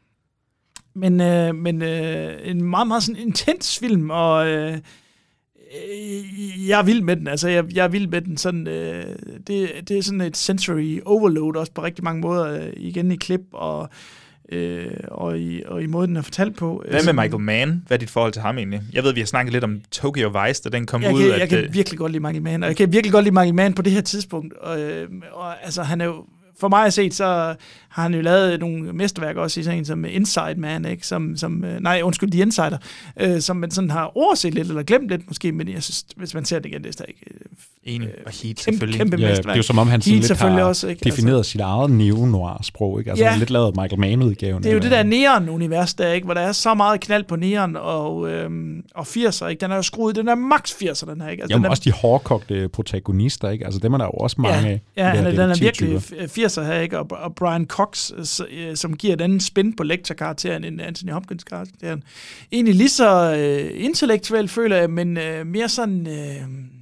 men øh, men øh, en meget, meget sådan intens film, og øh, jeg er vild med den, altså jeg, jeg er vild med den sådan, øh, det, det er sådan et sensory overload også på rigtig mange måder, øh, igen i klip og, øh, og, i, og i måden den er fortalt på. Hvad med Michael Mann? Hvad er dit forhold til ham egentlig? Jeg ved, vi har snakket lidt om Tokyo Vice, da den kom jeg ud. Kan, at jeg kan virkelig godt lide Michael Mann, og jeg kan virkelig godt lide Michael Mann på det her tidspunkt, og, øh, og altså han er jo, for mig at set, så har han jo lavet nogle mesterværker også i sådan en som Inside Man, ikke? Som, som, nej, undskyld, The Insider, øh, som man sådan har overset lidt, eller glemt lidt måske, men jeg synes, hvis man ser det igen, det er stadig øh, enig, og Heat selvfølgelig. Kæmpe, kæmpe ja, det er jo som om, han sådan lidt har også, ikke? defineret altså, sit eget neo-noir-sprog, ikke? Altså ja, lidt lavet Michael Mann-udgaven. Det er jo det der neon-univers der, ikke? Hvor der er så meget knald på neon og, øhm, og firser, ikke? Den er jo skruet, den er max firser, den her, ikke? Altså, jo, men er, også de hårdkogte protagonister, ikke? Altså dem er der jo også mange ja, af. Ja, han er, den er virkelig firser her, ikke? Og, og Brian Cox, som giver et andet spin på lektorkarakteren end Anthony Hopkins karakteren. Egentlig lige så øh, intellektuelt, føler jeg, men øh, mere sådan... Øh,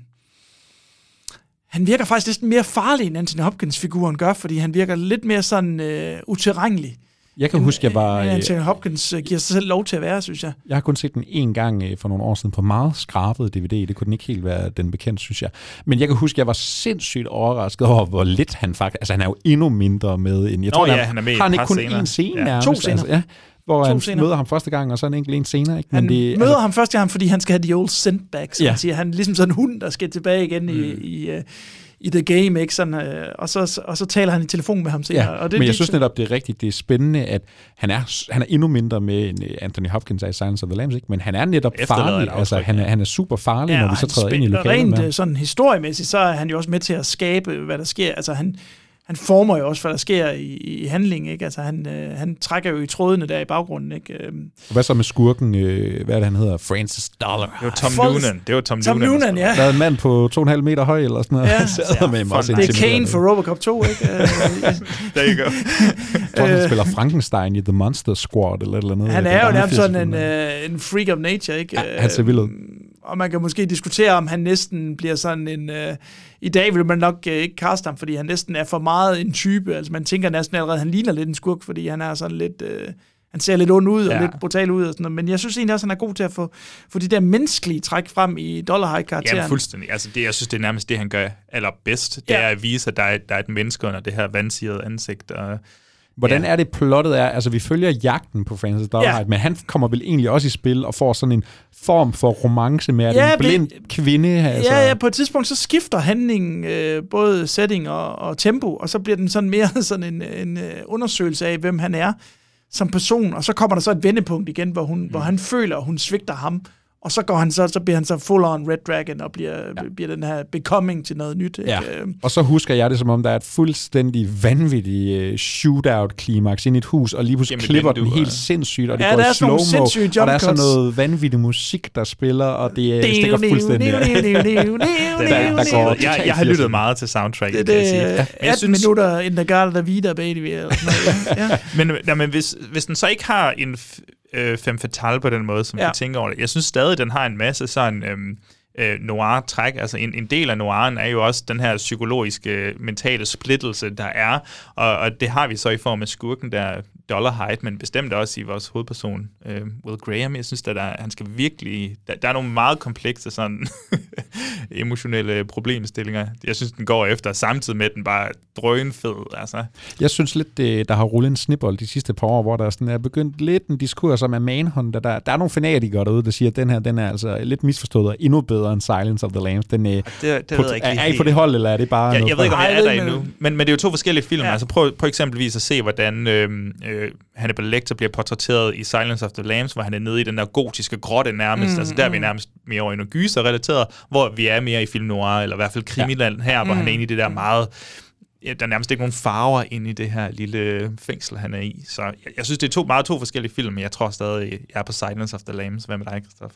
han virker faktisk lidt mere farlig, end Anthony Hopkins-figuren gør, fordi han virker lidt mere sådan øh, utilregnelig. Jeg kan huske, jeg var... Anthony Hopkins giver sig selv lov til at være, synes jeg. Jeg har kun set den en gang for nogle år siden på meget skrabet D V D. Det kunne den ikke helt være den bekendt, synes jeg. Men jeg kan huske, jeg var sindssygt overrasket over, hvor lidt han faktisk... Altså, han er jo endnu mindre med end... Jeg Nå, tror, ja, han, han er med har han ikke kun scener. én scene ja. nærmest. To scener. Altså, ja, hvor to han scener. møder ham første gang, og så en enkelt en senere. Ikke? Han Men det, møder altså, ham første gang, fordi han skal have de old scent bags, som ja. han siger. Han er ligesom sådan en hund, der skal tilbage igen mm. i... i uh, i The Game, ikke? Sådan, øh, og, så, og så taler han i telefon med ham senere. Ja, og det, men jeg det, synes netop, det er rigtigt, det er spændende, at han er, han er endnu mindre med end Anthony Hopkins er i Silence of the Lambs, ikke? Men han er netop farlig, altså han er, han er super farlig, ja, når vi så træder ind i lokalet rent, med ham. Sådan historiemæssigt, så er han jo også med til at skabe, hvad der sker. Altså han, han former jo også, hvad der sker i, i handling, ikke? Altså han, øh, han trækker jo i trådene der i baggrunden, ikke? Og hvad så med skurken, øh, hvad er det, han hedder? Francis Dollar. Det var Tom Folks, Noonan. Det var Tom, Tom Noonan, Noonan, ja. Der er en mand på to komma fem meter høj, eller sådan noget. Ja, ja med mig det er Kane for Robocop to, ikke? There you go. Jeg tror, han spiller Frankenstein i The Monster Squad, eller eller noget. Han er jo nærmest sådan en, uh, en freak of nature, ikke? Ja, han ser vild ud. og man kan måske diskutere, om han næsten bliver sådan en... Øh, I dag vil man nok øh, ikke kaste ham, fordi han næsten er for meget en type. Altså man tænker næsten allerede, at han ligner lidt en skurk, fordi han er sådan lidt... Øh, han ser lidt ond ud og ja. lidt brutal ud og sådan noget. Men jeg synes egentlig også, han er god til at få, få de der menneskelige træk frem i Dollarhide-karakteren. Ja, fuldstændig. Altså det, jeg synes, det er nærmest det, han gør allerbedst. Det ja. er at vise, at der er, der er et menneske under det her vandsirede ansigt. Og Hvordan ja. er det plottet er? Altså, vi følger jagten på Francis Dollarhide, ja. men han kommer vel egentlig også i spil og får sådan en form for romance med, at ja, en blind det, kvinde... Altså. Ja, ja, på et tidspunkt så skifter handlingen øh, både setting og, og tempo, og så bliver den sådan mere sådan en, en undersøgelse af, hvem han er som person, og så kommer der så et vendepunkt igen, hvor, hun, mm. hvor han føler, at hun svigter ham, og så går han så, så bliver han så full on Red Dragon, og bliver, ja. bliver den her becoming til noget nyt. Ja. Og så husker jeg det, som om der er et fuldstændig vanvittigt shootout-klimaks ind i et hus, og lige pludselig Jamen, klipper den, den helt sindssygt, og det ja, går i slow-mo, og der er sådan cuts. noget vanvittig musik, der spiller, og det stikker fuldstændig. Jeg har lyttet meget til soundtracket, det, det, kan jeg sige. Ja. atten synes, minutter in the Garden of Vida, baby. Eller sådan ja. men ja, men hvis, hvis den så ikke har en øh, femme fatale på den måde, som ja. vi tænker over det, jeg synes stadig, den har en masse sådan øhm, øh, noir-træk. Altså en, en del af noiren er jo også den her psykologiske, mentale splittelse, der er, og, og det har vi så i form af skurken der, Dollarhide, men bestemt også i vores hovedperson, øh, Will Graham. Jeg synes, at der, han skal virkelig... Der, der er nogle meget komplekse sådan emotionelle problemstillinger. Jeg synes, den går efter, samtidig med, at den bare er drønfed. Altså. Jeg synes lidt, det, der har rullet en snibbold de sidste par år, hvor der sådan er begyndt lidt en diskurs om, at Manhunter, der, der er nogle fanatikere derude, der siger, at den her, den er altså lidt misforstået og endnu bedre end Silence of the Lambs. Den, det, det på, ved jeg ikke er, er I på det hold, eller er det bare ja, noget? Jeg ved ikke, om jeg er der endnu. Men, men det er jo to forskellige film. Ja. Altså prøv, prøv eksempelvis at se, hvordan øh, øh, Hannibal Lecter bliver portrætteret i Silence of the Lambs, hvor han er nede i den der gotiske grotte nærmest. Mm, altså der er vi nærmest mere over i noget gyser relateret, hvor vi er mere i film noir, eller i hvert fald krimiland her, ja. hvor mm. han er inde i det der meget... Ja, der er nærmest ikke nogen farver inde i det her lille fængsel, han er i. Så jeg, jeg synes, det er to meget to forskellige film, men jeg tror stadig, jeg er på Silence of the Lambs. Hvad med dig, Christoffer?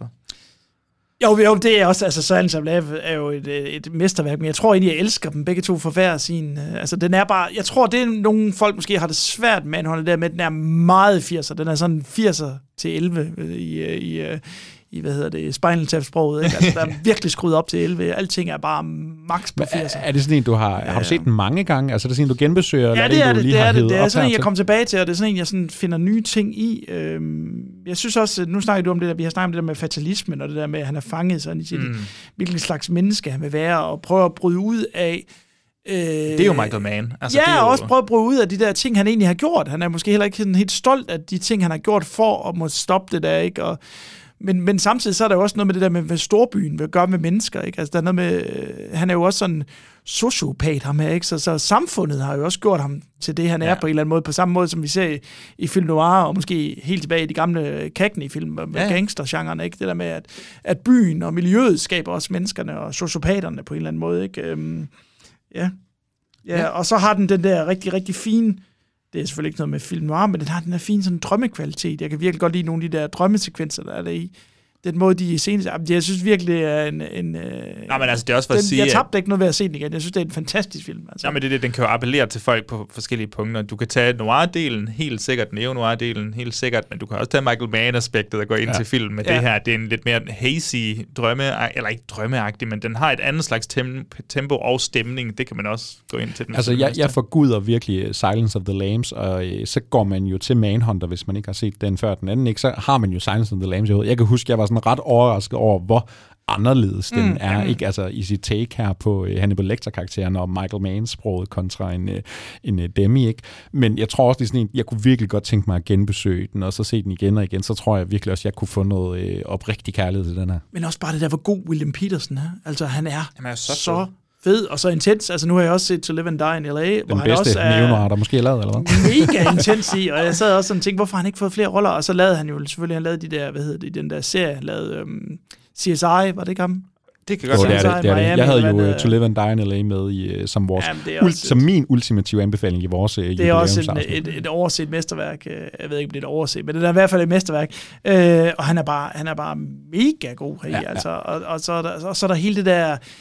Jo, jo, det er også, altså Silence of the Lambs er jo et, et mesterværk, men jeg tror egentlig, jeg elsker dem begge to for hver sin. Altså, den er bare, jeg tror, det er nogle folk måske har det svært med at holde der med, den er meget firser. Den er sådan firser til elleve i, i, i hvad hedder det, Spinal Tap-sproget, ikke? Altså, der er virkelig skruet op til elleve. Alting er bare max på firser. Er, er det sådan en, du har, ja, har du set den mange gange? Altså, er det sådan en, du genbesøger? Ja, eller det er det, det, det er det. Det er sådan en, jeg kommer tilbage til, og det er sådan en, jeg sådan finder nye ting i. Øhm, jeg synes også, nu snakker du om det der, vi har snakket om det der med fatalismen, og det der med, at han er fanget sådan i sit, mm. hvilken slags menneske han vil være, og prøve at bryde ud af. Øh, det er jo Michael Mann. Altså, ja, og jo... også prøve at bryde ud af de der ting, han egentlig har gjort. Han er måske heller ikke sådan helt stolt af de ting, han har gjort for at må stoppe det der, ikke? Og Men, men samtidig så er der jo også noget med det der med, hvad storbyen vil gøre med mennesker, ikke? Altså der er noget med, han er jo også sådan sociopat, ham her, ikke? Så, så samfundet har jo også gjort ham til det, han er ja. på en eller anden måde, på samme måde, som vi ser i, i film noir, og måske helt tilbage i de gamle Cagney-film med ja. gangstergenren, ikke? Det der med, at, at byen og miljøet skaber også menneskerne og sociopaterne på en eller anden måde, ikke? Øhm, ja. ja. Ja, og så har den den der rigtig, rigtig fine, det er selvfølgelig ikke noget med film noir, men den har den her fine sådan drømmekvalitet. Jeg kan virkelig godt lide nogle af de der drømmesekvenser, der er der i. Den måde, de senest... Jeg synes virkelig, det er en... en Nej, men altså, det er også for den, at sige... Jeg tabte ikke noget ved at se den igen. Jeg synes, det er en fantastisk film. Altså. Ja, men det, det, den kan jo appellere til folk på forskellige punkter. Du kan tage noir-delen, helt sikkert, neo-noir-delen, helt sikkert, men du kan også tage Michael Mann-aspektet og gå ind ja. til film med ja. det her. Det er en lidt mere hazy drømme... Eller ikke drømmeagtig, men den har et andet slags tem- tempo og stemning. Det kan man også gå ind til. Den altså, jeg, jeg forguder virkelig Silence of the Lambs, og øh, så går man jo til Manhunter, hvis man ikke har set den før den anden, ikke? Så har man jo Silence of the Lambs i hovedet. Jeg kan huske, jeg var sådan ret overrasket over, hvor anderledes den mm, er, mm. ikke? Altså i sit take her på uh, Hannibal Lecter-karakteren og Michael Mann-sproget kontra en, uh, en uh, Demi, ikke? Men jeg tror også, det er sådan en, jeg kunne virkelig godt tænke mig at genbesøge den, og så se den igen og igen, så tror jeg virkelig også, jeg kunne få noget uh, oprigtig kærlighed til den her. Men også bare det der, hvor god William Peterson er. Altså han er, Jamen, er så, så fed og så intens. Altså nu har jeg også set To Live and Die in L A, den hvor han bedste også er neonoir, der måske er lavet, eller hvad? Mega intens i, og jeg sad også sådan og tænkte, hvorfor har han ikke fået flere roller? Og så lavede han jo selvfølgelig, han lavede de der, hvad hedder det, den der serie, han lavede um, C S I, var det ikke ham? Det kan godt oh, være. Det er det, det er det. Jeg havde jo uh, To Live and Die in L A med i, uh, som, vores ult, som min ultimative anbefaling i vores uh, det er også en, et, et overset mesterværk. Jeg ved ikke, om det er et overset, men det er i hvert fald et mesterværk. Uh, og han er bare, han er bare mega god her. Ja, altså. ja. Og, og, så er der, og så er der hele det der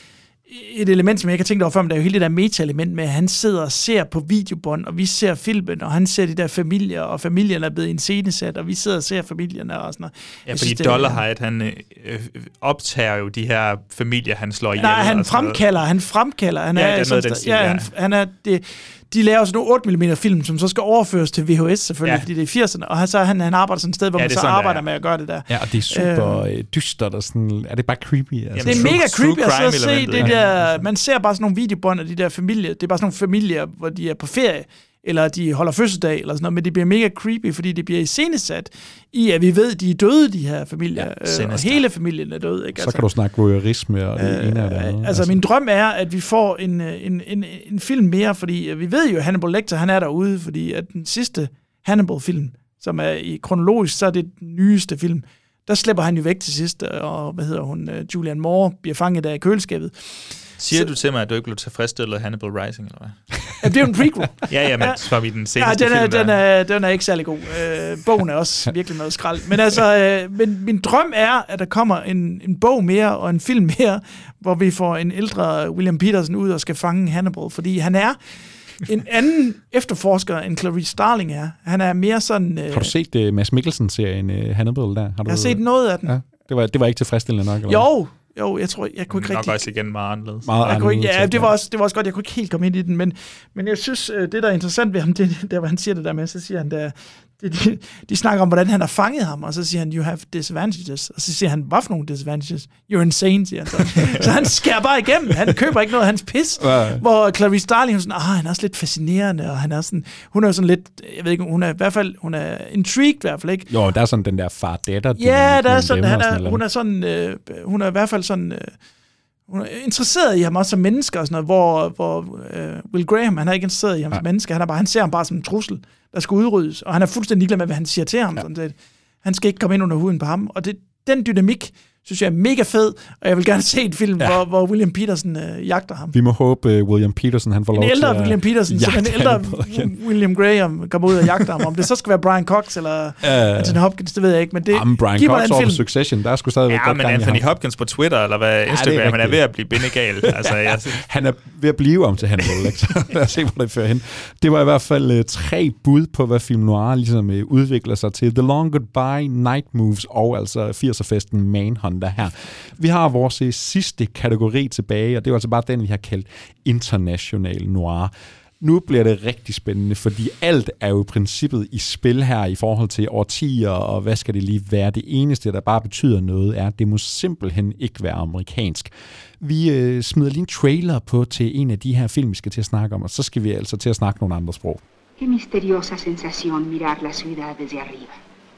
et element, som jeg ikke har tænkt over før, men der er jo hele det der meta-element med, at han sidder og ser på videobånd, og vi ser filmen, og han ser de der familier, og familierne er blevet iscenesat, og vi sidder og ser familierne og sådan noget. Ja, fordi Dollarhide, han øh, optager jo de her familier, han slår ihjel. Nej, han fremkalder, han fremkalder. Han ja, er, det er sådan, noget, stil, ja, ja. han, han er det, de laver sådan nogle otte millimeter film, som så skal overføres til V H S selvfølgelig, ja. fordi det er i firserne, og han, så, han, han arbejder sådan et sted, hvor ja, man så sådan, arbejder med at gøre det der. Ja, og det er super øh, dystert og sådan, er det bare creepy? Altså. Det er mega creepy at så se det der, man ser bare sådan nogle videobånd af de der familier, det er bare sådan nogle familier, hvor de er på ferie, eller de holder fødselsdag, eller sådan noget, men det bliver mega creepy, fordi det bliver iscenesat i, at vi ved, de er døde, de her familier, ja, øh, og hele familien er død. Ikke? Så altså, kan du snakke voyeurisme og det øh, ene af det andet. Altså, altså, min drøm er, at vi får en, en, en, en film mere, fordi vi ved jo, at Hannibal Lecter, han er derude, fordi at den sidste Hannibal-film, som er i kronologisk, så er det den nyeste film, der slipper han jo væk til sidst, og hvad hedder hun, Julianne Moore, bliver fanget der i køleskabet. Siger så, du til mig, at du ikke blev tilfredsstillet af Hannibal Rising, eller hvad? Ja, det er jo en prequel. ja, ja, men fra ja, den seneste ja, den er, film. Den er, den er ikke særlig god. Øh, bogen er også virkelig noget skrald. Men altså, øh, men min drøm er, at der kommer en, en bog mere og en film mere, hvor vi får en ældre William Peterson ud og skal fange Hannibal, fordi han er en anden efterforsker, end Clarice Starling er. Han er mere sådan... Øh, har du set uh, Mads Mikkelsen-serien uh, Hannibal der? Har du, jeg har set noget af den. Ja, det, var, det var ikke tilfredsstillende nok? Eller jo, Jo, jeg tror, jeg kunne ikke nok rigtig... Nok også igen meget anderledes. Meget jeg kunne ikke, ja, anderledes, det var, også, det var også godt, jeg kunne ikke helt komme ind i den, men, men jeg synes, det der er interessant ved ham, det der, hvor han siger det der med, så siger han, der, de, de, de snakker om, hvordan han har fanget ham, og så siger han, you have disadvantages, og så siger han, hvad for nogle disadvantages? You're insane, siger han så. Så han skærer bare igennem, han køber ikke noget af hans pis, ja. Hvor Clarice Starling, hun er sådan, ah, han er også lidt fascinerende, og han er sådan, hun er sådan lidt, jeg ved ikke, hun er i hvert fald, hun er intrigued i hvert fald, ikke? Jo, der er sådan den der far-datter. Ja, der er sådan, han er, hun er sådan, øh, hun er i hvert fald sådan, øh, hun er interesseret i ham også som mennesker og sådan noget, hvor, hvor øh, Will Graham, han er ikke interesseret i ham ja. som menneske, han, er bare, han ser ham bare som en trussel, der skal udryddes, og han er fuldstændig ligeglad med, hvad han siger til ham. Ja. Sådan set. Han skal ikke komme ind under huden på ham, og det, den dynamik, synes jeg er mega fed, og jeg vil gerne se en film, ja. hvor, hvor William Peterson øh, jagter ham. Vi må håbe, uh, William Peterson, han får en lov til at... En William Peterson, så en ældre William Graham kommer ud og jagter ham. Om det så skal være Brian Cox eller uh, Anthony Hopkins, det ved jeg ikke, men det jamen, Brian giver Cox over på Succession, der er sgu stadigvæk ja, men Anthony Hopkins på Twitter, eller hvad Instagram, ja, er han er ved at blive bindegal. altså, jeg... Han er ved at blive om til Hannibal Lecter. Lad os se, hvor det fører hen. Det var i hvert fald uh, tre bud på, hvad film noir ligesom uh, udvikler sig til. The Long Goodbye, Night Moves og altså firser-festen Manhunter her. Vi har vores uh, sidste kategori tilbage, og det er altså bare den, vi har kaldt international noir. Nu bliver det rigtig spændende, fordi alt er jo i princippet i spil her i forhold til årtier, og hvad skal det lige være? Det eneste, der bare betyder noget, er, at det må simpelthen ikke være amerikansk. Vi øh, smider lige en trailer på til en af de her film, vi skal til at snakke om, og så skal vi altså til at snakke nogle andre sprog. Qué misteriosa sensación mirar la ciudad desde arriba.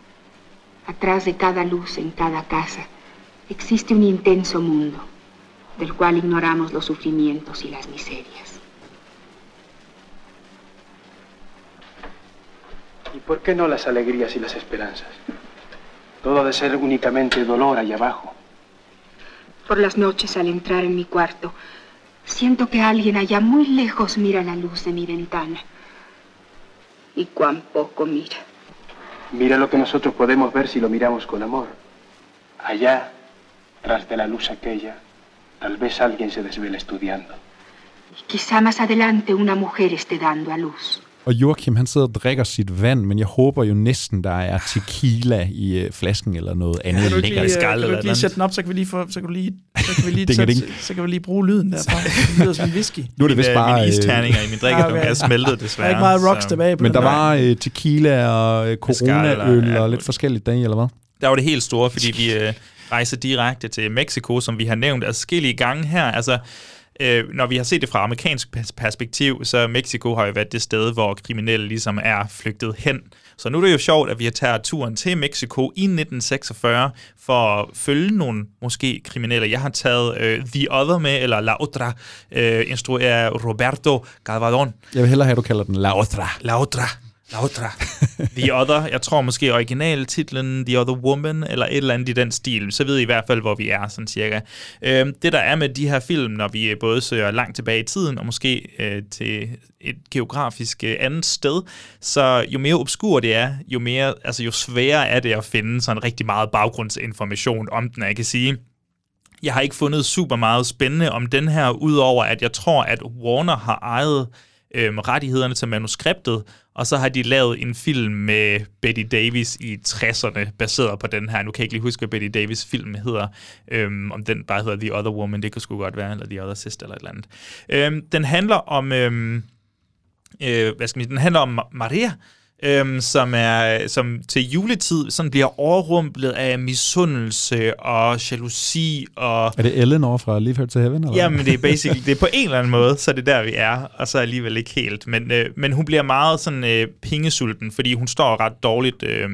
Atrás de cada luz en cada casa existe un intenso mundo, del cual ignoramos los sufrimientos y las miserias. ¿Y por qué no las alegrías y las esperanzas? Todo ha de ser únicamente dolor allá abajo. Por las noches, al entrar en mi cuarto, siento que alguien allá muy lejos mira la luz de mi ventana. Y cuán poco mira. Mira lo que nosotros podemos ver si lo miramos con amor. Allá, tras de la luz aquella, tal vez alguien se desvela estudiando. Y quizá más adelante una mujer esté dando a luz. Og Joachim, han sidder og drikker sit vand, men jeg håber jo næsten, der er tequila i øh, flasken eller noget andet. Kan du ikke lige, skal, kan du lige sætte den op, så kan vi lige, få, så kan du lige, så kan vi lige, sætte, så kan vi lige bruge lyden derfra. Det lyder som en whisky. Nu er det vist bare... Mine isterninger i min drikker, ja, okay. er smeltet desværre. Der er ikke meget rocks så. tilbage på Men den der var øh, tequila og øh, coronaøl ja, og lidt forskelligt dage, eller hvad? Der var det helt store, fordi vi øh, rejser direkte til Mexico, som vi har nævnt adskillige gange her. Altså... Øh, når vi har set det fra amerikansk perspektiv, så Mexico har jo været det sted, hvor kriminelle ligesom er flygtet hen. Så nu er det jo sjovt, at vi har taget turen til Mexico i nitten seksogfyrre for at følge nogle måske kriminelle. Jeg har taget øh, The Other med, eller La Otra, øh, instrueret af Roberto Galvadon. Jeg vil hellere have, at du kalder den La Otra. La Otra. La Otra. The Other. Jeg tror måske originaltitlen The Other Woman, eller et eller andet i den stil. Så ved I i hvert fald, hvor vi er, sådan cirka. Øhm, det, der er med de her film, når vi både søger langt tilbage i tiden, og måske øh, til et geografisk øh, andet sted, så jo mere obskur det er, jo mere, altså jo sværere er det at finde sådan rigtig meget baggrundsinformation om den, jeg kan sige. Jeg har ikke fundet super meget spændende om den her, udover at jeg tror, at Warner har ejet øhm, rettighederne til manuskriptet, og så har de lavet en film med Betty Davis i tresserne, baseret på den her. Nu kan jeg ikke lige huske, hvad Betty Davis film hedder. Øhm, om den bare hedder The Other Woman, det kunne sgu godt være, eller The Other Sister, eller et eller andet. Øhm, den handler om, øhm, øh, hvad skal man sige, den handler om Maria, øhm, som, er, som til juletid sådan bliver overrumplet af misundelse og jalousi. Og er det Eleanor fra Leave Her to Heaven? Eller? Jamen, det er basically, det er på en eller anden måde, så er det der, vi er, og så alligevel ikke helt. Men, øh, men hun bliver meget sådan øh, pengesulten, fordi hun står ret dårligt øh,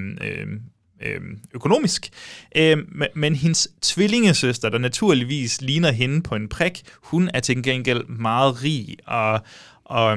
øh, økonomisk. Øh, men, men hendes tvillingesøster, der naturligvis ligner hende på en prik, hun er til gengæld meget rig, og, og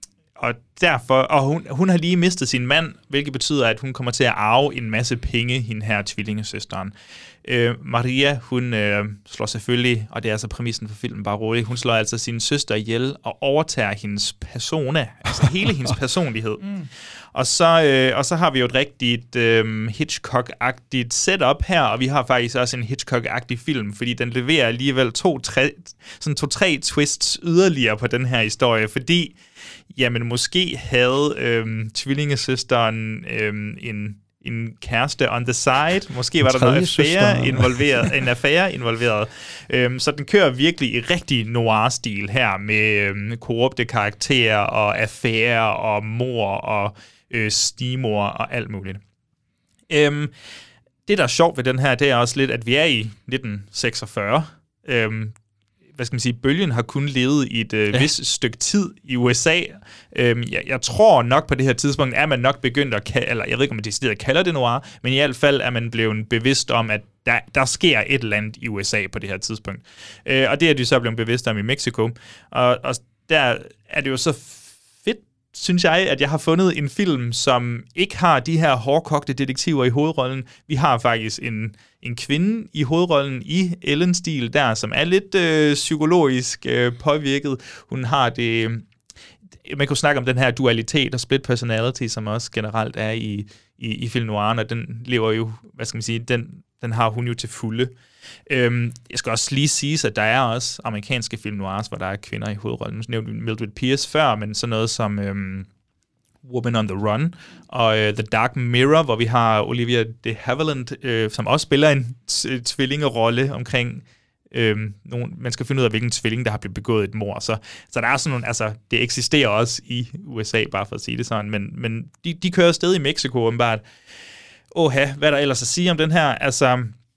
Og derfor, og hun, hun har lige mistet sin mand, hvilket betyder, at hun kommer til at arve en masse penge, hende her tvillingesøsteren. Øh, Maria, hun øh, slår selvfølgelig, og det er altså præmissen for filmen, bare roligt, hun slår altså sin søster ihjel og overtager hendes persona, altså hele hendes personlighed. Mm. Og, så, øh, og så har vi jo et rigtigt øh, Hitchcock-agtigt setup her, og vi har faktisk også en Hitchcock-agtig film, fordi den leverer alligevel to, tre, sådan to-tre twists yderligere på den her historie, fordi jamen, måske havde øhm, tvillingesøsteren øhm, en, en kæreste on the side. Måske var der noget affære involveret, en affære involveret. Øhm, så den kører virkelig i rigtig noir-stil her, med øhm, korrupte karakterer og affære og mor og øh, stimor og alt muligt. Øhm, det, der er sjovt ved den her, det er også lidt, at vi er i nitten seksogfyrre. Øhm, hvad skal man sige, bølgen har kun levet i et øh, ja. vist stykke tid i U S A. Øhm, jeg, jeg tror nok på det her tidspunkt, er man nok begyndt at kalde, eller jeg ved ikke, om man decideret kalder det noir, men i hvert fald er man blevet bevidst om, at der, der sker et eller andet i U S A på det her tidspunkt. Øh, og det er de så blevet bevidst om i Mexico. Og, og der er det jo så fedt, synes jeg, at jeg har fundet en film, som ikke har de her hårdkogte detektiver i hovedrollen. Vi har faktisk en, en kvinde i hovedrollen i Ellen-stil der, som er lidt øh, psykologisk øh, påvirket. Hun har det... Man kunne snakke om den her dualitet og split personality, som også generelt er i, i, i film noiren, og den lever jo, hvad skal man sige, den, den har hun jo til fulde. Øhm, jeg skal også lige sige, at der er også amerikanske film noirs, hvor der er kvinder i hovedrollen. Nu nævnte vi Mildred Pierce før, men sådan noget som øhm, Woman on the Run og øh, The Dark Mirror, hvor vi har Olivia de Havilland, øh, som også spiller en t- tvillingerolle omkring øhm, nogen, man skal finde ud af, hvilken tvilling, der har blevet begået et mord. Så, så der er sådan nogle, altså, det eksisterer også i U S A, bare for at sige det sådan, men, men de, de kører stadig i Mexico, åbenbart. Åha, hvad der ellers at sige om den her, altså...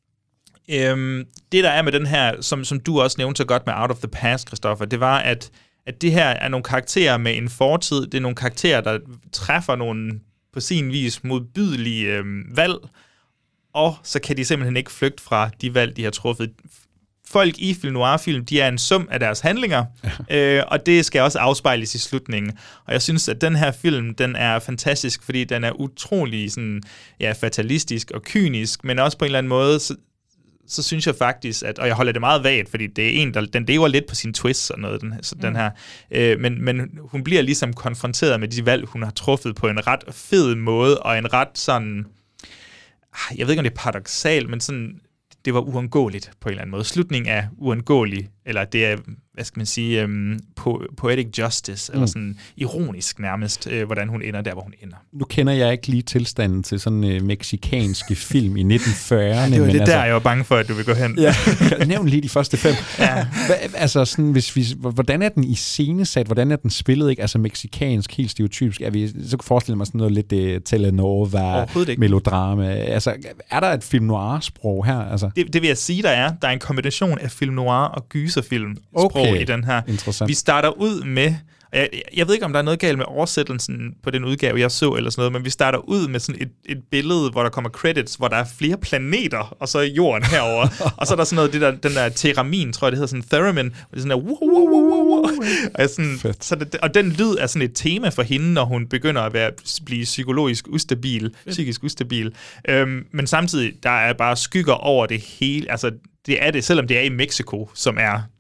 Øhm, det der er med den her, som, som du også nævnte så godt med Out of the Past, Christoffer, det var, at, at det her er nogle karakterer med en fortid, det er nogle karakterer, der træffer nogle på sin vis modbydelige øhm, valg, og så kan de simpelthen ikke flygte fra de valg, de har truffet. Folk i film noir-film, de er en sum af deres handlinger, ja. øh, og det skal også afspejles i slutningen. Og jeg synes, at den her film, den er fantastisk, fordi den er utrolig sådan, ja, fatalistisk og kynisk, men også på en eller anden måde... Så, så synes jeg faktisk, at, og jeg holder det meget vagt, fordi det er en, der, den lever lidt på sin twist og noget, den, så mm. den her, øh, men, men hun bliver ligesom konfronteret med de valg, hun har truffet på en ret fed måde, og en ret sådan, jeg ved ikke, om det er paradoksalt, men sådan, det var uundgåeligt på en eller anden måde. Slutningen er uundgåelig, eller det er, hvad skal man sige, um, po- poetic justice, mm. eller sådan ironisk nærmest, øh, hvordan hun ender der, hvor hun ender. Nu kender jeg ikke lige tilstanden til sådan øh, meksikanske film i nitten fyrrerne. Ja, det var men det altså, der, jeg var bange for, at du vil gå hen. Ja, nævn lige de første fem. Ja. Hva, altså sådan, hvis vi, hvordan er den iscenesat? Hvordan er den spillet? Ikke? Altså meksikansk, helt stereotypisk. Er vi, så kan forestille mig sådan noget lidt uh, telenova, melodrama. Altså, er der et film noir-sprog her? Altså? Det, det vil jeg sige, der er. Der er en kombination af film noir og gyserfilm sprog okay. i den her. Vi starter ud med, jeg, jeg ved ikke, om der er noget galt med oversættelsen på den udgave, jeg så, eller sådan noget, men vi starter ud med sådan et, et billede, hvor der kommer credits, hvor der er flere planeter, og så er jorden herover. Og så er der sådan noget, det der, den der teramin, tror jeg, det hedder sådan Theramin, og det er sådan der, wow, wow, wow, wow. Og, sådan, så det, og den lyd er sådan et tema for hende, når hun begynder at være, blive psykologisk ustabil, psykisk ustabil. Øhm, men samtidig, der er bare skygger over det hele, altså det er det, selvom det er i Mexico, som er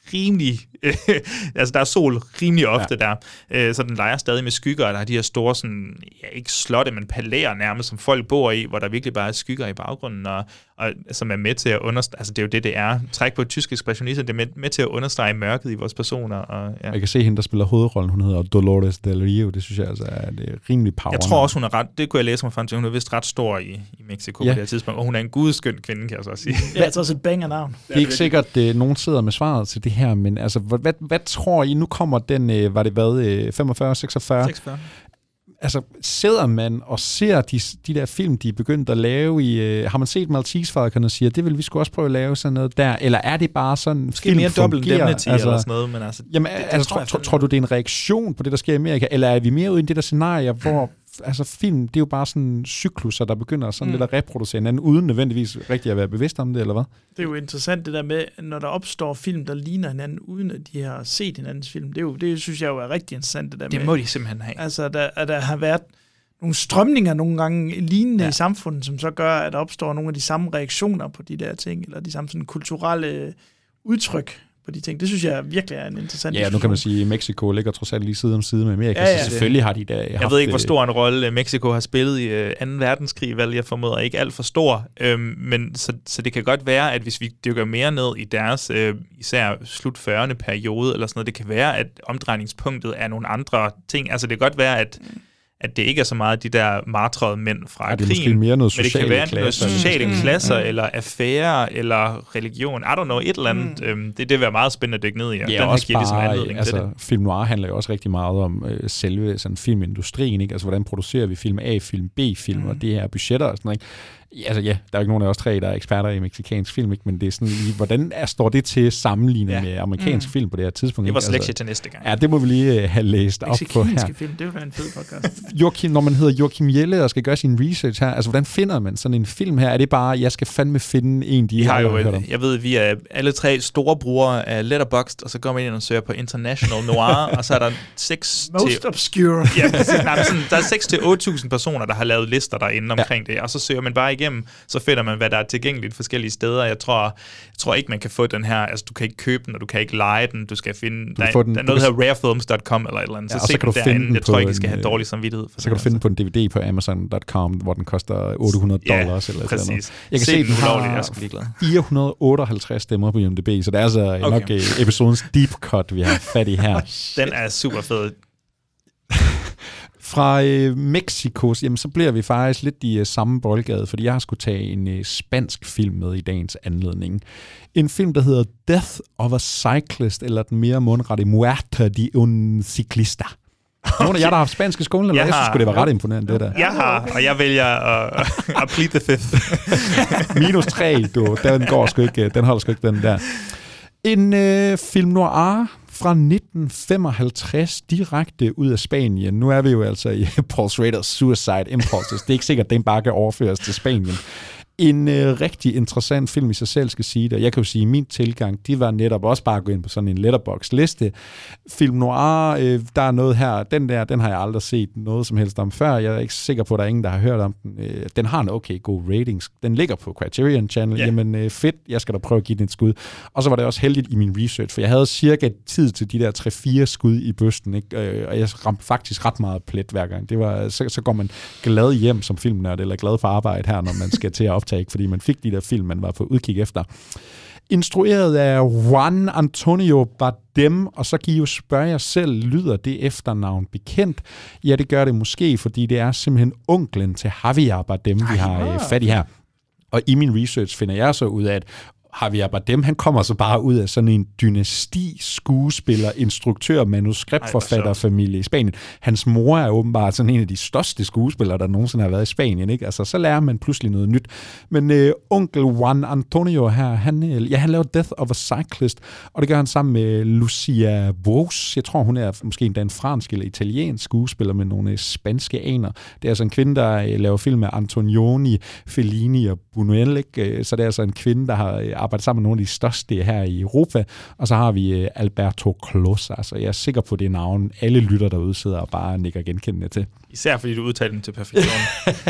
rimelig... altså, der er sol rimelig ofte ja. der. Øh, så den leger stadig med skygger, og der er de her store, sådan, ja, ikke slotte, men palæer nærmest, som folk bor i, hvor der virkelig bare er skygger i baggrunden, og, og som er med til at understrege... Altså, det er jo det, det er. Træk på tysk ekspressionisme, det er med, med til at understrege mørket i vores personer. Og, ja. Jeg kan se hende, der spiller hovedrollen, hun hedder Dolores Del Rio. Det synes jeg altså er, det er rimelig power. Jeg tror også, hun er ret... Det kunne jeg læse mig frem til. Hun er vist ret stor i, i Mexico ja. på det her tidspunkt, og hun er en gudskøn kvinde, kan jeg så sige. Ja, det er også et banger-navn. Det er ikke sikkert, at nogen sidder med svaret til det her, men altså, hvad, hvad, hvad tror I? Nu kommer den, var det hvad, femogfyrre, seksogfyrre? seksogfyrre. Altså, sidder man og ser de, de der film, de er begyndt at lave i... Uh, har man set Maltese-Falcon og siger, det vil vi sgu også prøve at lave sådan noget der? Eller er det bare sådan... Måske mere dobbelt indemnity altså, eller sådan noget, men altså... Jamen, det, altså, tror, tror, tror du, det er en reaktion på det, der sker i Amerika? Eller er vi mere ude i det der scenarie, hvor... Altså film, det er jo bare sådan cykluser, der begynder sådan mm. lidt at reproducere hinanden, uden nødvendigvis rigtig at være bevidst om det, eller hvad? Det er jo interessant det der med, når der opstår film, der ligner hinanden, uden at de har set hinandens film. Det, er jo, det synes jeg jo er rigtig interessant det der det med. Det må de simpelthen have. Altså, der, at der har været nogle strømninger nogle gange lignende ja. i samfundet, som så gør, at der opstår nogle af de samme reaktioner på de der ting, eller de samme sådan kulturelle udtryk på de ting. Det synes jeg virkelig er en interessant Ja, nu kan man sige, at Mexico ligger trods alt lige side om side med Amerika, ja, ja, så selvfølgelig har de da haft... Jeg ved ikke, hvor stor en rolle Mexico har spillet i uh, anden verdenskrig, vel, jeg formoder ikke alt for stor, øhm, men så, så det kan godt være, at hvis vi dykker mere ned i deres øh, især slut fyrrerne periode, eller sådan noget, det kan være, at omdrejningspunktet er nogle andre ting. Altså det kan godt være, at at det ikke er så meget de der martrede mænd fra ja, det krigen, mere noget men det kan være klasser. noget sociale mm. klasser, mm. eller affærer, eller religion, I don't know, et eller andet. Mm. Øhm, det, det vil være meget spændende at dykke ned i, og ja, den også her giver bare, ligesom anledning altså, til det. Film noir handler jo også rigtig meget om øh, selve sådan, filmindustrien, ikke? Altså, hvordan producerer vi film A, film B, film, mm. og det her budgetter og sådan noget, Altså ja, der er jo ikke nogen af os tre, der er eksperter i mexikansk film, ikke? Men det er sådan lige, hvordan er, står det til sammenlignet ja. med amerikansk mm. film på det her tidspunkt? Det var altså, lektie til næste gang. Ja, det må vi lige uh, have læst op på her. Mexikanske film, det er jo en fed podcast. Joachim, når man hedder Joachim Jelle og skal gøre sin research her, altså hvordan finder man sådan en film her? Er det bare, jeg skal fandme finde en, de vi har jo, hørt om? Jeg ved, vi er alle tre store brugere af Letterboxd, og så går man ind og søger på International Noir, og så er der seks Most til... obscure. Ja, præcis, nej, sådan, der er seks til otte tusind personer, der har lavet lister derinde omkring ja. det, og så søger man bare igennem, så finder man, hvad der er tilgængeligt forskellige steder. Jeg tror, jeg tror ikke, man kan få den her, altså du kan ikke købe den, og du kan ikke leje den, du skal finde, du der, den, der er noget, der hedder rarefilms punktum com eller et eller andet, ja, så se den derinde. Jeg tror ikke, I skal have dårlig samvittighed. Så kan du finde den på en D V D på Amazon punktum com, hvor den koster otte hundrede dollars. Ja, eller præcis. Noget. Jeg kan se, se den har fire hundrede otteoghalvtreds stemmer på I M D B, så det er altså okay. nok uh, episodens deep cut, vi har fat i her. Den er super fed. Fra øh, Mexico, jamen, så bliver vi faktisk lidt i øh, samme boldgade, fordi jeg har skulle tage en øh, spansk film med i dagens anledning. En film, der hedder Death of a Cyclist, eller den mere mundrette Muerte de un Ciclista. Okay. Nogle af jer, der har haft spansk i skolen, eller jeg, jeg synes det var ret imponerende, det der. Jeg har, og jeg vælger at uh, plead the fifth. Minus tre, du. Den går sgu ikke, den holder sgu ikke, den der. En øh, film noir fra nitten femoghalvtreds, direkte ud af Spanien. Nu er vi jo altså i Paul Schraders Suicide Impulses. Det er ikke sikkert, at den bare kan overføres til Spanien. En øh, rigtig interessant film i sig selv, skal sige det. Jeg kan jo sige, at min tilgang, de var netop også bare at gå ind på sådan en Letterboxd-liste. Film noir, øh, der er noget her, den der, den har jeg aldrig set noget som helst om før. Jeg er ikke sikker på, at der er ingen, der har hørt om den. Øh, den har en okay god ratings. Den ligger på Criterion Channel. Yeah. Jamen øh, fedt, jeg skal da prøve at give den et skud. Og så var det også heldigt i min research, for jeg havde cirka tid til de der tre fire skud i bøsten, ikke? Øh, og jeg ramte faktisk ret meget plet hver gang. Det var, så, så går man glad hjem som filmnørd, eller glad for arbejde her, når man skal til at optage, fordi man fik de der film, man var på udkig efter. Instrueret af Juan Antonio Bardem, og så kan I jo spørge jer selv, lyder det efternavn bekendt? Ja, det gør det måske, fordi det er simpelthen onklen til Javier Bardem, vi har øh, fat i her. Og i min research finder jeg så ud af, at Javier Bardem, han kommer så bare ud af sådan en dynasti skuespiller, instruktør, manuskriptforfatterfamilie i Spanien. Hans mor er åbenbart sådan en af de største skuespillere, der nogensinde har været i Spanien, ikke? Altså, så lærer man pludselig noget nyt. Men øh, onkel Juan Antonio her, han, øh, ja, han laver Death of a Cyclist, og det gør han sammen med Lucia Bros. Jeg tror, hun er måske endda en fransk eller italiensk skuespiller med nogle spanske aner. Det er altså en kvinde, der øh, laver film med Antonioni, Fellini og Buñuel, ikke? Så det er altså en kvinde, der har arbejdet sammen med nogle af de største her i Europa, og så har vi øh, Alberto Closa, altså jeg er sikker på det navn, alle lytter derude sidder og bare nikker genkendende til. Især fordi du udtaler dem til perfektion.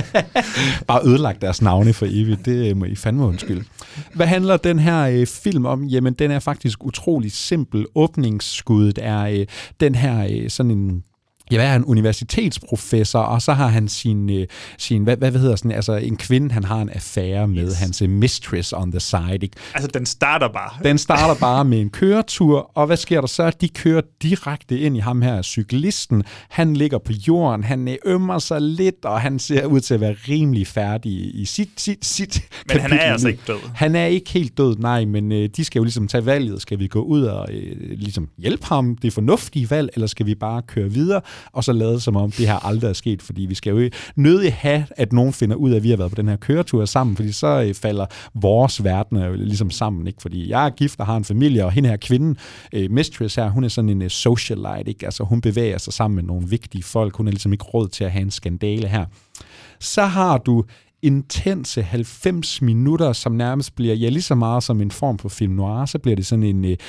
Bare ødelagt deres navne for evigt, det må I fandme undskylde. Hvad handler den her øh, film om? Jamen, den er faktisk utrolig simpel. Åbningsskuddet er øh, den her øh, sådan en... Ja, hvad er han? Universitetsprofessor, og så har han sin, øh, sin hvad, hvad hedder sådan, altså en kvinde, han har en affære med, yes. hans mistress on the side, ikke? Altså, den starter bare. Den starter bare med en køretur, og hvad sker der så? De kører direkte ind i ham her, cyklisten. Han ligger på jorden, han ømmer sig lidt, og han ser ud til at være rimelig færdig i sit, sit, sit Men kapitel. Han er altså ikke død. Han er ikke helt død, nej, men øh, de skal jo ligesom tage valget. Skal vi gå ud og øh, ligesom hjælpe ham, det fornuftige valg, eller skal vi bare køre videre? Og så lade som om, det her aldrig er sket, fordi vi skal jo nødig have, at nogen finder ud af, at vi har været på den her køretur sammen, fordi så øh, falder vores verdener jo ligesom sammen, ikke? Fordi jeg er gift og har en familie, og hende her kvinden, øh, mistress her, hun er sådan en uh, socialite, ikke? Altså hun bevæger sig sammen med nogle vigtige folk, hun er ligesom ikke råd til at have en skandale her. Så har du intense halvfems minutter, som nærmest bliver, ja, lige så meget som en form for film noir, så bliver det sådan en øh,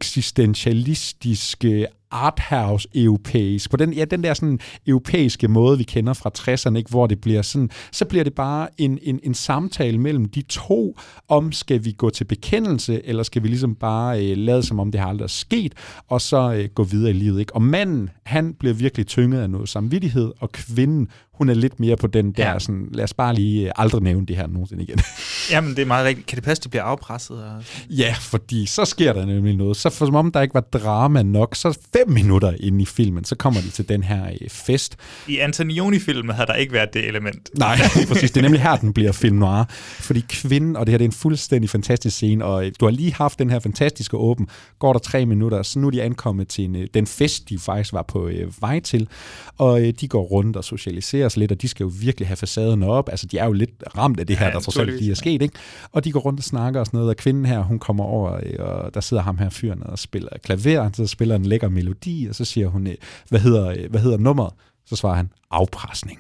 eksistentialistisk øh, arthouse-europæisk, på den, ja, den der sådan europæiske måde, vi kender fra tresserne, ikke, hvor det bliver sådan, så bliver det bare en, en, en samtale mellem de to, om skal vi gå til bekendelse, eller skal vi ligesom bare øh, lade som om det har aldrig er sket, og så øh, gå videre i livet, ikke? Og manden, han bliver virkelig tynget af noget samvittighed, og kvinden, hun er lidt mere på den der, ja. Sådan, lad os bare lige øh, aldrig nævne det her nogensinde igen. Jamen, det er meget rigtigt. Kan det passe, at det bliver afpresset? Og... Ja, fordi så sker der nemlig noget. Så for som om der ikke var drama nok, så fem minutter inde i filmen, så kommer de til den her øh, fest. I Antonioni-filmen havde der ikke været det element. Nej, præcis. Det er nemlig her, den bliver film noir. Fordi kvinden, og det her det er en fuldstændig fantastisk scene, og øh, du har lige haft den her fantastiske åben, går der tre minutter, så nu er de ankommet til en, øh, den fest, de faktisk var på øh, vej til, og øh, de går rundt og socialiserer sig lidt, og de skal jo virkelig have facaden op. Altså, de er jo lidt ramt af det her, ja, der trods alt lige er sket, ikke? Og de går rundt og snakker og sådan noget, og kvinden her, hun kommer over, og der sidder ham her fyren og spiller klaver, så spiller en lækker melodi, og så siger hun, hvad hedder, hvad hedder nummeret? Så svarer han, afpresning.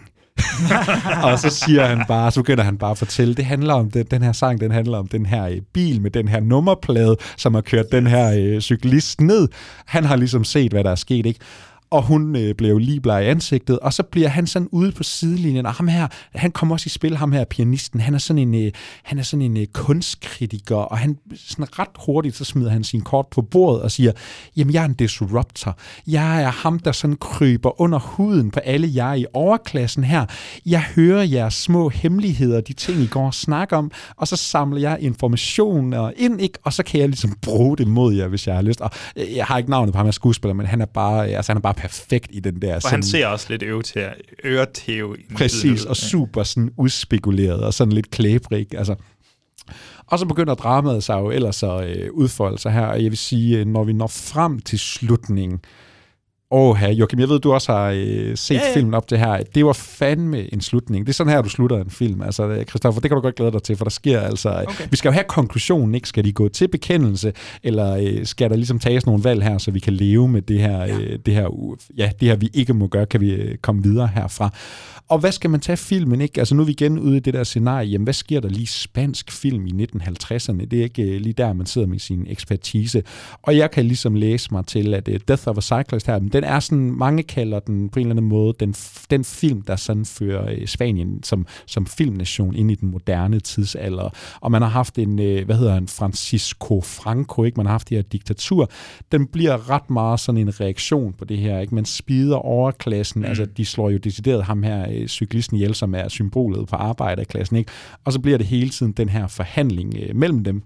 Og så siger han bare, så begynder han bare at fortælle, det handler om, den, den her sang, den handler om den her bil med den her nummerplade, som har kørt den her øh, cyklist ned. Han har ligesom set, hvad der er sket, ikke? Og hun øh, blev lige bleg i ansigtet, og så bliver han sådan ude på sidelinjen, og ham her, han kommer også i spil, ham her pianisten, han er sådan en, øh, han er sådan en øh, kunstkritiker, og han sådan ret hurtigt, så smider han sin kort på bordet og siger, jamen jeg er en disruptor, jeg er ham, der sådan kryber under huden på alle jer i overklassen her, jeg hører jeres små hemmeligheder, de ting, I går og snakker om, og så samler jeg informationer ind, ikke? Og så kan jeg ligesom bruge det mod jer, hvis jeg har lyst, og jeg har ikke navnet på ham her skuespiller, men han er bare, altså han er bare perfekt i den der. Og sådan, han ser også lidt øretæv. Præcis, og super sådan udspekuleret, og sådan lidt klæbrig, altså. Og så begynder dramaet sig jo ellers at øh, udfolde sig her, og jeg vil sige, når vi når frem til slutningen, åh, her, Joachim, jeg ved, du også har øh, set ja, ja. filmen op til her. Det var fandme en slutning. Det er sådan her, du slutter en film. Altså, Christoffer, det kan du godt glæde dig til, for der sker altså... Okay. Vi skal jo have konklusionen, ikke? Skal de gå til bekendelse, eller øh, skal der ligesom tages nogle valg her, så vi kan leve med det her, ja. øh, det her, ja, det her, vi ikke må gøre, kan vi øh, komme videre herfra. Og hvad skal man tage filmen, ikke? Altså, nu er vi igen ude i det der scenarie. Jamen, hvad sker der lige i spansk film i nitten halvtredserne? Det er ikke øh, lige der, man sidder med sin ekspertise. Og jeg kan ligesom læse mig til, at uh, Death of a Cyclist her, den er sådan, mange kalder den på en eller anden måde, den, den film, der sådan fører uh, Spanien som, som filmnation ind i den moderne tidsalder. Og man har haft en, uh, hvad hedder han, Francisco Franco, ikke? Man har haft det her diktatur. Den bliver ret meget sådan en reaktion på det her, ikke? Man spider overklassen, mm. altså de slår jo decideret ham her, cyklisten ihjel, som er symbolet på arbejderklassen, ikke? Og så bliver det hele tiden den her forhandling øh, mellem dem.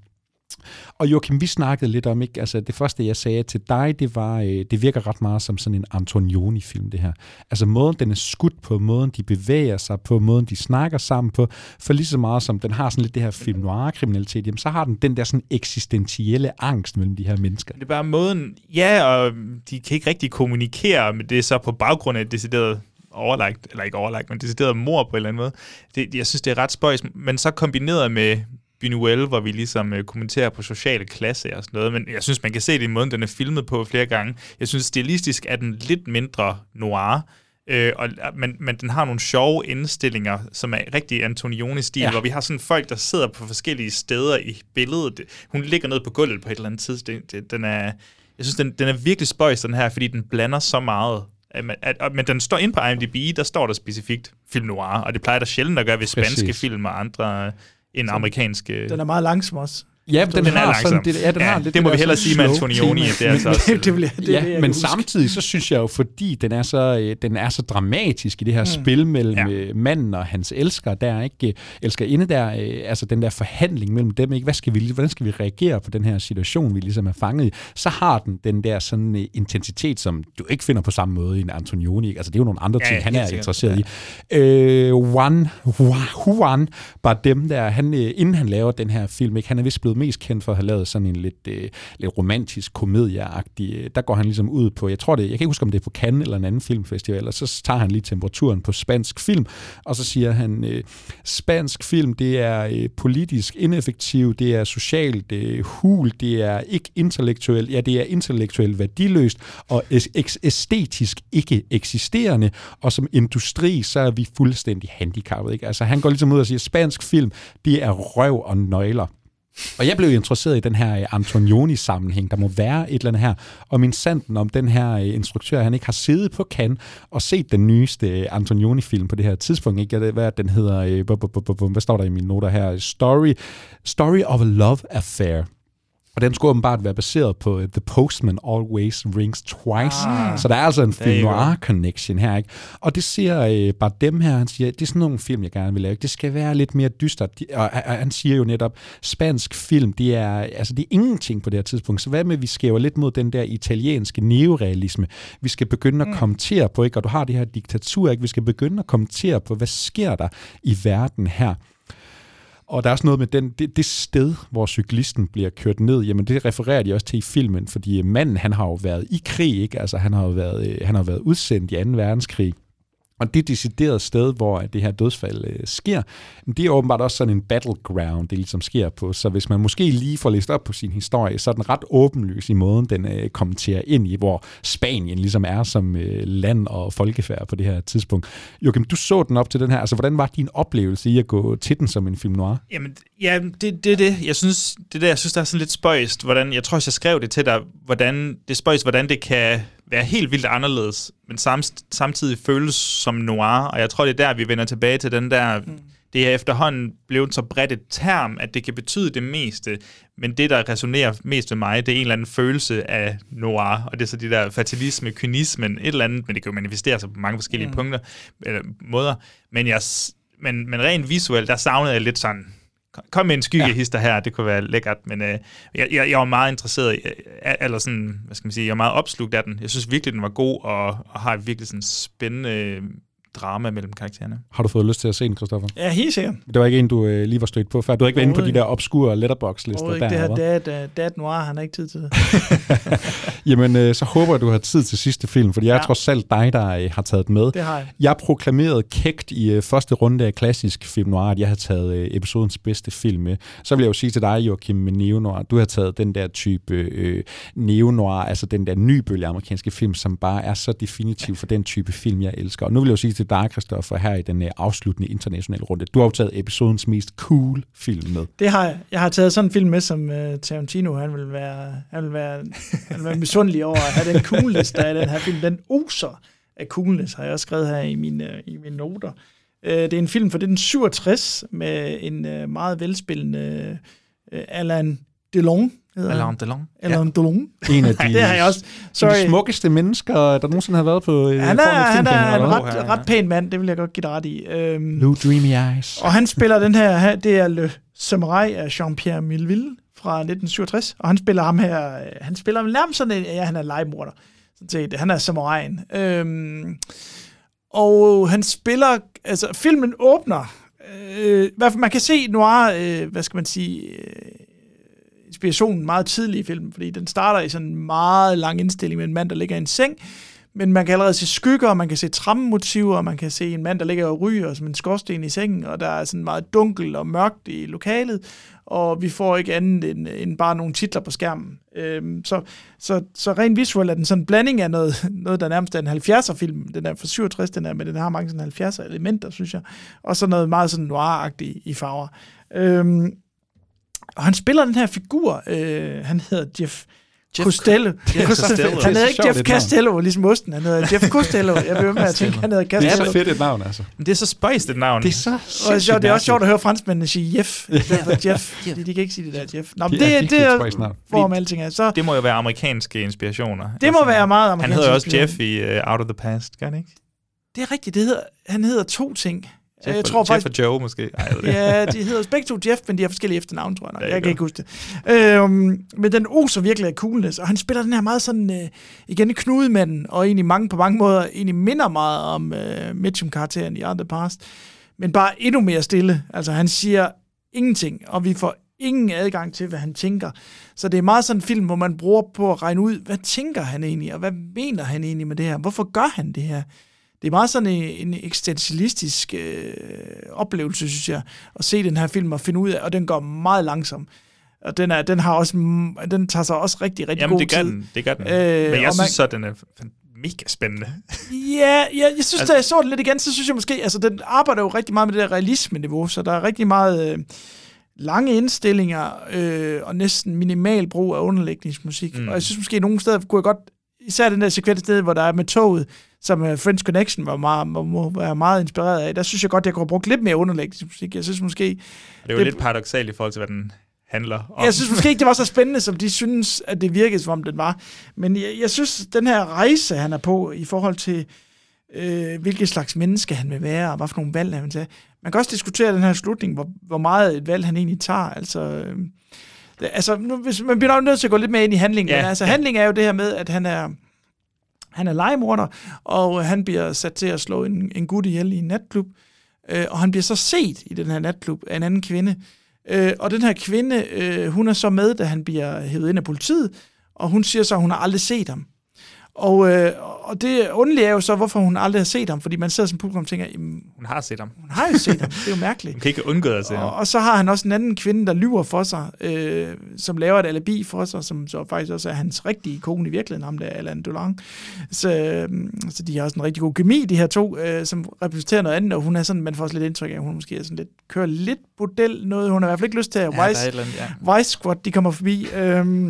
Og Joachim, vi snakkede lidt om, ikke? Altså det første, jeg sagde til dig, det var, øh, det virker ret meget som sådan en Antonioni-film, det her. Altså måden, den er skudt på, måden, de bevæger sig på, måden, de snakker sammen på, for lige så meget som den har sådan lidt det her film noir-kriminalitet, jamen så har den den der sådan eksistentielle angst mellem de her mennesker. Det er bare måden, ja, og de kan ikke rigtig kommunikere med det så på baggrund af et decideret overlagt, eller ikke overlagt, men decideret mord på en eller anden måde. Det, jeg synes, det er ret spøjs, men så kombineret med Buñuel, hvor vi ligesom øh, kommenterer på sociale klasse og sådan noget, men jeg synes, man kan se det i måden, den er filmet på flere gange. Jeg synes, stilistisk er den lidt mindre noir, Øh, og, men, men den har nogle sjove indstillinger, som er rigtig Antonioni-stil, ja. Hvor vi har sådan folk, der sidder på forskellige steder i billedet. Hun ligger ned på gulvet på et eller andet tidspunkt. Den er, jeg synes, den, den er virkelig spøjs, den her, fordi den blander så meget. At, at, at, men den står inde på I M D B, der står der specifikt film noir, og det plejer der sjældent at gøre ved spanske Præcis. Film og andre end amerikanske. Den er meget langsom også. Ja, den, den har sådan, det, ja, den ja, har det, det, det må det vi hellere sige med Antonioni. Det er altså også, det, det, det, ja, det, men samtidig så synes jeg jo, fordi den er så, den er så dramatisk i det her mm. spil mellem ja. manden og hans elsker, der ikke elsker inde der, altså den der forhandling mellem dem, ikke? Hvad skal vi, hvordan skal vi reagere på den her situation, vi ligesom er fanget i? Så har den den der sådan uh, intensitet, som du ikke finder på samme måde i en Antonioni. Ikke? Altså det er jo nogle andre ting, ja, han er sikkert. interesseret ja. i. Øh, Juan, Juan Bardem der, han, inden han laver den her film, ikke? Han er vist blevet mest kendt for at have lavet sådan en lidt, øh, lidt romantisk komedieagtig. Der går han ligesom ud på, jeg tror det, jeg kan ikke huske, om det er på Cannes eller en anden filmfestival, og så tager han lige temperaturen på spansk film, og så siger han, øh, spansk film, det er øh, politisk ineffektiv, det er socialt det er hul, det er ikke intellektuelt, ja, det er intellektuelt værdiløst, og æstetisk ikke eksisterende, og som industri, så er vi fuldstændig handicappet, ikke? Altså han går ligesom ud og siger, spansk film, det er røv og nøgler. Og jeg blev interesseret i den her Antonioni-sammenhæng, der må være et eller andet her, og min sanden om den her instruktør, han ikke har siddet på Cannes og set den nyeste Antonioni-film på det her tidspunkt, ikke? Hvad den hedder, hvad står der i mine noter her? Story, Story of a Love Affair. Og den skulle åbenbart være baseret på uh, The Postman Always Rings Twice. Ah, så der er altså en film noir connection her, ikke? Og det siger uh, bare dem her, han siger, det er sådan nogle film, jeg gerne vil lave. Det skal være lidt mere dystert. Og uh, han siger jo netop, spansk film, det er, altså, det er ingenting på det her tidspunkt. Så hvad med, vi skæver lidt mod den der italienske neorealisme. Vi skal begynde at mm. kommentere på, ikke? Og du har det her diktatur, ikke? Vi skal begynde at kommentere på, hvad sker der i verden her? Og der er også noget med den, det, det sted, hvor cyklisten bliver kørt ned, jamen det refererer de også til i filmen, fordi manden, han har jo været i krig, ikke? Altså han har jo været, han har været udsendt i anden verdenskrig. Og det deciderede sted, hvor det her dødsfald øh, sker, det er åbenbart også sådan en battleground, det ligesom sker på. Så hvis man måske lige får læst op på sin historie, så er den ret åbenløs i måden, den øh, kommenterer ind i, hvor Spanien ligesom er som øh, land og folkefærd på det her tidspunkt. Joachim, du så den op til den her. Altså, hvordan var din oplevelse i at gå til den som en film noir? Jamen, ja, det, det er det. Jeg synes, det der, jeg synes, der er sådan lidt spøjst, hvordan, jeg tror også, jeg skrev det til dig, hvordan det er spøjst, hvordan det kan være helt vildt anderledes, men samtidig føles som noir, og jeg tror, det er der, vi vender tilbage til den der, mm. det er efterhånden blevet så bredt et term, at det kan betyde det meste, men det, der resonerer mest med mig, det er en eller anden følelse af noir, og det er så de der fatalisme, kynismen, et eller andet, men det kan jo manifestere sig på mange forskellige mm. punkter, eller måder, men, jeg, men, men rent visuelt, der savnede jeg lidt sådan, kom med en skyggehister ja. her, det kunne være lækkert, men øh, jeg, jeg, jeg var meget interesseret i, eller sådan, hvad skal man sige, jeg var meget opslugt af den. Jeg synes virkelig, den var god, og, og har virkelig sådan spændende drama mellem karaktererne. Har du fået lyst til at se den, Christoffer? Ja, helt sikkert. Det var ikke en, du øh, lige var stødt på før. Du har ikke været inde på de der obskure letterbox-lister der, det her dad, dad noir, han har ikke tid til det. Jamen, øh, så håber jeg, du har tid til sidste film, fordi jeg ja. er trods alt dig, der øh, har taget med. Det har jeg. Jeg proklamerede kægt i øh, første runde af klassisk film noir, at jeg har taget øh, episodens bedste film med. Så vil jeg jo sige til dig, Joachim, med neo-noir, du har taget den der type øh, neo-noir, altså den der nybølge amerikanske film, som bare er så definitiv for den type film, jeg elsker. Og nu vil jeg jo sige til dig, Christoffer, her i den uh, afsluttende internationale runde. Du har jo taget episodens mest cool film med. Det har jeg. Jeg har taget sådan en film med, som uh, Tarantino, han vil være, han vil være, han vil være misundelig over at have den coolness, der er den her film. Den oser af coolness, har jeg også skrevet her i mine, uh, i mine noter. Uh, det er en film fra nitten syvogtres med en uh, meget velspillende uh, Alain Delon. Alain Delon. Alain ja. Delon. En af de, det har jeg også. de smukkeste mennesker, der nogensinde har været på han er, han er en ret, ret pæn mand, det vil jeg godt give dig ret i. Um, Blue Dreamy Eyes. Og han spiller den her, det er Le Samurai af Jean-Pierre Melville fra nitten syvogtres, og han spiller ham her, han spiller nærmest sådan en, ja, han er legemorder. Sådan han er samuraien. Um, og han spiller, altså filmen åbner, øh, i hvert fald man kan se noir, øh, hvad skal man sige, øh, inspirationen meget tidlig i filmen, fordi den starter i sådan en meget lang indstilling med en mand, der ligger i en seng, men man kan allerede se skygger, man kan se trammemotiver, man kan se en mand, der ligger og ryger som en skorsten i sengen, og der er sådan meget dunkelt og mørkt i lokalet, og vi får ikke andet end, end bare nogle titler på skærmen. Øhm, så, så, så rent visuelt er den sådan en blanding af noget, noget der nærmest er en halvfjerdser-film. Den er fra syvogtres, den er, men den har mange sådan halvfjerdser-elementer, synes jeg. Og så noget meget sådan noir-agtigt i farver. Øhm, og han spiller den her figur, øh, han hedder Jeff... Jeff Costello. Jeff Costello. Han hedder ikke Jeff Castello, ligesom osten. Han hedder Jeff Costello. Jeg vil med at tænke, han hedder Castello. Det er så fedt et navn, altså. Men det er så spøjst et navn. Det er så og så, det er også sjovt at høre franskmændene sige Jeff. Jeff. Jeff. De, de kan ikke sige det der Jeff. Nå, det, det, det er, hvor alting er. Så, det må jo være amerikanske inspirationer. Det altså, må være meget amerikanske. Han hedder også Jeff i uh, Out of the Past, gør han ikke? Det er rigtigt. Det hedder, han hedder to ting. Jeff, jeg tror Jeff faktisk, og Joe måske. Ej, ja, de hedder begge to Jeff, men de har forskellige efternavn, tror jeg nok. Jeg, jeg kan ikke huske det. Øhm, men den oser virkelig af coolness, og han spiller den her meget sådan, øh, igen knudemanden, og egentlig mange, på mange måder egentlig minder meget om øh, Mitchum-karakteren i Out of the Past, men bare endnu mere stille. Altså han siger ingenting, og vi får ingen adgang til, hvad han tænker. Så det er meget sådan en film, hvor man bruger på at regne ud, hvad tænker han egentlig, og hvad mener han egentlig med det her? Hvorfor gør han det her? Det er meget sådan en, en eksistentialistisk øh, oplevelse, synes jeg, at se den her film og finde ud af, og den går meget langsom. Og den, er, den, har også, den tager sig også rigtig, rigtig Jamen, god det gør tid. Den, det gør den. Øh, Men jeg man, synes så, den er mega spændende. Ja, jeg, jeg synes, altså, da jeg så det lidt igen, så synes jeg måske, altså den arbejder jo rigtig meget med det der realisme-niveau, så der er rigtig meget øh, lange indstillinger øh, og næsten minimal brug af underlægningsmusik. Mm. Og jeg synes måske, nogle steder kunne jeg godt, især den der sekvens sted, hvor der er med toget, som uh, French Connection var meget, må, må være meget inspireret af, der synes jeg godt, jeg kunne have brugt lidt mere underlægningsmusik. Jeg synes måske... Det er jo det, lidt paradoksalt i forhold til, hvad den handler om. Jeg synes måske ikke, det var så spændende, som de synes, at det virkede, som om den var. Men jeg, jeg synes, den her rejse, han er på, i forhold til, øh, hvilket slags menneske han vil være, og hvad for nogle valg han vil tage. Man kan også diskutere den her slutning, hvor, hvor meget et valg han egentlig tager. Altså... Øh, det, altså nu, hvis, man bliver nok nødt til at gå lidt mere ind i handlingen. Ja, men altså, ja. Handlingen er jo det her med, at han er... Han er legemorder, og han bliver sat til at slå en, en gut ihjel i en natklub. Øh, og han bliver så set i den her natklub af en anden kvinde. Øh, og den her kvinde, øh, hun er så med, da han bliver hævet ind af politiet, og hun siger så, at hun har aldrig set ham. Og, øh, og det underlige er jo så, hvorfor hun aldrig har set ham, fordi man sidder som publikum og tænker, hun har set ham. Hun har jo set ham, det er jo mærkeligt. Hun kan ikke undgå at se ham. Og, og så har han også en anden kvinde, der lyver for sig, øh, som laver et alibi for sig, som så faktisk også er hans rigtige kone i virkeligheden, ham der Alain Delon. Så, øh, så de har også en rigtig god kemi, de her to, øh, som repræsenterer noget andet, og hun er sådan, man får også lidt indtryk af, at hun måske er sådan lidt, kører lidt bordel noget, hun har i hvert fald ikke lyst til at ja, Vice, andet, ja. Vice Squad, de kommer forbi. Øh,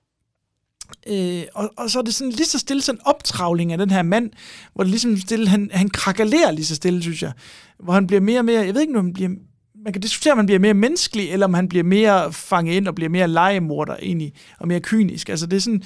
Øh, og, og så er det sådan lige så stille sådan en optravling af den her mand, hvor det ligesom stille, han, han krakalerer lige så stille, synes jeg. Hvor han bliver mere og mere, jeg ved ikke, om han bliver, man kan diskutere, om han bliver mere menneskelig, eller om han bliver mere fanget ind og bliver mere legemorder egentlig, og mere kynisk. Altså det er sådan,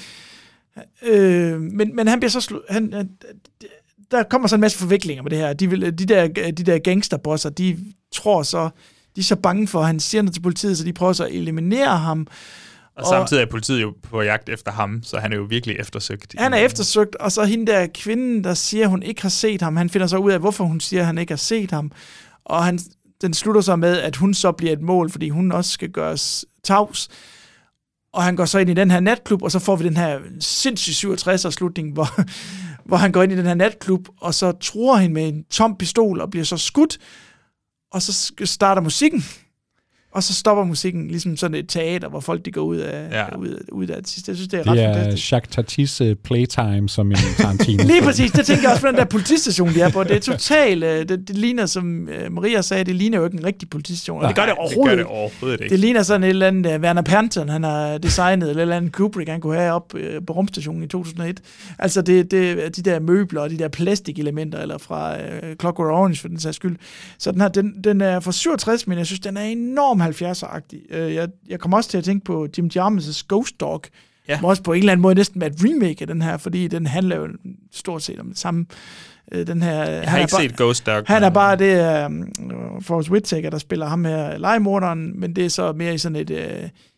øh, men, men han bliver så slu, han, han, der kommer så en masse forviklinger med det her. De, vil, de der, de der gangsterbosser, de tror så, de er så bange for, at han siger noget til politiet, så de prøver så at eliminere ham. Og, og samtidig er politiet jo på jagt efter ham, så han er jo virkelig eftersøgt. Han er eftersøgt, og så hende der kvinde, der siger, at hun ikke har set ham, han finder så ud af, hvorfor hun siger, at han ikke har set ham. Og han, den slutter så med, at hun så bliver et mål, fordi hun også skal gøres tavs. Og han går så ind i den her natklub, og så får vi den her sindssyge syvogtresser-slutning, hvor, hvor han går ind i den her natklub, og så truer hende med en tom pistol, og bliver så skudt, og så starter musikken. Og så stopper musikken, ligesom sådan et teater, hvor folk de går ud af, ja. ud, ud af det sidste. Jeg synes, det er det ret er fantastisk. Jacques Tatis uh, playtime, som en Tarantino. Lige præcis, det tænker jeg også på den der politistation, de er på. Det er totalt, det, det ligner, som Maria sagde, det ligner jo ikke en rigtig politistation. Og det gør det overhovedet, det gør det overhovedet ikke. Det ligner sådan et eller andet, uh, Werner Panton, han har designet, eller et eller andet Kubrick, han kunne have op uh, på rumstationen i to tusind og et. Altså det, det, de der møbler og de der plastikelementer, eller fra uh, Clockwork Orange, for den sags skyld. Så den, her, den, den er fra syvogtres, men jeg synes, den er enormt halvfjerdser-agtig. Jeg, jeg kommer også til at tænke på Jim Jarmusch's Ghost Dog, ja. Som også på en eller anden måde næsten er et remake af den her, fordi den handler jo stort set om det samme. Den her, jeg har ikke set bare, Ghost Dog. Han er bare det, um, Forrest Whitaker, der spiller ham her legemorderen, men det er så mere i sådan et uh,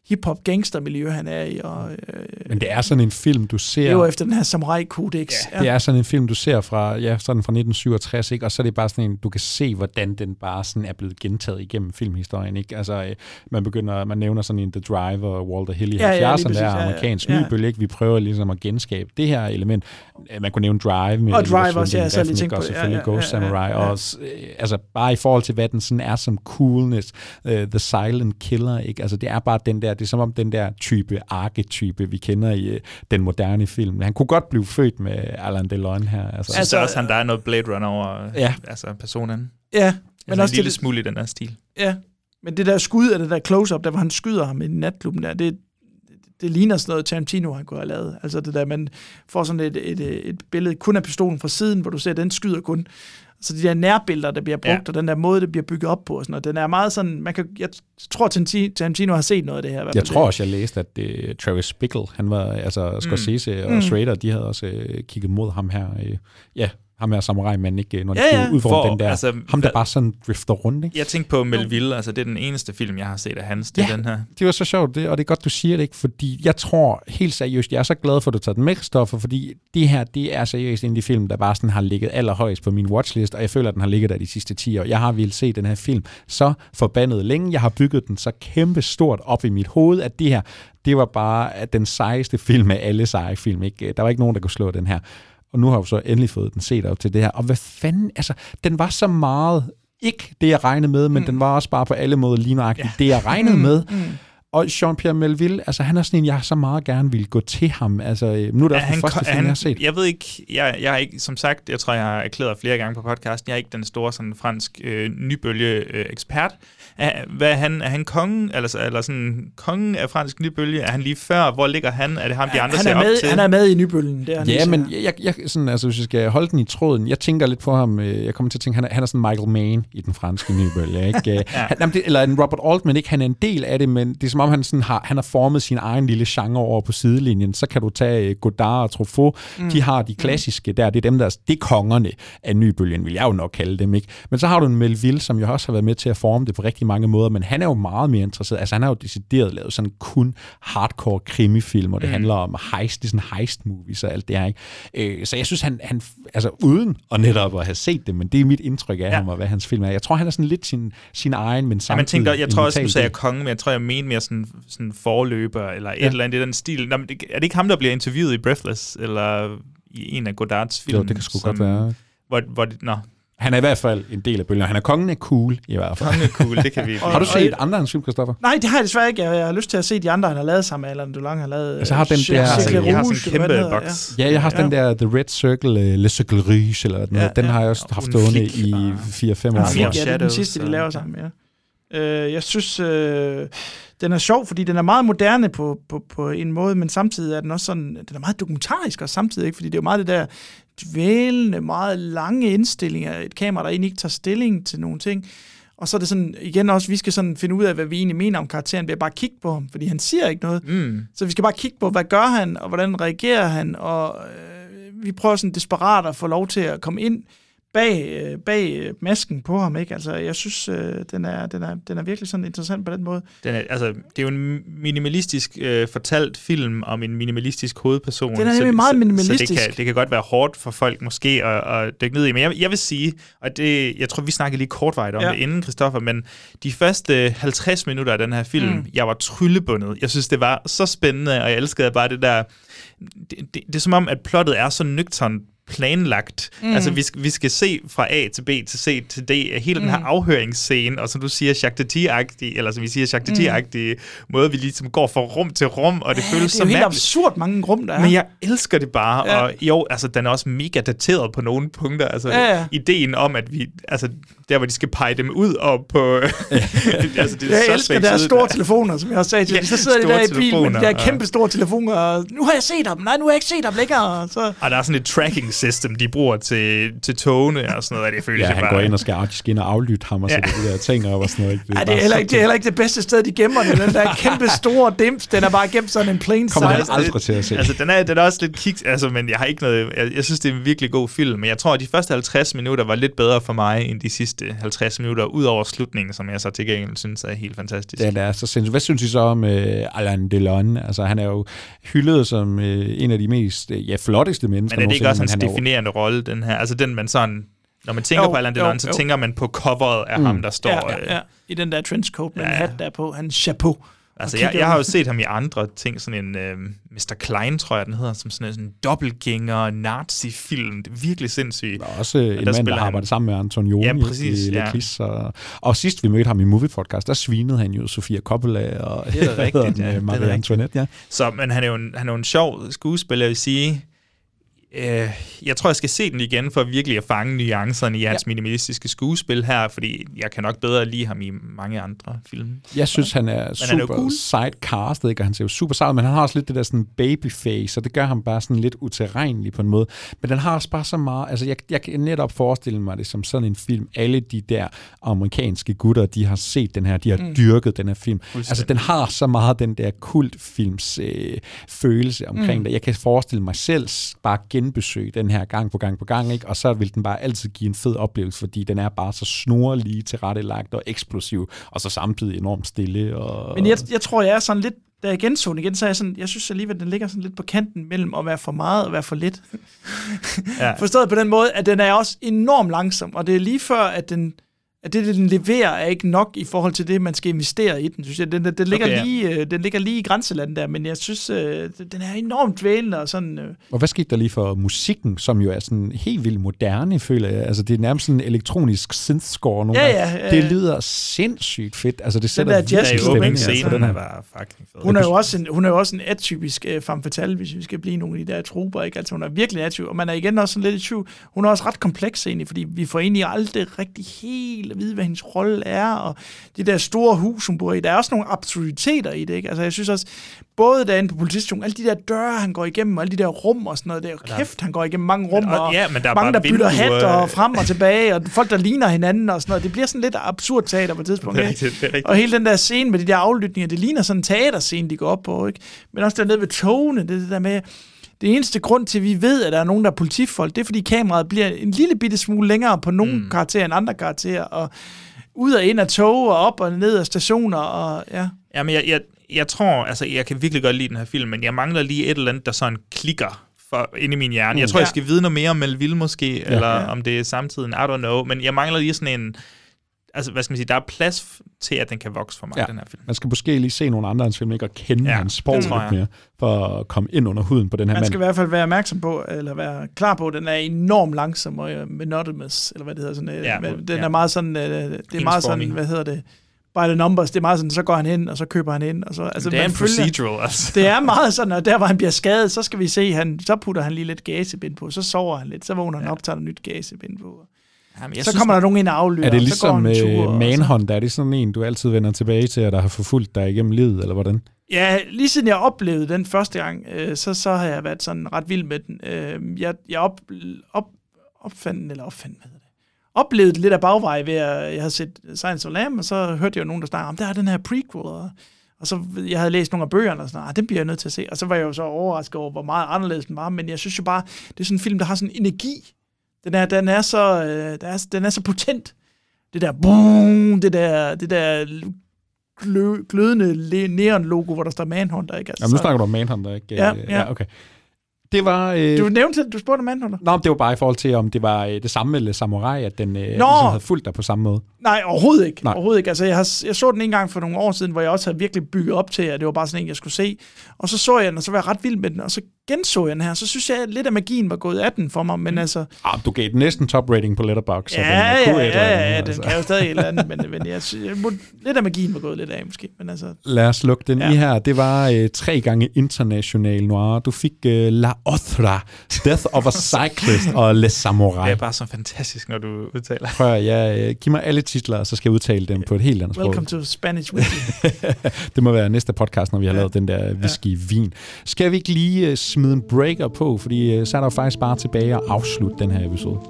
hip-hop gangstermiljø, han er i. Og, øh, Men det er sådan en film, du ser... Det er jo efter den her samurai-kodex. Ja, ja. Det er sådan en film, du ser fra, ja, sådan fra nitten syvogtres, ikke? Og så er det bare sådan en, du kan se, hvordan den bare sådan er blevet gentaget igennem filmhistorien, ikke? Altså, øh, man begynder, man nævner sådan en The Driver og Walter Hill i ja, halvfjerdserne, ja, der er amerikansk ja, ja. nybølge, ikke? Vi prøver ligesom at genskabe det her element. Man kunne nævne Drive med... Og Drive også, ja, så lige tænkt på det. Og selvfølgelig ja, ja, Ghost Samurai. Ja, ja, ja. Og, øh, altså, bare i forhold til, hvad den sådan er som coolness, uh, The Silent Killer, ikke? Altså, det er bare den der, det er som om den der type, arketype, vi kender i uh, den moderne film. Han kunne godt blive født med Alain Delon her. Altså, jeg synes også, han der er noget Blade Runner over ja. altså, personen. Ja. Altså, Men også en lille det, smule i den der stil. Ja, men det der skud af det der close-up, der hvor han skyder ham i natklubben der, det, det ligner sådan noget Tarantino, han kunne have lavet. Altså det der, man får sådan et, et, et billede kun af pistolen fra siden, hvor du ser, at den skyder kun. Så de der nærbilleder, der bliver brugt, ja. Og den der måde, det bliver bygget op på, og sådan noget, den er meget sådan, man kan, jeg tror, Tarantino har set noget af det her. Jeg tror også, jeg læste, at det, Travis Bickle, han var, altså Scorsese mm. og Schrader, de havde også uh, kigget mod ham her. Uh, ja, ham her samurai, men ikke, når de ja, ja. skulle udforme den der, altså, ham der bare sådan drifter rundt, ikke? Jeg tænkte på Melville, altså det er den eneste film, jeg har set af hans, det ja, er den her. Det var så sjovt, det, og det er godt, du siger det, ikke? Fordi jeg tror helt seriøst, jeg er så glad for, at du tager den med, Christoffer, fordi det her, det er seriøst en af de film, der bare sådan har ligget allerhøjst på min watchlist, og jeg føler, at den har ligget der de sidste ti år. Jeg har vildt se den her film så forbandet længe, jeg har bygget den så kæmpe stort op i mit hoved, at det her, det var bare den sejeste film af alle seje film, ikke? Der var ikke nogen, der kunne slå den her. Og nu har jeg så endelig fået den set op til det her. Og hvad fanden, altså, den var så meget ikke det, jeg regnede med, men mm. den var også bare på alle måder lige nøjagtigt ja. det, jeg regnede mm. med. Mm. Og Jean-Pierre Melville, altså han er sådan en, jeg så meget gerne ville gå til ham. Altså, nu er det ja, også den første film, han, jeg har set. Jeg ved ikke, jeg, jeg har ikke, som sagt, jeg tror, jeg har erklæret flere gange på podcasten, jeg er ikke den store sådan fransk øh, nybølge-ekspert. Er, hvad er han? Er han kongen, eller, eller sådan kongen af fransk nybølge? Er han lige før? Hvor ligger han? Er det ham, de andre han ser med, op til? Han er med i nybølgen. Det er ja, men jeg, jeg, sådan, altså, hvis jeg skal holde den i tråden, jeg tænker lidt på ham, jeg kommer til at tænke, han er, han er sådan Michael Mann i den franske nybølge, ikke? ja. han, eller en Robert Altman, ikke? Han er en del af det, men det er som om, han, sådan har, han har formet sin egen lille genre over på sidelinjen. Så kan du tage Godard og Truffaut, mm. de har de klassiske der, det er dem, der det er kongerne af nybølgen, vil jeg jo nok kalde dem, ikke? Men så har du en Melville, som jo også har været med til at forme det på rigtig mange måder, men han er jo meget mere interesseret. Altså han har jo decideret lavet sådan kun hardcore krimifilm, og det mm. handler om heist, det er sådan heist-movies og alt det her, ikke? Øh, så jeg synes, han, han, altså uden at netop at have set det, men det er mit indtryk af ja. ham, og hvad hans film er. Jeg tror, han er sådan lidt sin, sin egen, men samtidig... Ja, man tænker, jeg tror også, du sagde konge, men jeg tror, jeg mener mere sådan, sådan forløber, eller et ja. eller andet i den stil. Nå, er det ikke ham, der bliver interviewet i Breathless, eller i en af Godards film? Jo, det kan sgu godt være. Hvor, hvor det, nå. Han er i hvert fald en del af bølgen. Han er kongen af cool, i hvert fald. Kongen af cool, det kan vi... Har du set andre end film, Christoffer? Nej, det har jeg desværre ikke. Jeg har lyst til at se de andre, han har lavet sammen med Alain Delon. har lavet... Altså, har den der... Altså, jeg har sådan en kæmpe boks. Ja, jeg har ja. den der The Red Circle, Le Circle Rouge, eller noget. Ja, den ja. har jeg også haft stående i fire fem år. Ja, det er den sidste, de laver sammen, ja. Uh, jeg synes, uh, den er sjov, fordi den er meget moderne på, på, på en måde, men samtidig er den også sådan, den er meget dokumentarisk også samtidig, ikke? Fordi det er jo meget det der dvælende, meget lange indstillinger, et kamera, der egentlig ikke tager stilling til nogle ting. Og så er det sådan, igen også, vi skal sådan finde ud af, hvad vi egentlig mener om karakteren, ved at bare kigge på ham, fordi han siger ikke noget. Mm. Så vi skal bare kigge på, hvad gør han, og hvordan reagerer han, og øh, vi prøver sådan desperat at få lov til at komme ind bag, bag masken på ham, ikke? Altså, jeg synes, øh, den, er, den, er, den er virkelig sådan interessant på den måde. Den er, altså, det er jo en minimalistisk øh, fortalt film om en minimalistisk hovedperson. Den er nemlig meget minimalistisk. Så, så det, kan, det kan godt være hårdt for folk måske at, at dykke ned i. Men jeg, jeg vil sige, og det, jeg tror, vi snakkede lige kortvejt om ja. det inden, Christoffer, men de første halvtreds minutter af den her film, mm. jeg var tryllebundet. Jeg synes, det var så spændende, og jeg elskede bare det der... Det, det, det er som om, at plottet er så nøgternt planlagt. Mm. Altså, vi skal, vi skal se fra A til B til C til D, hele mm. den her afhøringsscene, og som du siger, Jacques Tati-agtig, eller som vi siger, Jacques Tati-agtig mm. måde, vi ligesom går fra rum til rum, og det ja, føles så mærkeligt. Det er jo helt absurd mange rum, der er. Men jeg elsker det bare, ja. og jo, altså, den er også mega dateret på nogle punkter. Altså, ja, ja. ideen om, at vi, altså, der hvor de skal pege dem ud og på... altså, det er jeg så elsker deres store telefoner, som jeg også sagde til. Ja, så sidder de der i bilen med de der kæmpe store telefoner, og nu har jeg set ham, nej, nu har jeg ikke set ham længere. Så... Og der er sådan et tracking system, de bruger til, til togene og sådan noget. Det føles ja, han bare... går ind og skal, de skal ind og aflytte ham og sætte ja. de der ting op og sådan noget. Det er, Ej, det er, heller, ikke, det er heller ikke det bedste sted, de gemmer det. Den der kæmpe store dims, den er bare gemt sådan en plain sight. Kommer han aldrig til at se. Altså, den er, den er også lidt kiks, altså, men jeg har ikke noget... Jeg, jeg synes, det er en virkelig god film, men jeg tror, at de første halvtreds minutter var lidt bedre for mig, end de sidste halvtreds minutter, ud over slutningen, som jeg så til gengæld synes er helt fantastisk. Det er så sindssygt. Hvad synes I så om uh, Alain Delon? Altså, han er jo hyldet som uh, en af de mest uh, ja, flotteste mennesker. Men er det ikke også hans han definerende rolle, den her? Altså den, man sådan... Når man tænker jo, på Alain Delon, jo, så jo. tænker man på coveret af mm. ham, der står... Ja, ja, ja. I den der trenchcoat med ja, ja. en hat der på, hans chapeau. Altså, jeg, jeg har jo set ham i andre ting, sådan en øh, mister Klein, tror jeg, den hedder, som sådan en sådan dobbeltgænger nazi-film. Det er virkelig sindssygt. Og også en mand, der arbejder sammen med Antonioni ja, præcis, i ja. Leclis. Og, og sidst vi mødte ham i Movie Podcast, der svinede han jo Sofia Coppola og det er rigtigt, ja. Marie Antoinette. Ja. Så, men han er, jo en, han er jo en sjov skuespiller, jeg vil sige. Øh, jeg tror, jeg skal se den igen, for virkelig at fange nuancerne i hans ja. minimalistiske skuespil her, fordi jeg kan nok bedre lide ham i mange andre film. Jeg synes, han er men super han er cool. Side-castet, ikke? Han ser jo super sejt, men han har også lidt det der sådan babyface, og det gør ham bare sådan lidt utilregnelig på en måde. Men den har også bare så meget, altså jeg, jeg kan netop forestille mig det som sådan en film. Alle de der amerikanske gutter, de har set den her, de har mm. dyrket den her film. Altså den har så meget den der kultfilms øh, følelse omkring mm. det. Jeg kan forestille mig selv bare genbesøg den her gang på gang på gang, ikke? Og så vil den bare altid give en fed oplevelse, fordi den er bare så snorlige tilrettelagt og eksplosiv, og så samtidig enormt stille. Og Men jeg, jeg tror, jeg er sådan lidt, da jeg genså den igen, så er jeg sådan, jeg synes alligevel, at den ligger sådan lidt på kanten mellem at være for meget og være for lidt. Ja. Forstået på den måde, at den er også enormt langsom, og det er lige før, at den at det, den leverer, er ikke nok i forhold til det, man skal investere i den, synes jeg. Den, den, den, ligger, okay, ja. lige, den ligger lige i grænselandet der, men jeg synes, øh, den er enormt dvælende og sådan... Øh. Og hvad skete der lige for musikken, som jo er sådan helt vildt moderne, føler jeg? Altså, det er nærmest sådan en elektronisk synth-score nogle ja, ja, ja. Det lyder sindssygt fedt. Altså, det sætter den der virkelig stemning. Altså, den her var fucking fed. Hun er jo også en, hun er jo også en atypisk uh, femme fatale, hvis vi skal blive nogle af de der trupper, ikke? Altså, hun er virkelig atypisk, og man er igen også sådan lidt i tvivl. Hun er også ret kompleks egentlig, fordi vi får egentlig aldrig rigtig helt at vide, hvad hendes rolle er, og det der store hus, hun bor i. Der er også nogle absurditeter i det, ikke? Altså, jeg synes også, både derinde på politistationen, alle de der døre, han går igennem, og alle de der rum og sådan noget, det er jo kæft, han går igennem mange rum, og ja, der mange, der bytter hat og frem og tilbage, og folk, der ligner hinanden og sådan noget. Det bliver sådan lidt absurd teater på et tidspunkt, det er rigtigt, det er rigtigt. Og hele den der scene med de der aflytninger, det ligner sådan en teaterscene, de går op på, ikke? Men også dernede ved togene, det, det der med, det eneste grund til, at vi ved, at der er nogen, der er politifolk, det er, fordi kameraet bliver en lille bitte smule længere på nogle mm. karakterer end andre karakterer, og ud og ind af tog, og op og ned af stationer, og ja. Ja, men jeg, jeg, jeg tror, altså, jeg kan virkelig godt lide den her film, men jeg mangler lige et eller andet, der sådan klikker for, inde i min hjerne. Mm. Jeg tror, ja. jeg skal vide noget mere om Melville måske, ja, eller ja. om det er samtiden, I don't know, men jeg mangler lige sådan en... Altså, hvad skal man sige, der er plads til, at den kan vokse for mig, ja. den her film. Man skal måske lige se nogle andre hans film, ikke? Og kende ja, hans sprog lidt mere, for at komme ind under huden på den her man mand. Man skal i hvert fald være opmærksom på, eller være klar på, at den er enormt langsom og monotonous, eller hvad det hedder. Sådan, ja, den ja. er meget sådan, det er meget sådan, hvad hedder det, by the numbers, det er meget sådan, så går han hen, og så køber han ind, og så... Altså, det er en procedural, altså. Det er meget sådan, og der hvor han bliver skadet, så skal vi se, han, så putter han lige lidt gasebind på, så sover han lidt, så vågner han ja. op, tager nyt gasebind på. Jamen, så kommer der nogen ind og aflytter. Er det ligesom uh, Manhunt? Er det sådan en, du altid vender tilbage til, at der har forfulgt dig igennem livet, eller hvordan? Ja, lige siden jeg oplevede den første gang, øh, så, så har jeg været sådan ret vild med den. Øh, jeg jeg op, op, opfandt, eller opfandt, hvad hedder det? Oplevede lidt af bagvej ved, at jeg havde set Silence of the Lambs, og så hørte jeg jo nogen, der snakkede om, der er den her prequel, og, og så jeg havde læst nogle af bøgerne, og sådan, ah, den bliver jeg nødt til at se. Og så var jeg jo så overrasket over, hvor meget anderledes den var, men jeg synes jo bare, det er sådan en film, der har sådan en energi. Den er, den er så, øh, den, er, den er så potent. Det der boom, det der, det der glø, glødende neon-logo, hvor der står Manhunter, ikke? Altså, jamen, nu snakker du om Manhunter, ikke? Ja, ja. ja okay. Det var... Øh... Du nævnte, du spurgte om Manhunter. Nå, det var bare i forhold til, om det var øh, det samme med Samurai, at den øh, ligesom havde fulgt dig på samme måde. Nej, overhovedet ikke. Nej. Overhovedet ikke. Altså, jeg, har, jeg så den en gang for nogle år siden, hvor jeg også havde virkelig bygget op til, at det var bare sådan en, jeg skulle se. Og så så jeg den, og så var jeg ret vild med den, og så genså jeg den her. Så synes jeg, at lidt af magien var gået af den for mig, men mm. altså... Ah, du gav den næsten top rating på Letterboxd. Ja, ja, ja, ja, ja, ja, den altså. kan jo stadig et eller andet, men, men jeg, jeg, jeg, lidt af magien var gået lidt af, måske. Men altså, lad os lukke den ja. i her. Det var øh, tre gange international noir. Du fik øh, La Otra, Death of a Cyclist og Le Samurai. Det er bare så fantastisk, når du udtaler. Prøv at ja, giv mig alle titler, så skal jeg udtale dem på et helt andet sprog. Welcome to Spanish Whisky. Det må være næste podcast, når vi har ja. lavet den der whisky-vin. Skal vi ikke lige uh, smide en breaker på, fordi uh, så er der faktisk bare tilbage og afslutte den her episode.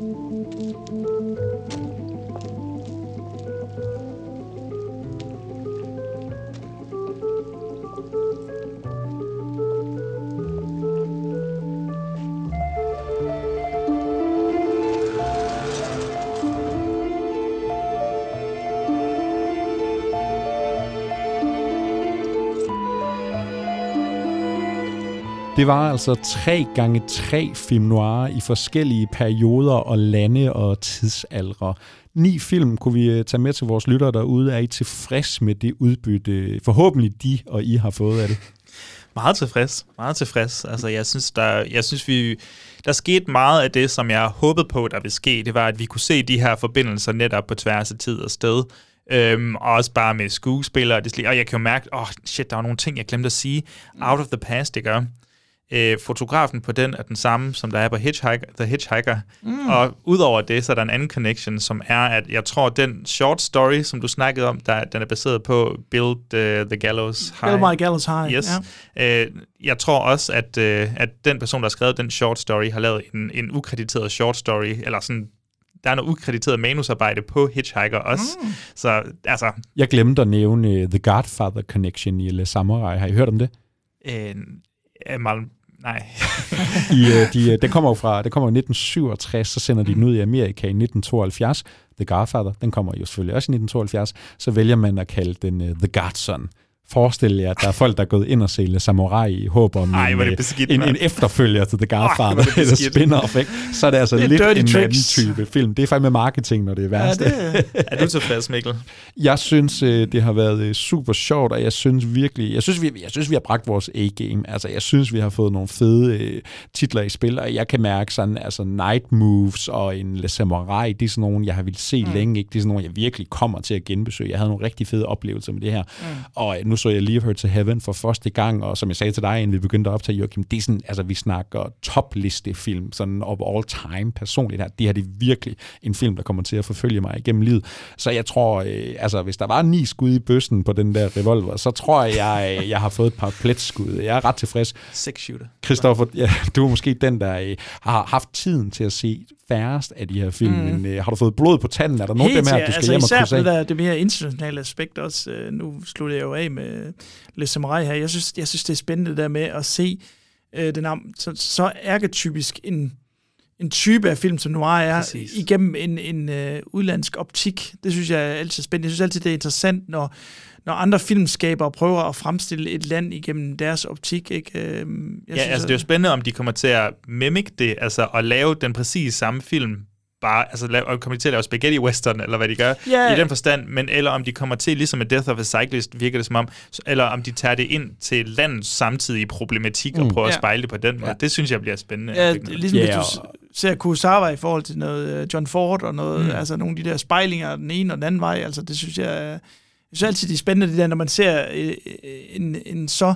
Det var altså tre gange tre film noir i forskellige perioder og lande og tidsaldre. Ni film kunne vi tage med til vores lyttere derude. Er I tilfreds med det udbytte, forhåbentlig de og I har fået af det? Meget tilfreds. Meget tilfreds. Altså, jeg synes, der, jeg synes vi, der skete meget af det, som jeg håbede på, der ville ske. Det var, at vi kunne se de her forbindelser netop på tværs af tid og sted. Øhm, og også bare med skuespillere. Og, det, og jeg kan jo mærke, åh, oh, shit, der var nogle ting, jeg glemte at sige. Out of the past, det gør. Øh, fotografen på den er den samme, som der er på Hitchhiker, The Hitchhiker. Mm. Og udover det, så er der en anden connection, som er, at jeg tror, den short story, som du snakkede om, der, den er baseret på Build uh, the Gallows High. Build my Gallows High, yes. ja. Øh, jeg tror også, at, øh, at den person, der har skrevet den short story, har lavet en, en ukrediteret short story, eller sådan, der er noget ukrediteret manusarbejde på Hitchhiker også. Mm. Så, altså... Jeg glemte at nævne uh, The Godfather Connection i Le Samurai. Har I hørt om det? Øh, mal Nej. I, de, det kommer jo fra, det kommer i nitten syvogtres, så sender de den ud i Amerika i nitten tooghalvfjerds. The Godfather, den kommer jo selvfølgelig også i nitten tooghalvfjerds. Så vælger man at kalde den uh, The Godson. Forestil jer, at der er folk, der er gået ind og se Le Samurai i håb om Ej, en, beskidt, en, en efterfølger til The Godfather, Ej, eller spin-off, ikke? Så er det altså det lidt en tricks. anden type film. Det er faktisk med marketing, når det er værst. Ja, det er. Er du tilfreds, Mikkel? Jeg synes, det har været super sjovt, og jeg synes virkelig, jeg synes, vi, jeg synes, vi har bragt vores A-game. Altså, jeg synes, vi har fået nogle fede uh, titler i spil, og jeg kan mærke sådan, altså Night Moves og en Le Samurai, det er sådan nogle, jeg har ville se mm. længe, ikke? Det er sådan nogle, jeg virkelig kommer til at genbesøge. Jeg havde nogle rigtig fede oplevelser med det her. Mm. Og nu så jeg Leave Her to Heaven for første gang, og som jeg sagde til dig, inden vi begyndte at optage, Joachim, det er sådan, altså vi snakker toplistefilm, sådan of all time personligt her. Det her det er virkelig en film, der kommer til at forfølge mig igennem livet. Så jeg tror, øh, altså hvis der var ni skud i bøssen på den der revolver, så tror jeg, jeg, jeg har fået et par pletskud. Jeg er ret tilfreds. Six shooter. Christoffer, ja, du er måske den, der øh, har haft tiden til at se færrest af de her film, mm. men øh, har du fået blod på tanden? Er der nogen af dem her, du skal altså, hjem og krydse af? Især det mere internationale aspekt også. Øh, nu slutter jeg jo af med Le Samurai her. Jeg synes, jeg synes det er spændende der med at se øh, den så, så arketypisk en, en type af film, som noir er, Præcis. igennem en, en øh, udlandsk optik. Det synes jeg er altid spændende. Jeg synes altid, det er interessant, når, når andre filmskabere prøver at fremstille et land igennem deres optik. Ikke? Jeg ja, synes, altså det er jo spændende, om de kommer til at mimikke det, altså at lave den præcis samme film, bare, altså lave, kommer de til at lave spaghetti western, eller hvad de gør, yeah. i den forstand, men eller om de kommer til, ligesom med Death of a Cyclist, virker det som om, eller om de tager det ind til landets samtidige problematik, og mm. prøver yeah. at spejle det på den måde. Yeah. Det synes jeg bliver spændende. Ja, ligesom yeah. hvis du ser Kurosawa i forhold til noget John Ford, og noget, mm. altså nogle af de der spejlinger, den ene og den anden vej, altså det synes jeg, jeg synes altid, det er spændende, det der, når man ser en, en så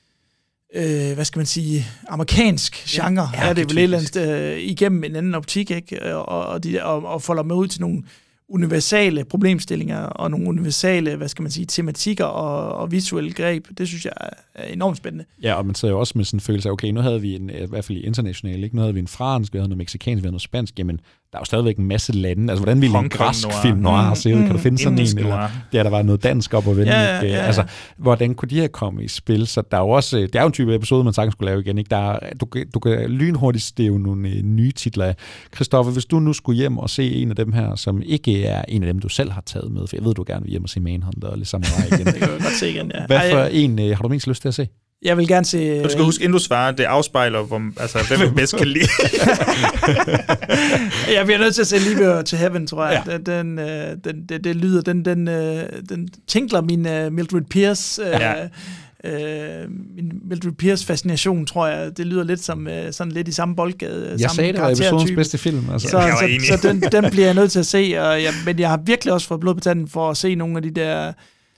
Øh, hvad skal man sige, amerikansk genre, ja, er det vel et eller andet, øh, igennem en anden optik, ikke? Og, og, de, og, og folder med ud til nogle universale problemstillinger, og nogle universale, hvad skal man sige, tematikker og, og visuelle greb. Det synes jeg er enormt spændende. Ja, og man sidder jo også med sådan en følelse af, okay, nu havde vi en, i hvert fald i international, ikke? Nu havde vi en fransk, vi havde noget mexikansk, vi havde noget spansk, jamen, der er jo stadigvæk en masse lande. Altså, hvordan ville en græsk film noir se ud? Kan du finde sådan en? Eller, ja, der var noget dansk op og vende. Ja, ja, ja. Altså, hvordan kunne de her komme i spil? Så der er jo også, det er jo en type episode, man sagtens skulle lave igen, ikke? Der er, du, du kan lynhurtigt stæve nogle uh, nye titler. Christoffer, hvis du nu skulle hjem og se en af dem her, som ikke er en af dem, du selv har taget med, for jeg ved, du gerne vil hjem og se Manhunter og Le Samurai igen. Det kan jeg godt se igen, ja. Hvad for en uh, har du mest lyst til at se? Jeg vil gerne se... Du skal huske, inden du svarer, det afspejler, hvor, altså, hvem du bedst kan lide. Jeg bliver nødt til at se Leave Her to Heaven, tror jeg. Ja. Den, den, den, det, det lyder, den, den, den tinkler min uh, Mildred Pierce... Uh, ja. Uh, min Mildred Pierce fascination, tror jeg, det lyder lidt som uh, sådan lidt i samme boldgade. Jeg sagde, det var episodens bedste film. Altså. Så, så, så den, den bliver jeg nødt til at se, og jeg, men jeg har virkelig også fået blod på tanden for at se nogle af de der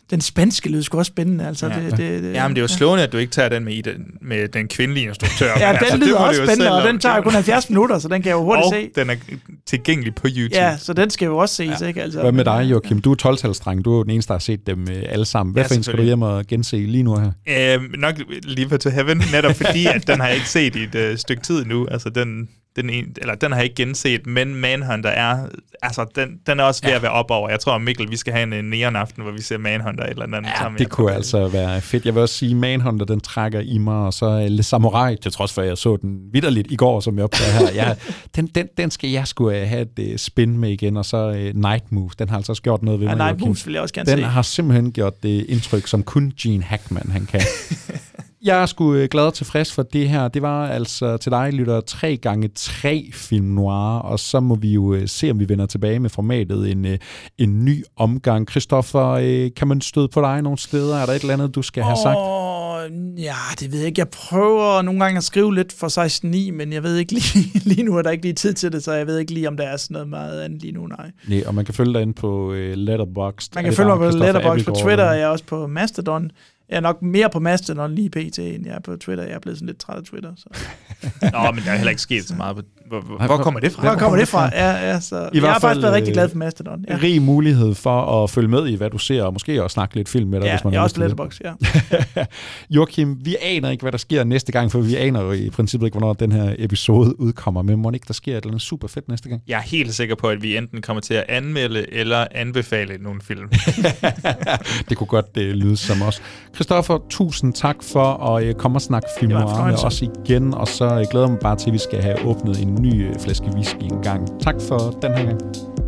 Den spanske lød sgu også spændende, altså. Ja. Det, det, det, Jamen, det er jo slående, at du ikke tager den med, i den, med den kvindelige instruktør. Ja, den altså, lyder også spændende, og den tager jo kun halvfjerds minutter, så den kan jeg jo hurtigt og se. den er tilgængelig på YouTube. Ja, så den skal jo også ses, ja. ikke? Altså, hvad med dig, Joachim? Du er tolv-talsdreng, du er den eneste, der har set dem øh, alle sammen. Hvad Ja, for en skal du hjem og gense lige nu her? Øhm, nok Leave It to Heaven, netop fordi, at den har jeg ikke set i et uh, stykke tid nu. Altså, den... Den, en, eller, den har jeg ikke genset, men Manhunter er, altså, den, den er også ved ja. at være op over. Jeg tror, Mikkel, vi skal have en neonaften, hvor vi ser Manhunter eller andet. Ja, det kunne altså være fedt. Jeg vil også sige, Manhunter, den trækker i mig, og så Le Samurai, til trods for, at jeg så den vitterligt i går, som jeg opdager her. Jeg, den, den, den skal jeg sgu have et uh, spin med igen, og så uh, Night Moves. Den har altså også gjort noget ved ja, mig. Night Moves vil jeg også gerne den se. Den har simpelthen gjort det indtryk, som kun Gene Hackman han kan. Jeg er sgu glad og tilfreds for det her. Det var altså til dig, lytter, tre gange tre film noir, og så må vi jo se, om vi vender tilbage med formatet en, en ny omgang. Christoffer, kan man støde på dig nogle steder? Er der et eller andet, du skal have sagt? Oh, ja, det ved jeg ikke. Jeg prøver nogle gange at skrive lidt for seksten ni, men jeg ved ikke lige, lige nu er der ikke lige tid til det, så jeg ved ikke lige, om der er sådan noget meget andet lige nu, nej. Nej, og man kan følge dig ind på uh, Letterboxd. Man kan følge mig på Letterboxd, på Twitter, og jeg er også på Mastodon. Jeg er nok mere på Mastodon lige pt, end jeg er på Twitter. Jeg er blevet sådan lidt træt af Twitter. Så. Nå, men der er heller ikke sket så meget. Hvor, hvor, hvor kommer det fra? Hvor kommer det fra? Ja, ja, så. Jeg har faktisk været rigtig glad for Mastodon. Ja. Rig mulighed for at følge med i, hvad du ser, og måske også snakke lidt film med dig, ja, hvis man jeg har også Letterboxd, ja. Joachim, vi aner ikke, hvad der sker næste gang, for vi aner jo i princippet ikke, hvornår den her episode udkommer. Men må ikke, der sker et eller andet super fedt næste gang? Jeg er helt sikker på, at vi enten kommer til at anmelde eller anbefale nogle film. Det kunne godt uh, lyde som os. Christoffer, tusind tak for at uh, komme og snakke film noir med os igen, og så uh, glæder jeg mig bare til, at vi skal have åbnet en ny uh, flaske whisky en gang. Tak for den her gang.